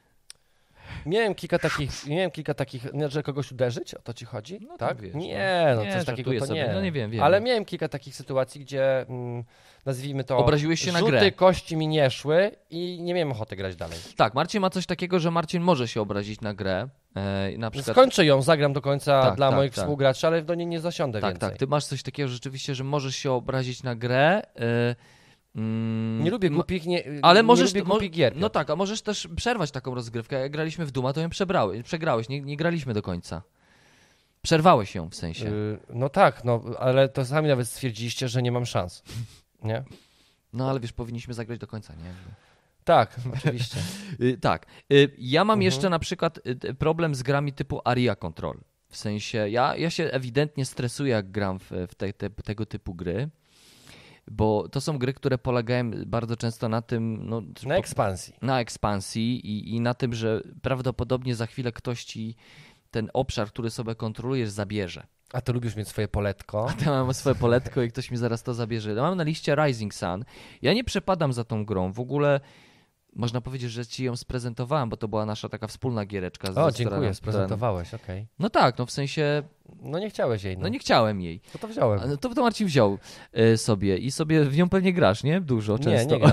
Miałem kilka takich, miałem kilka takich, nie, że kogoś uderzyć, o to ci chodzi? No tak? tak, wiesz, nie, no Nie, coś takiego żartuję to sobie. nie. No nie wiem, wiem. Ale miałem kilka takich sytuacji, gdzie mm, nazwijmy to. Obraziłeś się na rzuty grę. kości mi nie szły i nie miałem ochoty grać dalej. Tak, Marcin ma coś takiego, że Marcin może się obrazić na grę. E, na przykład... Skończę ją, zagram do końca Tak, dla tak, moich tak. współgraczy, ale do niej nie zasiądę Tak, więcej. tak, ty masz coś takiego rzeczywiście, że możesz się obrazić na grę. E, mm, Nie lubię m- głupich, nie, Ale nie możesz, lubię mo- głupich gier. no tak, a możesz też przerwać taką rozgrywkę. Jak graliśmy w Duma, to ją przebrałeś, przegrałeś, nie, nie graliśmy do końca. Przerwałeś ją w sensie. Y, No tak, no, ale to sami nawet stwierdziliście, że nie mam szans. Nie? No ale wiesz, powinniśmy zagrać do końca, nie? Tak, oczywiście. Y, tak. Y, ja mam Mhm. jeszcze na przykład y, t- problem z grami typu Aria Control. W sensie, ja, ja się ewidentnie stresuję, jak gram w, w te, te, tego typu gry, bo to są gry, które polegają bardzo często na tym, no, Na ekspansji. na ekspansji i, i na tym, że prawdopodobnie za chwilę ktoś ci ten obszar, który sobie kontrolujesz, zabierze. A ty lubisz mieć swoje poletko. Ja mam swoje poletko i ktoś mi zaraz to zabierze. Ja mam na liście Rising Sun. Ja nie przepadam za tą grą. W ogóle można powiedzieć, że ci ją sprezentowałem, bo to była nasza taka wspólna giereczka. z- O, z- dziękuję, która- sprezentowałeś, okej. No tak, no w sensie, No nie chciałeś jej, no. no nie chciałem jej. To to wziąłem. A, no to, to Marcin wziął y, sobie i sobie w nią pewnie grasz, nie? Dużo, Nie, często. nie gram.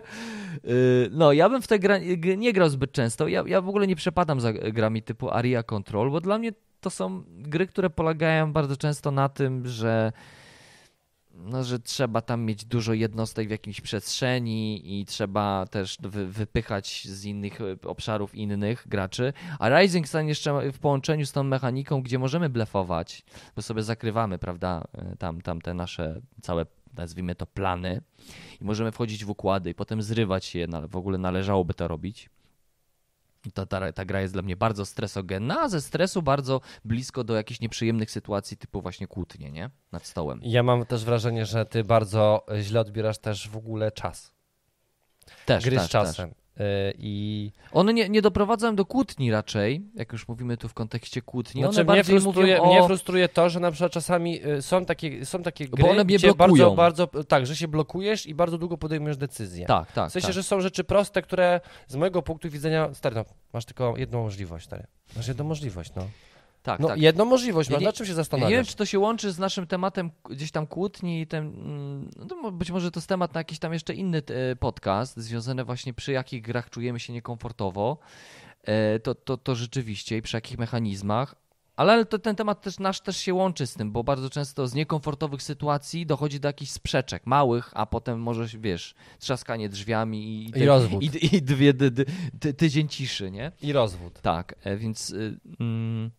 Y, No, ja bym w tę grę g- nie grał zbyt często. Ja, ja w ogóle nie przepadam za grami typu Aria Control, bo dla mnie to są gry, które polegają bardzo często na tym, że no, że trzeba tam mieć dużo jednostek w jakiejś przestrzeni i trzeba też wy, wypychać z innych e, obszarów innych graczy. A Rising Sun jeszcze w połączeniu z tą mechaniką, gdzie możemy blefować, bo sobie zakrywamy, prawda, e, tam, tam te nasze całe, nazwijmy to, plany i możemy wchodzić w układy i potem zrywać je, no, w ogóle należałoby to robić. I to, ta, ta gra jest dla mnie bardzo stresogenna, a ze stresu bardzo blisko do jakichś nieprzyjemnych sytuacji typu właśnie kłótnie, nie? Nad stołem. Ja mam też wrażenie, że ty bardzo źle odbierasz też w ogóle czas. Też, Gry też, z czasem. Y, I One nie, nie doprowadzą do kłótni raczej, jak już mówimy tu w kontekście kłótni. znaczy, One mnie, bardziej frustruje, mówią mnie o... frustruje to, że na przykład czasami y, są takie, są takie Bo gry, one mnie gdzie blokują. bardzo, bardzo, tak, że się blokujesz i bardzo długo podejmujesz decyzję. Tak, tak, W sensie, tak. że są rzeczy proste, które z mojego punktu widzenia, stary, no, masz tylko jedną możliwość, stary. Masz jedną możliwość, no. tak, No tak. jedną możliwość, Ja masz nie- na czym się Ja zastanawiać? nie wiem, czy to się łączy z naszym tematem k- gdzieś tam kłótni i ten, mm, no to mo- być może to jest temat na jakiś tam jeszcze inny e, podcast, związany właśnie przy jakich grach czujemy się niekomfortowo, e, to, to, to rzeczywiście i przy jakich mechanizmach, ale, ale to, ten temat też nasz też się łączy z tym, bo bardzo często z niekomfortowych sytuacji dochodzi do jakichś sprzeczek małych, a potem może, wiesz, trzaskanie drzwiami i, I te- rozwód. i, i dwie, dy, dy, ty, tydzień ciszy, nie? I rozwód. Tak, e, więc y, mm,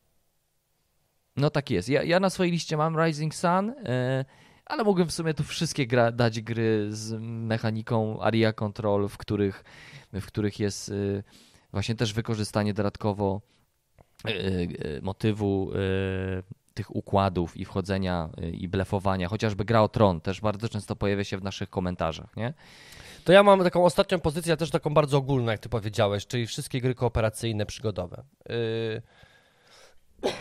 no tak jest. Ja, ja na swojej liście mam Rising Sun, e, ale mogłem w sumie tu wszystkie gra, dać gry z mechaniką Aria Control, w których, w których jest y, właśnie też wykorzystanie dodatkowo y, y, motywu y, tych układów i wchodzenia y, i blefowania, chociażby Gra o Tron też bardzo często pojawia się w naszych komentarzach, nie? To ja mam taką ostatnią pozycję, też taką bardzo ogólną, jak ty powiedziałeś, czyli wszystkie gry kooperacyjne, przygodowe. Yy...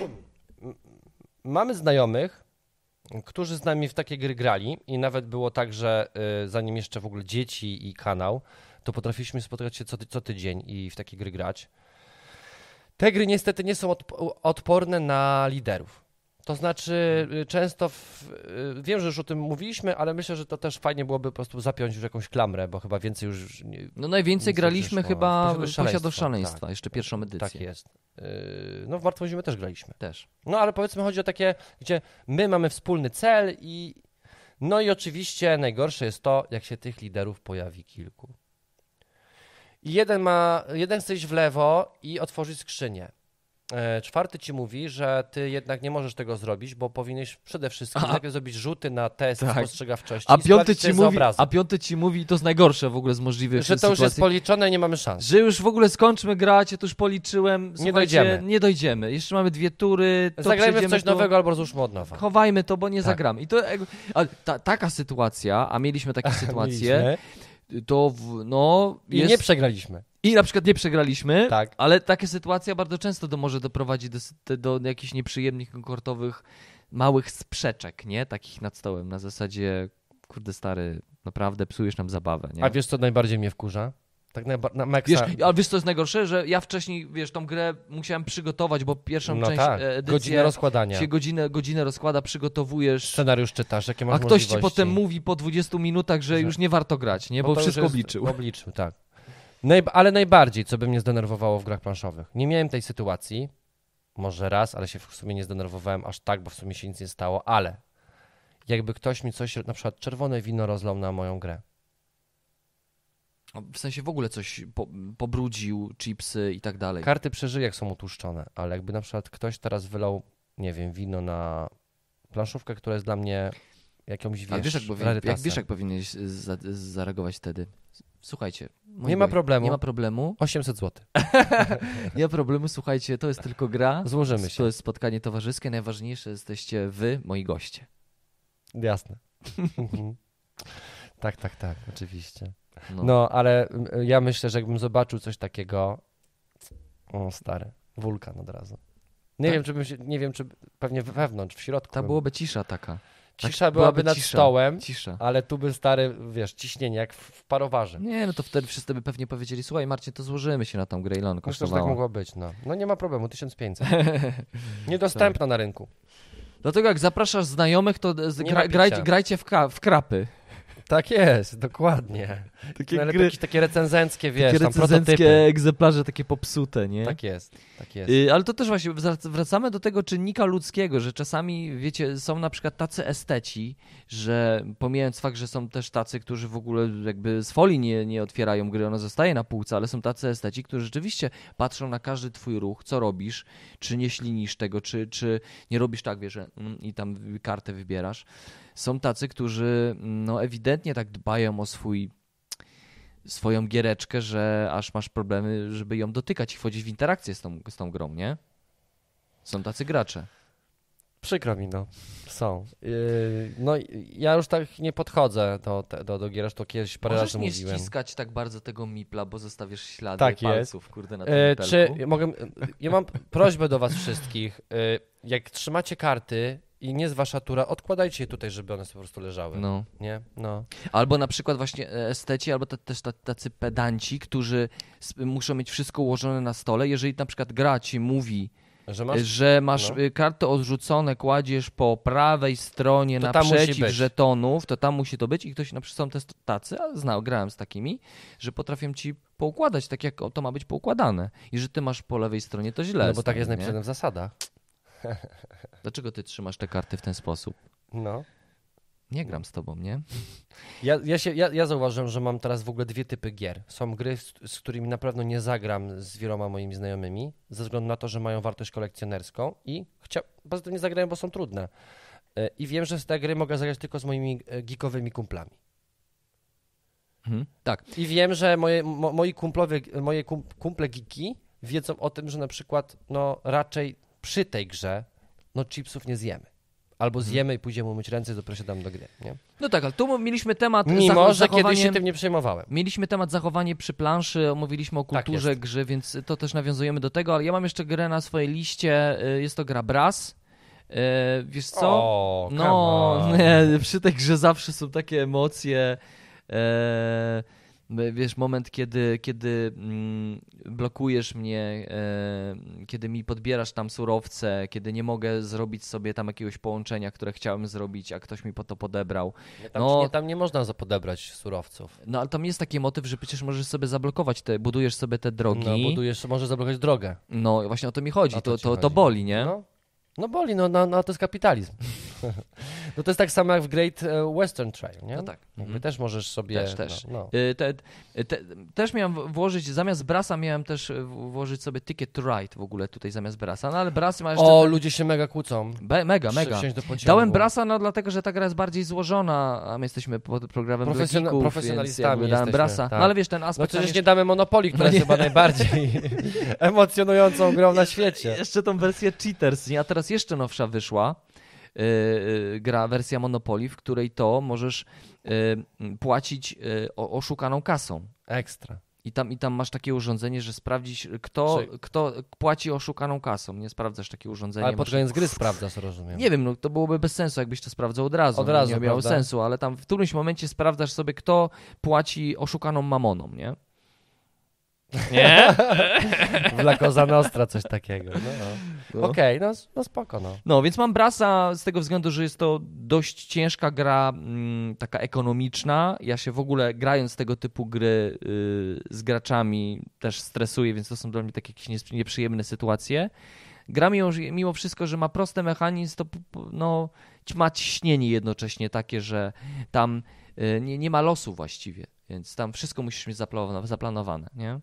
Mamy znajomych, którzy z nami w takie gry grali i nawet było tak, że yy, zanim jeszcze w ogóle dzieci i kanał, to potrafiliśmy spotykać się co, ty- co tydzień i w takie gry grać. Te gry niestety nie są odp- odporne na liderów. To znaczy y, często, w, y, wiem, że już o tym mówiliśmy, ale myślę, że to też fajnie byłoby po prostu zapiąć już jakąś klamrę, bo chyba więcej już... Nie, No najwięcej nic graliśmy nie wyszło. chyba Posiadłość w Posiadłość szaleństwa, Szaleństwa, tak. jeszcze pierwszą edycję. Tak jest. Yy, no w Martwą Zimę też graliśmy. Też. No ale powiedzmy chodzi o takie, gdzie my mamy wspólny cel i... No i oczywiście najgorsze jest to, jak się tych liderów pojawi kilku. I jeden ma, jeden chce iść w lewo i otworzyć skrzynię. E, czwarty ci mówi, że ty jednak nie możesz tego zrobić, bo powinieneś przede wszystkim A- najpierw zrobić rzuty na test Tak. spostrzegawczości A i piąty, sprawdzić, co ci jest za mówi, obrazem. a piąty ci mówi, i to jest najgorsze w ogóle z możliwych Że to już jest sytuacji, policzone i nie mamy szans. że już w ogóle skończmy grać, ja to już policzyłem, słuchajcie, dojdziemy. nie dojdziemy. Jeszcze mamy dwie tury, to Zagrajmy w przejdziemy coś to, nowego albo złóżmy od nowa. chowajmy to, bo nie Tak. zagramy. I to, jakby- ale ta, taka sytuacja, a mieliśmy takie sytuacje, Mieliśmy. to w, no I jest... nie przegraliśmy. I na przykład nie przegraliśmy, Tak. ale taka sytuacja bardzo często do, może doprowadzić do, s- do jakichś nieprzyjemnych, komfortowych, małych sprzeczek, nie? Takich nad stołem, na zasadzie, kurde stary, naprawdę psujesz nam zabawę, nie? A wiesz, co najbardziej mnie wkurza? Tak najba- na maksa... Wiesz, ale wiesz, co jest najgorsze? Że ja wcześniej, wiesz, tą grę musiałem przygotować, bo pierwszą no część tak, e, edycję godzinę rozkładania. się godzinę, godzinę rozkłada, przygotowujesz, Scenariusz czytasz, jakie masz a ktoś ci możliwości. potem mówi po dwudziestu minutach, że Że- już nie warto grać, nie? Bo, to już wszystko jest- obliczył. Obliczył, tak. Najb- ale najbardziej, co by mnie zdenerwowało w grach planszowych. Nie miałem tej sytuacji, może raz, ale się w sumie nie zdenerwowałem aż tak, bo w sumie się nic nie stało, ale jakby ktoś mi coś, na przykład czerwone wino rozlał na moją grę. W sensie w ogóle coś po, pobrudził, chipsy i tak dalej. Karty przeżyje, jak są utłuszczone, ale jakby na przykład ktoś teraz wylał, nie wiem, wino na planszówkę, która jest dla mnie jakąś, wiesz, A wiesz, jak, powin... jak, rarytasem. wiesz, jak powinieneś za... zareagować wtedy? Słuchajcie. moi Nie ma moi, problemu. Nie ma problemu. osiemset złotych. Nie ma problemu, słuchajcie, to jest tylko gra. Złożymy się. To jest spotkanie towarzyskie. Najważniejsze jesteście wy, moi goście. Jasne. Mhm. tak, tak, tak, oczywiście. No. No, ale y, ja myślę, że jakbym zobaczył coś takiego, o stary, wulkan od razu. Nie Tak? wiem, czy bym się, nie wiem, czy pewnie wewnątrz, w środku. Ta bym- byłoby cisza taka. Cisza tak, byłaby byłaby nad cisza. stołem, Cisza. ale tu by stary, wiesz, ciśnienie jak w, w parowarze. Nie, no to wtedy wszyscy by pewnie powiedzieli, słuchaj Marcin, to złożymy się na tą grę, ile on Myślę, że tak kosztowała. mogło być, no. No nie ma problemu, tysiąc pięćset. Niedostępna na rynku. Dlatego jak zapraszasz znajomych, to z, Nie gra, ma grajcie, picia. grajcie w, ka- w krapy. Tak jest, dokładnie. Takie Najlepiej gry, jakieś takie recenzenckie, wiesz, takie tam recenzenckie prototypy. egzemplarze, takie popsute, nie? Tak jest, tak jest. Y, Ale to też właśnie wrac- wracamy do tego czynnika ludzkiego, że czasami, wiecie, są na przykład tacy esteci, że pomijając fakt, że są też tacy, którzy w ogóle jakby z folii nie, nie otwierają gry, ona zostaje na półce, ale są tacy esteci, którzy rzeczywiście patrzą na każdy twój ruch, co robisz, czy nie ślinisz tego, czy, czy nie robisz tak, wiesz, że mm, i tam kartę wybierasz. Są tacy, którzy no ewidentnie tak dbają o swój swoją giereczkę, że aż masz problemy, żeby ją dotykać i wchodzić w interakcję z tą, z tą grą, nie? Są tacy gracze. Przykro mi, no. Są. Yy, no i ja już tak nie podchodzę do, te- do, do gier, to kiedyś parę Możesz razy nie mówiłem. ściskać tak bardzo tego mipla, bo zostawiasz ślady Tak jest. palców, kurde, na tym Yy, mipelku. czy mogę, ja mam prośbę do was wszystkich. Yy, jak trzymacie karty i nie jest wasza tura, odkładajcie je tutaj, żeby one sobie po prostu leżały. No. Nie? No. Albo na przykład właśnie esteci, albo te, też ta- tacy pedanci, którzy sp- muszą mieć wszystko ułożone na stole. Jeżeli na przykład gra ci mówi, Że masz... że masz no. y, karty odrzucone, kładziesz po prawej stronie To tam musi naprzeciw być. żetonów, to tam musi to być i ktoś, na przykład są też tacy, a znał, grałem z takimi, że potrafią ci poukładać tak, jak to ma być poukładane. I że ty masz po lewej stronie, to źle. No bo tak stary, jest nie? napisane w zasadach. Dlaczego ty trzymasz te karty w ten sposób? No. Nie gram z tobą, nie? Ja, ja, się, ja, ja zauważyłem, że mam teraz w ogóle dwie typy gier. Są gry, z, z którymi na pewno nie zagram z wieloma moimi znajomymi, ze względu na to, że mają wartość kolekcjonerską i chcia... poza tym nie zagrałem, bo są trudne. E, I wiem, że z te gry mogę zagrać tylko z moimi e, geekowymi kumplami. Mhm. Tak. I wiem, że moje, mo, moi kumplowie, moje kum, kumple geeki wiedzą o tym, że na przykład no raczej przy tej grze no chipsów nie zjemy. Albo zjemy i pójdziemy umyć ręce i dopiero się damy do gry, nie? No tak, ale tu mieliśmy temat Mimo, zach- że zachowanie... kiedyś się tym nie przejmowałem. Mieliśmy temat zachowanie przy planszy, mówiliśmy o kulturze jest. gry, więc to też nawiązujemy do tego, ale ja mam jeszcze grę na swojej liście, y, jest to gra Brass. Y, Wiesz co? O, No, come on. nie, przy tej grze zawsze są takie emocje. E, wiesz, moment, kiedy, kiedy mm, blokujesz mnie, e, kiedy mi podbierasz tam surowce, kiedy nie mogę zrobić sobie tam jakiegoś połączenia, które chciałem zrobić, a ktoś mi po to podebrał. Nie, tam, No. nie, tam nie można zapodebrać surowców. No ale tam jest taki motyw, że przecież możesz sobie zablokować te, budujesz sobie te drogi. No, budujesz, może zablokować drogę. No właśnie o to mi chodzi, O to, to ci to, to chodzi. boli, nie? No, no boli, no, no, no to jest kapitalizm. No to jest tak samo jak w Great Western Trail, nie? No tak. Jakby Mhm. też możesz sobie... Też, też. No, no. Y, Te, te, też miałem włożyć, zamiast Brasa miałem też w- włożyć sobie Ticket to Ride w ogóle tutaj zamiast Brasa, no ale Brasy ma jeszcze... O, ten- ludzie się mega kłócą. Be, mega, mega. Wsiąść do pociągu. Dałem Brasa no dlatego, że ta gra jest bardziej złożona, a my jesteśmy pod programem Profesjona- dla geeków, profesjonalistami więc jakby dałem jesteśmy, Brasa. tak. No ale wiesz, ten No aspekt... przecież tam nie damy Monopoly, która No jest nie. chyba najbardziej emocjonującą grą na świecie. Jeszcze tą wersję Cheaters, nie? A teraz jeszcze nowsza wyszła. Yy, yy, gra, wersja Monopoly, w której to możesz yy, płacić yy, o, oszukaną kasą. Ekstra. I tam, I tam masz takie urządzenie, że sprawdzić, kto, Czy- kto płaci oszukaną kasą. Nie sprawdzasz takie urządzenie. Ale pod masz... koniec gry sprawdzasz, rozumiem. Nie wiem, no to byłoby bez sensu, jakbyś to sprawdzał od razu. Od no, razu, nie miało prawda? sensu, ale tam w którymś momencie sprawdzasz sobie, kto płaci oszukaną mamoną, nie? Nie? W La Cosa Nostra coś takiego. No, no. No. Okej, no, no spoko, no. No, więc mam Brasa z tego względu, że jest to dość ciężka gra, mm, taka ekonomiczna. Ja się w ogóle grając tego typu gry y, z graczami też stresuję, więc to są dla mnie takie jakieś nies- nieprzyjemne sytuacje. Gra mimo, że- mimo wszystko, że ma prosty mechanizm, to p- p- no, ma ciśnienie jednocześnie takie, że tam y, nie, nie ma losu właściwie, więc tam wszystko musisz mieć zaplanowane, zaplanowane, nie?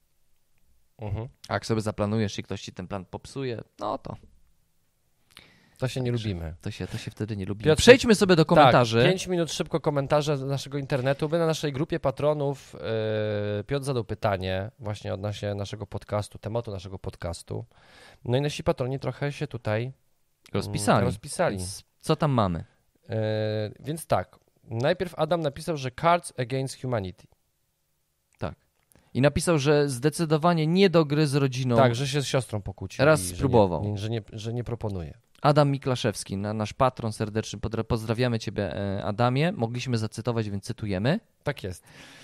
Mhm. A jak sobie zaplanujesz i ktoś ci ten plan popsuje, no to To się nie lubimy. To się, to się wtedy nie lubi. Piotrek, Przejdźmy sobie do komentarzy. Tak, pięć minut szybko komentarze z naszego internetu. My na naszej grupie patronów yy, Piotr zadał pytanie właśnie odnośnie naszego podcastu, tematu naszego podcastu. No i nasi patroni trochę się tutaj Rozpisali. mm, rozpisali. Więc co tam mamy? Yy, więc tak, najpierw Adam napisał, że Cards Against Humanity. Tak. I napisał, że zdecydowanie nie do gry z rodziną. Tak, że się z siostrą pokłócił. Raz i że spróbował. Nie, że, nie, że nie proponuje. Adam Miklaszewski, na, nasz patron serdeczny. Podra- Pozdrawiamy ciebie, e, Adamie. Mogliśmy zacytować, więc cytujemy. Tak jest.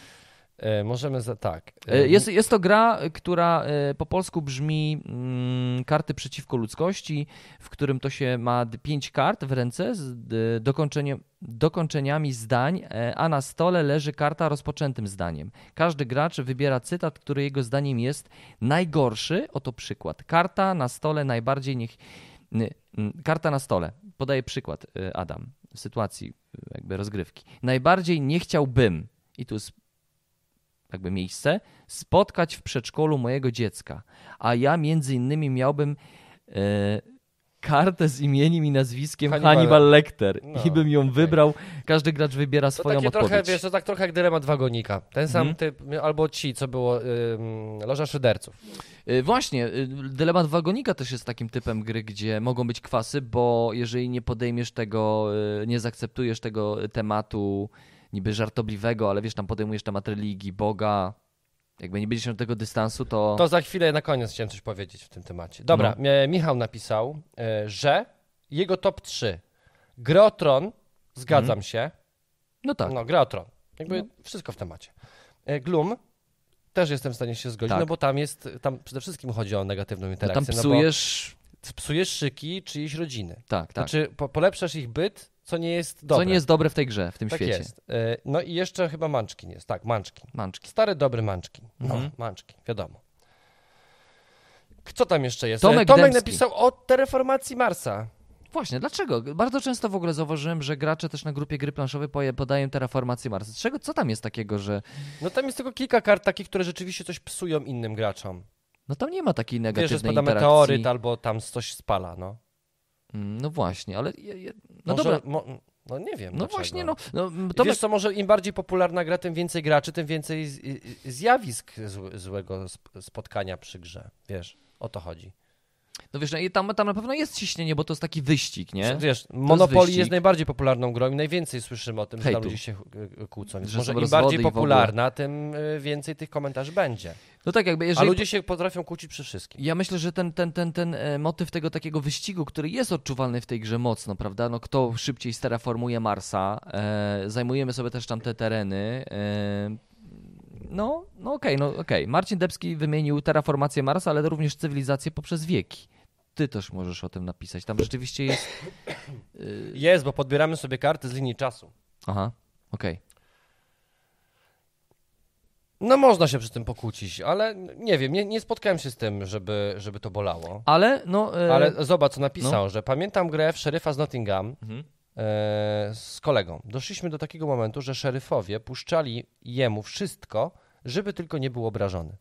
E, możemy za, tak. E, Jest, jest to gra, która e, po polsku brzmi mm, Karty przeciwko ludzkości, w którym to się ma d- pięć kart w ręce z d- dokończenie, dokończeniami zdań, e, a na stole leży karta rozpoczętym zdaniem. Każdy gracz wybiera cytat, który jego zdaniem jest najgorszy. Oto przykład. Karta na stole najbardziej niech... n- n- Karta na stole. Podaję przykład, e, Adam, sytuacji e, jakby rozgrywki. Najbardziej nie chciałbym, i tu jest jakby miejsce, spotkać w przedszkolu mojego dziecka, a ja między innymi miałbym e, kartę z imieniem i nazwiskiem Hannibal- Hannibal Lecter No, i bym ją okej. wybrał. Każdy gracz wybiera To swoją takie odpowiedź. trochę, wiesz, to tak trochę jak dylemat wagonika. Ten sam Mhm. typ, albo ci, co było ym, Loża Szyderców. Y, Właśnie, y, dylemat wagonika też jest takim typem gry, gdzie mogą być kwasy, bo jeżeli nie podejmiesz tego, y, nie zaakceptujesz tego tematu niby żartobliwego, ale wiesz, tam podejmujesz temat religii, Boga, jakby nie będziesz miał tego dystansu, to... To za chwilę na koniec chciałem coś powiedzieć w tym temacie. Dobra, No. e, Michał napisał, e, że jego top trzy. Gra o Tron, zgadzam Mhm. się. No tak. No, gra o Tron. Jakby No. wszystko w temacie. E, Gloom, też jestem w stanie się zgodzić, Tak. no bo tam jest, tam przede wszystkim chodzi o negatywną No interakcję. tam no psujesz... bo psujesz szyki czyjejś rodziny. Tak, tak. Znaczy po, polepszasz ich byt, co nie jest dobre. Co nie jest dobre w tej grze, w tym tak świecie. jest. E, No i jeszcze chyba Munchkin jest. Tak, Munchkin. Manczki. Stary, dobry Munchkin. No, Mhm. Munchkin, wiadomo. Co tam jeszcze jest? Tomek Tomek Dębski. napisał o terraformacji Marsa. Właśnie, dlaczego? Bardzo często w ogóle zauważyłem, że gracze też na grupie gry planszowej poje- podają terraformację Marsa. Czego, co tam jest takiego, że... No tam jest tylko kilka kart takich, które rzeczywiście coś psują innym graczom. No tam nie ma takiej Wiesz, że negatywnej spada interakcji. meteoryt albo tam coś spala, no. Mm, No właśnie, ale... Ja, ja... No Może, dobra, mo, No nie wiem. No dlaczego. właśnie, no. no to Wiesz co, może im bardziej popularna gra, tym więcej graczy, tym więcej z, zjawisk zł, złego spotkania przy grze. Wiesz, o to chodzi. No wiesz, tam, tam na pewno jest ciśnienie, bo to jest taki wyścig, nie? Wiesz, Monopoly jest, jest najbardziej popularną grą i najwięcej słyszymy o tym, Hejtu. że ludzie się kłócą. Więc może im bardziej popularna, tym więcej tych komentarzy będzie. No tak, jakby jeżeli... A ludzie się potrafią kłócić przy wszystkim. Ja myślę, że ten, ten, ten, ten motyw tego takiego wyścigu, który jest odczuwalny w tej grze mocno, prawda? No kto szybciej terraformuje Marsa, e, zajmujemy sobie też tam te tereny. E, no, no okej, okay, no okej. Okay. Marcin Debski wymienił terraformację Marsa, ale również cywilizację poprzez wieki. Ty też możesz o tym napisać. Tam rzeczywiście jest... Yy... Jest, bo podbieramy sobie karty z linii czasu. Aha, okej. Okay. No można się przy tym pokłócić, ale nie wiem, nie, nie spotkałem się z tym, żeby, żeby to bolało. Ale no... Yy... Ale zobacz, co napisał, no. że pamiętam grę w Szeryfa z Nottingham mhm. yy, z kolegą. Doszliśmy do takiego momentu, że szeryfowie puszczali jemu wszystko, żeby tylko nie był obrażony.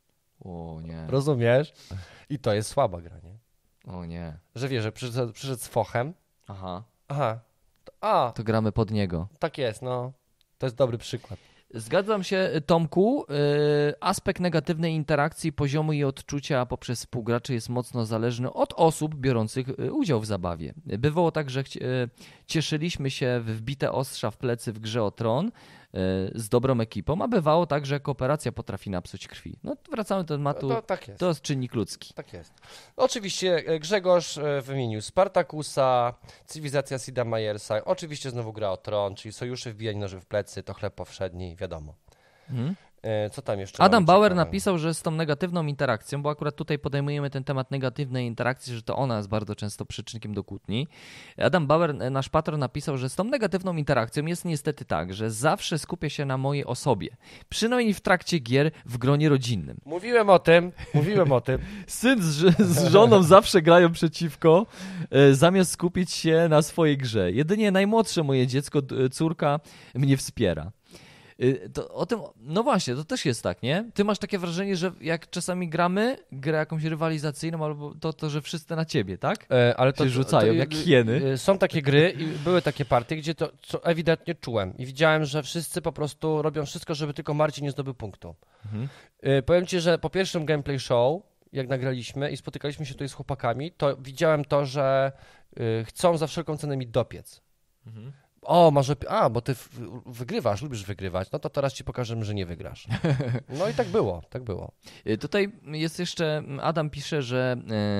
O nie. Rozumiesz? I to jest słaba gra, nie? O nie. Że wiesz, że przyszedł, przyszedł z fochem. Aha. Aha. To, a. To gramy pod niego. Tak jest, no. To jest dobry przykład. Zgadzam się, Tomku. Aspekt negatywnej interakcji, poziomu i odczucia poprzez współgraczy jest mocno zależny od osób biorących udział w zabawie. Bywało tak, że cieszyliśmy się w wbite ostrza w plecy w grze o Tron z dobrą ekipą, a bywało tak, że kooperacja potrafi napsuć krwi. No wracamy do tematu, to, to, tak jest. To jest czynnik ludzki. Tak jest. Oczywiście Grzegorz wymienił Spartakusa, cywilizacja Sida Meiersa, oczywiście znowu gra o Tron, czyli sojusze, wbijanie noży w plecy, to chleb powszedni, wiadomo. Hmm? Co tam jeszcze? Adam Bauer ciekawe? napisał, że z tą negatywną interakcją, bo akurat tutaj podejmujemy ten temat negatywnej interakcji, że to ona jest bardzo często przyczynkiem do kłótni. Adam Bauer, nasz patron, napisał, że z tą negatywną interakcją jest niestety tak, że zawsze skupia się na mojej osobie. Przynajmniej w trakcie gier w gronie rodzinnym. Mówiłem o tym, mówiłem o tym. Syn z, z żoną zawsze grają przeciwko, zamiast skupić się na swojej grze. Jedynie najmłodsze moje dziecko, córka, mnie wspiera. To, o tym, no właśnie, to też jest tak, nie? Ty masz takie wrażenie, że jak czasami gramy grę jakąś rywalizacyjną, albo to, to że wszyscy na ciebie, tak? E, ale to się rzucają to, jak hieny. Są takie gry i były takie partie, gdzie to co ewidentnie czułem i widziałem, że wszyscy po prostu robią wszystko, żeby tylko Marcin nie zdobył punktu. Mhm. E, powiem ci, że po pierwszym gameplay show, jak nagraliśmy i spotykaliśmy się tutaj z chłopakami, to widziałem to, że y, chcą za wszelką cenę mi dopiec. Mhm. O, może, a, bo ty wygrywasz, lubisz wygrywać, no to teraz ci pokażemy, że nie wygrasz. No i tak było, tak było. Tutaj jest jeszcze, Adam pisze, że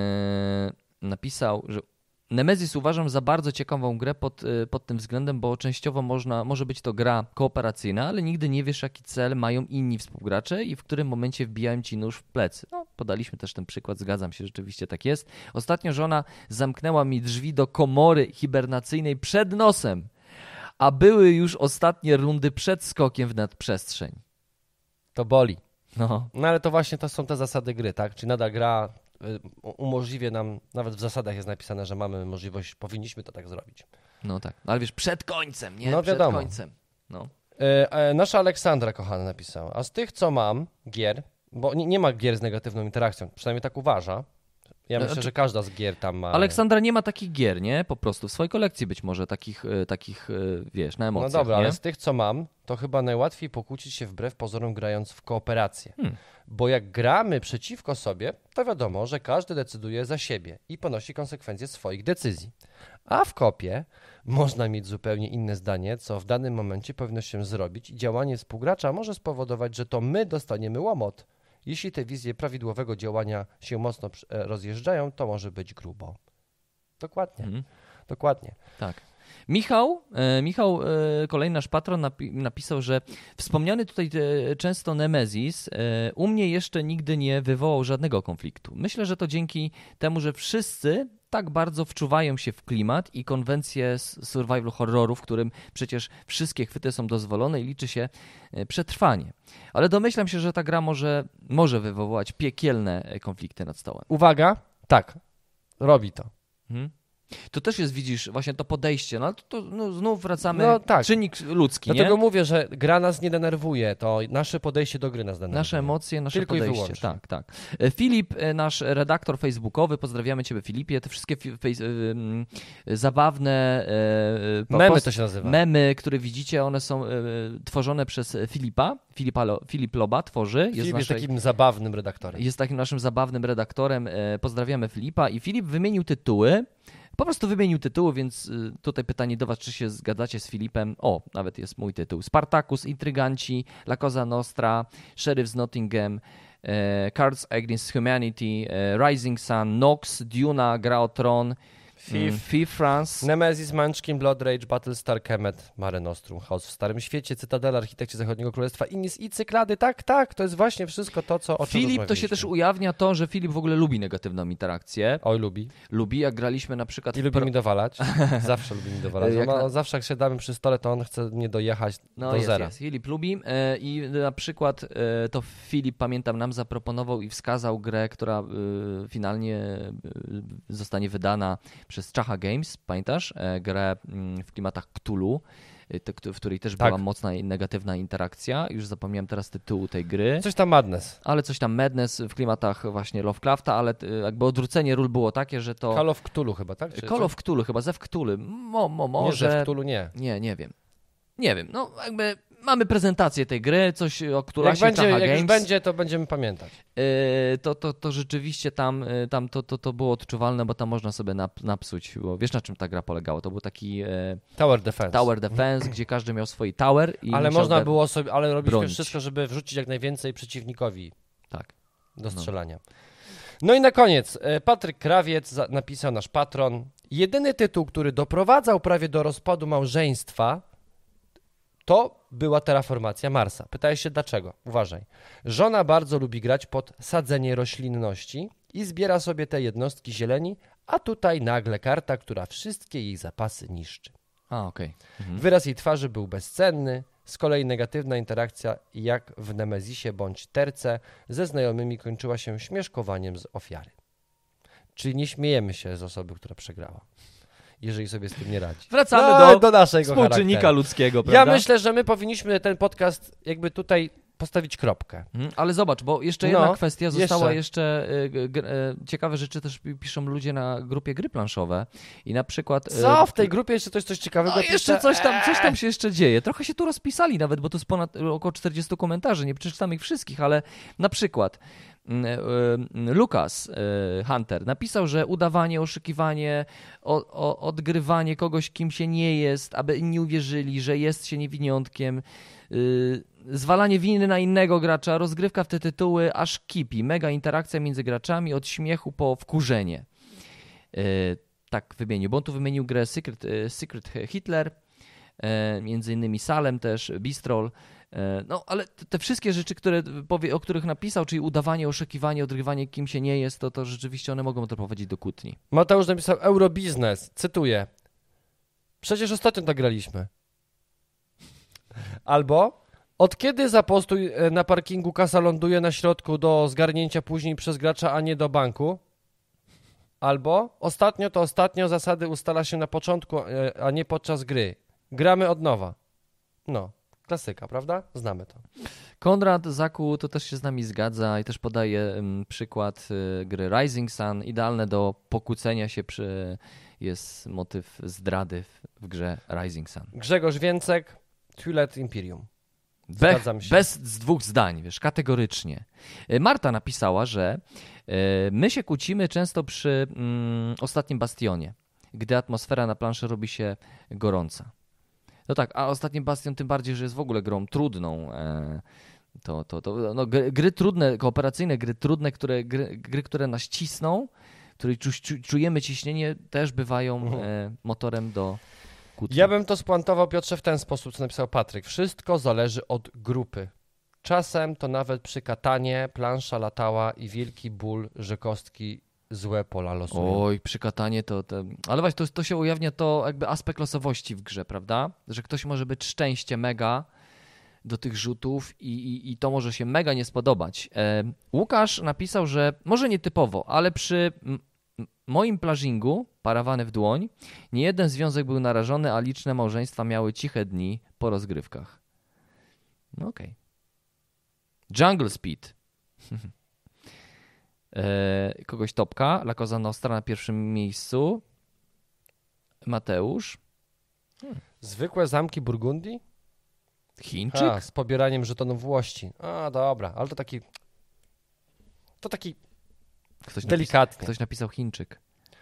e, napisał, że Nemesis uważam za bardzo ciekawą grę pod, pod tym względem, bo częściowo można, może być to gra kooperacyjna, ale nigdy nie wiesz, jaki cel mają inni współgracze i w którym momencie wbijają ci nóż w plecy. No, podaliśmy też ten przykład, zgadzam się, rzeczywiście tak jest. Ostatnio żona zamknęła mi drzwi do komory hibernacyjnej przed nosem, a były już ostatnie rundy przed skokiem w nadprzestrzeń. To boli. No. No ale to właśnie to są te zasady gry, tak? Czyli nadal gra umożliwia nam, nawet w zasadach jest napisane, że mamy możliwość, powinniśmy to tak zrobić. No tak, ale wiesz, przed końcem, nie? No przed wiadomo. końcem. No. E, e, nasza Aleksandra kochana napisała, a z tych co mam gier, bo nie, nie ma gier z negatywną interakcją, przynajmniej tak uważa. Ja myślę, że każda z gier tam ma... Aleksandra nie ma takich gier, nie? Po prostu w swojej kolekcji być może takich, takich wiesz, na emocjach. No dobra, nie? ale z tych, co mam, to chyba najłatwiej pokłócić się wbrew pozorom grając w kooperację. Hmm. Bo jak gramy przeciwko sobie, to wiadomo, że każdy decyduje za siebie i ponosi konsekwencje swoich decyzji. A w kopie można mieć zupełnie inne zdanie, co w danym momencie powinno się zrobić i działanie współgracza może spowodować, że to my dostaniemy łomot. Jeśli te wizje prawidłowego działania się mocno rozjeżdżają, to może być grubo. Dokładnie. Mhm. Dokładnie. Tak. Michał, e, Michał e, kolejny nasz patron napi- napisał, że wspomniany tutaj e, często Nemesis e, u mnie jeszcze nigdy nie wywołał żadnego konfliktu. Myślę, że to dzięki temu, że wszyscy tak bardzo wczuwają się w klimat i konwencję survival horroru, w którym przecież wszystkie chwyty są dozwolone i liczy się przetrwanie. Ale domyślam się, że ta gra może, może wywołać piekielne konflikty nad stołem. Uwaga, tak, robi to. Hmm? To też jest, widzisz, właśnie to podejście, no to, to no, znów wracamy, No tak. czynnik ludzki, Dlatego nie? mówię, że gra nas nie denerwuje, to nasze podejście do gry nas denerwuje. Nasze emocje, nasze Tylko i podejście. wyłącznie. Tak, tak. E, Filip, e, nasz redaktor facebookowy, pozdrawiamy Ciebie, Filipie. Te wszystkie fi- fejs- e, m, zabawne e, po- Memy post- to się nazywa. memy, które widzicie, one są e, tworzone przez Filipa. Filipa Lo, Filip Loba tworzy. Jest, Filip jest naszej, takim zabawnym redaktorem. jest takim naszym zabawnym redaktorem. E, pozdrawiamy Filipa. I Filip wymienił tytuły. Po prostu wymienił tytuły, więc y, tutaj pytanie do was, czy się zgadzacie z Filipem. O, nawet jest mój tytuł. Spartacus, Intryganci, La Cosa Nostra, Sheriff z Nottingham, e, Cards Against Humanity, e, Rising Sun, Nox, Duna, Gra o Tron, Thief. Thief France. Nemesis, Munchkin, Blood Rage, Battlestar, Kemet, Mare Nostrum, Chaos w Starym Świecie, Cytadela, Architekci Zachodniego Królestwa, Inis i Cyklady. Tak, tak, to jest właśnie wszystko to, co o czym Filip, to się rozmawialiśmy. też ujawnia to, że Filip w ogóle lubi negatywną interakcję. Oj, lubi. Lubi, jak graliśmy na przykład... I w lubi pro- mi dowalać. Zawsze lubi mi dowalać. Jak On, na- on zawsze jak siadamy przy stole, to on chce mnie dojechać No do jest, zera. jest. Filip lubi e, i na przykład e, to Filip, pamiętam, nam zaproponował i wskazał grę, która e, finalnie e, zostanie wydana przez Czacha Games, pamiętasz? E, grę mm, w klimatach Cthulhu, e, te, któ- w której też Tak. była mocna i negatywna interakcja. Już zapomniałem teraz tytułu tej gry. Coś tam Madness. Ale coś tam Madness w klimatach właśnie Lovecrafta, ale e, jakby odwrócenie ról było takie, że to... Call of Cthulhu chyba, tak? Czy, Call of Cthulhu, chyba Zew Cthulhu. Mo, mo, Nie, może... że w Cthulhu nie. Nie, nie wiem. Nie wiem, no jakby mamy prezentację tej gry, coś o Jak, której będzie, Czacha jak Games. już będzie, to będziemy pamiętać. Yy, to, to, to rzeczywiście tam, yy, tam to, to, to było odczuwalne, bo tam można sobie nap, napsuć. Bo wiesz, na czym ta gra polegała? To był taki yy, Tower Defense. tower defense, gdzie każdy miał swój tower. I Ale musiał można de- było sobie, ale robiliśmy bronić. wszystko, żeby wrzucić jak najwięcej przeciwnikowi Tak. do strzelania. No i na koniec, e, Patryk Krawiec za- napisał, nasz patron, jedyny tytuł, który doprowadzał prawie do rozpadu małżeństwa, to była Terraformacja Marsa. Pytałeś się dlaczego? Uważaj. Żona bardzo lubi grać pod sadzenie roślinności i zbiera sobie te jednostki zieleni, a tutaj nagle karta, która wszystkie jej zapasy niszczy. A, okej. Mhm. Wyraz jej twarzy był bezcenny, z kolei negatywna interakcja, jak w Nemezisie bądź Terce, ze znajomymi kończyła się śmieszkowaniem z ofiary. Czyli nie śmiejemy się z osoby, która przegrała, jeżeli sobie z tym nie radzi. Wracamy No, do, do naszego współczynnika charakteru. ludzkiego, prawda? Ja myślę, że my powinniśmy ten podcast jakby tutaj postawić kropkę. Mhm, ale zobacz, bo jeszcze No, jedna kwestia została jeszcze. jeszcze, y, g- g- y, ciekawe rzeczy też pi- piszą ludzie na grupie gry planszowe i na przykład... y, Co? W tej grupie jeszcze coś, coś ciekawego No pisze? jeszcze coś tam, coś tam się jeszcze dzieje. Trochę się tu rozpisali nawet, bo to jest ponad około czterdziestu komentarzy. Nie przeczytam ich wszystkich, ale na przykład mm, y, Lukas y, Hunter napisał, że udawanie, oszukiwanie, o, o, odgrywanie kogoś, kim się nie jest, aby inni uwierzyli, że jest się niewiniątkiem, y, zwalanie winy na innego gracza, rozgrywka w te tytuły aż kipi. Mega interakcja między graczami od śmiechu po wkurzenie. Y, tak wymienił, bo on tu wymienił grę Secret, y, Secret Hitler, e, między innymi Salem też, Bistrol. E, no, ale te, te wszystkie rzeczy, które powie, o których napisał, czyli udawanie, oszukiwanie, odgrywanie kim się nie jest, to, to rzeczywiście one mogą doprowadzić do kłótni. Mateusz napisał Eurobiznes, cytuję. Przecież ostatnio tak graliśmy. Albo od kiedy za postój e, na parkingu kasa ląduje na środku do zgarnięcia później przez gracza, a nie do banku? Albo ostatnio to ostatnio zasady ustala się na początku, e, a nie podczas gry. Gramy od nowa. No, klasyka, prawda? Znamy to. Konrad Zaku to też się z nami zgadza i też podaje mm, przykład y, gry Rising Sun. Idealne do pokłócenia się przy... jest motyw zdrady w, w grze Rising Sun. Grzegorz Więcek, Twilight Imperium. Be, Zgadzam się. bez z dwóch zdań, wiesz, kategorycznie. Y, Marta napisała, że y, my się kłócimy często przy mm, ostatnim Bastionie, gdy atmosfera na planszy robi się gorąca. No tak, a ostatni Bastion tym bardziej, że jest w ogóle grą trudną. E, to, to, to, no, gry, gry trudne, kooperacyjne gry trudne, które, gry, gry, które nas cisną, w której czu, czu, czujemy ciśnienie, też bywają Mhm. e, motorem do kłótni. Ja bym to spuentował, Piotrze, w ten sposób, co napisał Patryk. Wszystko zależy od grupy. Czasem to nawet przy katanie plansza latała i wielki ból, że kostki złe pola losują. Oj, przykatanie to, to... Ale właśnie, to, to się ujawnia to jakby aspekt losowości w grze, prawda? Że ktoś może być szczęście mega do tych rzutów i, i, i to może się mega nie spodobać. E, Łukasz napisał, że może nietypowo, ale przy m, m, moim plażingu, parawany w dłoń, nie jeden związek był narażony, a liczne małżeństwa miały ciche dni po rozgrywkach. No okej. Okay. Jungle Speed. e, kogoś topka. La Cosa Nostra na pierwszym miejscu. Mateusz. Hmm. Zwykłe zamki Burgundii? Chińczyk? A, z pobieraniem żetonów włości. A, dobra, ale to taki... To taki ktoś delikatny. Napis, ktoś napisał Chińczyk.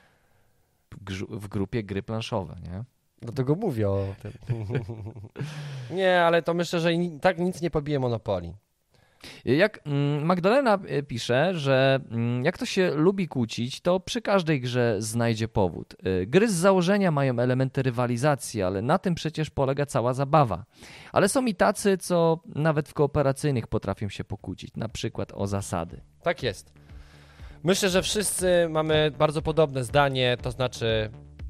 W grupie gry planszowe, nie? Dlatego mówię o tym. Nie, ale to myślę, że tak nic nie pobije Monopolii. Jak Magdalena pisze, że jak to się lubi kłócić, to przy każdej grze znajdzie powód. Gry z założenia mają elementy rywalizacji, ale na tym przecież polega cała zabawa. Ale są i tacy, co nawet w kooperacyjnych potrafią się pokłócić, na przykład o zasady. Tak jest. Myślę, że wszyscy mamy bardzo podobne zdanie, to znaczy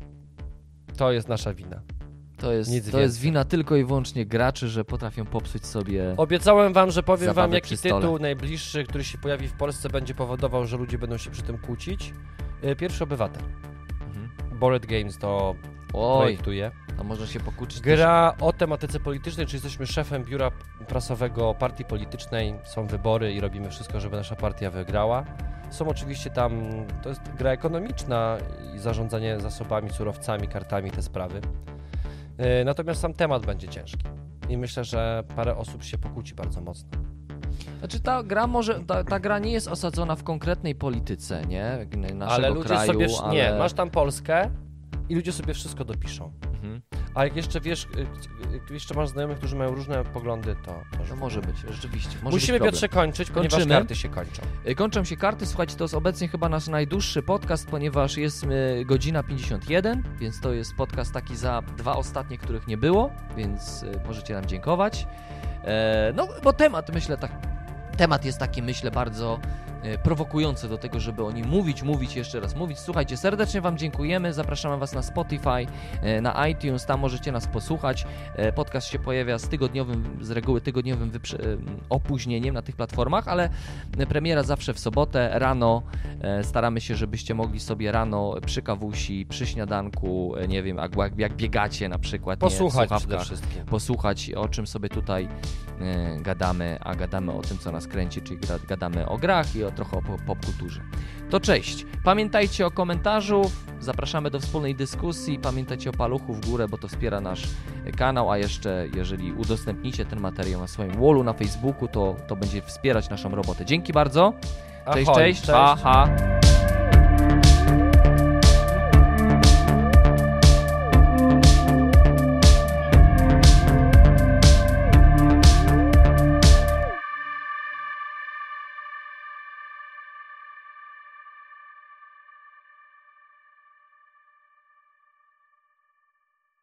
to jest nasza wina. To jest, to jest wina tylko i wyłącznie graczy, że potrafią popsuć sobie. Obiecałem wam, że powiem wam, jaki tytuł najbliższy, który się pojawi w Polsce, będzie powodował, że ludzie będą się przy tym kłócić. Pierwszy Obywatel. Mhm. Bored Games to Oj, projektuje. To można się pokłócić. Gra też o tematyce politycznej, czy jesteśmy szefem biura prasowego partii politycznej, są wybory i robimy wszystko, żeby nasza partia wygrała. Są oczywiście tam, to jest gra ekonomiczna i zarządzanie zasobami, surowcami, kartami, te sprawy. Natomiast sam temat będzie ciężki i myślę, że parę osób się pokłóci bardzo mocno. Znaczy ta gra może, ta, ta gra nie jest osadzona w konkretnej polityce, nie? Naszego ale ludzie kraju, sobie, ale... nie, masz tam Polskę i ludzie sobie wszystko dopiszą. Mhm. A jak jeszcze wiesz, jak jeszcze masz znajomych, którzy mają różne poglądy, to... To, to może być, rzeczywiście. Może Musimy, być Piotrze, kończyć, ponieważ Kończymy. karty się kończą. Kończą się karty, słuchajcie, to jest obecnie chyba nasz najdłuższy podcast, ponieważ jest godzina pięćdziesiąt jeden, więc to jest podcast taki za dwa ostatnie, których nie było, więc możecie nam dziękować. No, bo temat, myślę, tak, temat jest taki, myślę, bardzo prowokujący do tego, żeby o nim mówić, mówić, jeszcze raz mówić. Słuchajcie, serdecznie wam dziękujemy, zapraszamy was na Spotify, na iTunes, tam możecie nas posłuchać. Podcast się pojawia z tygodniowym, z reguły tygodniowym wyprze- opóźnieniem na tych platformach, ale premiera zawsze w sobotę, rano. Staramy się, żebyście mogli sobie rano przy kawusi, przy śniadanku, nie wiem, jak, jak biegacie na przykład, posłuchać nie, przede wszystkim. Posłuchać, o czym sobie tutaj gadamy, a gadamy o tym, co nas kręci, czyli gadamy o grach i o trochę o popkulturze. To cześć. Pamiętajcie o komentarzu, zapraszamy do wspólnej dyskusji, pamiętajcie o paluchu w górę, bo to wspiera nasz kanał, a jeszcze jeżeli udostępnicie ten materiał na swoim wallu na Facebooku, to, to będzie wspierać naszą robotę. Dzięki bardzo. Cześć, Ahoj, cześć. cześć. Ha, ha.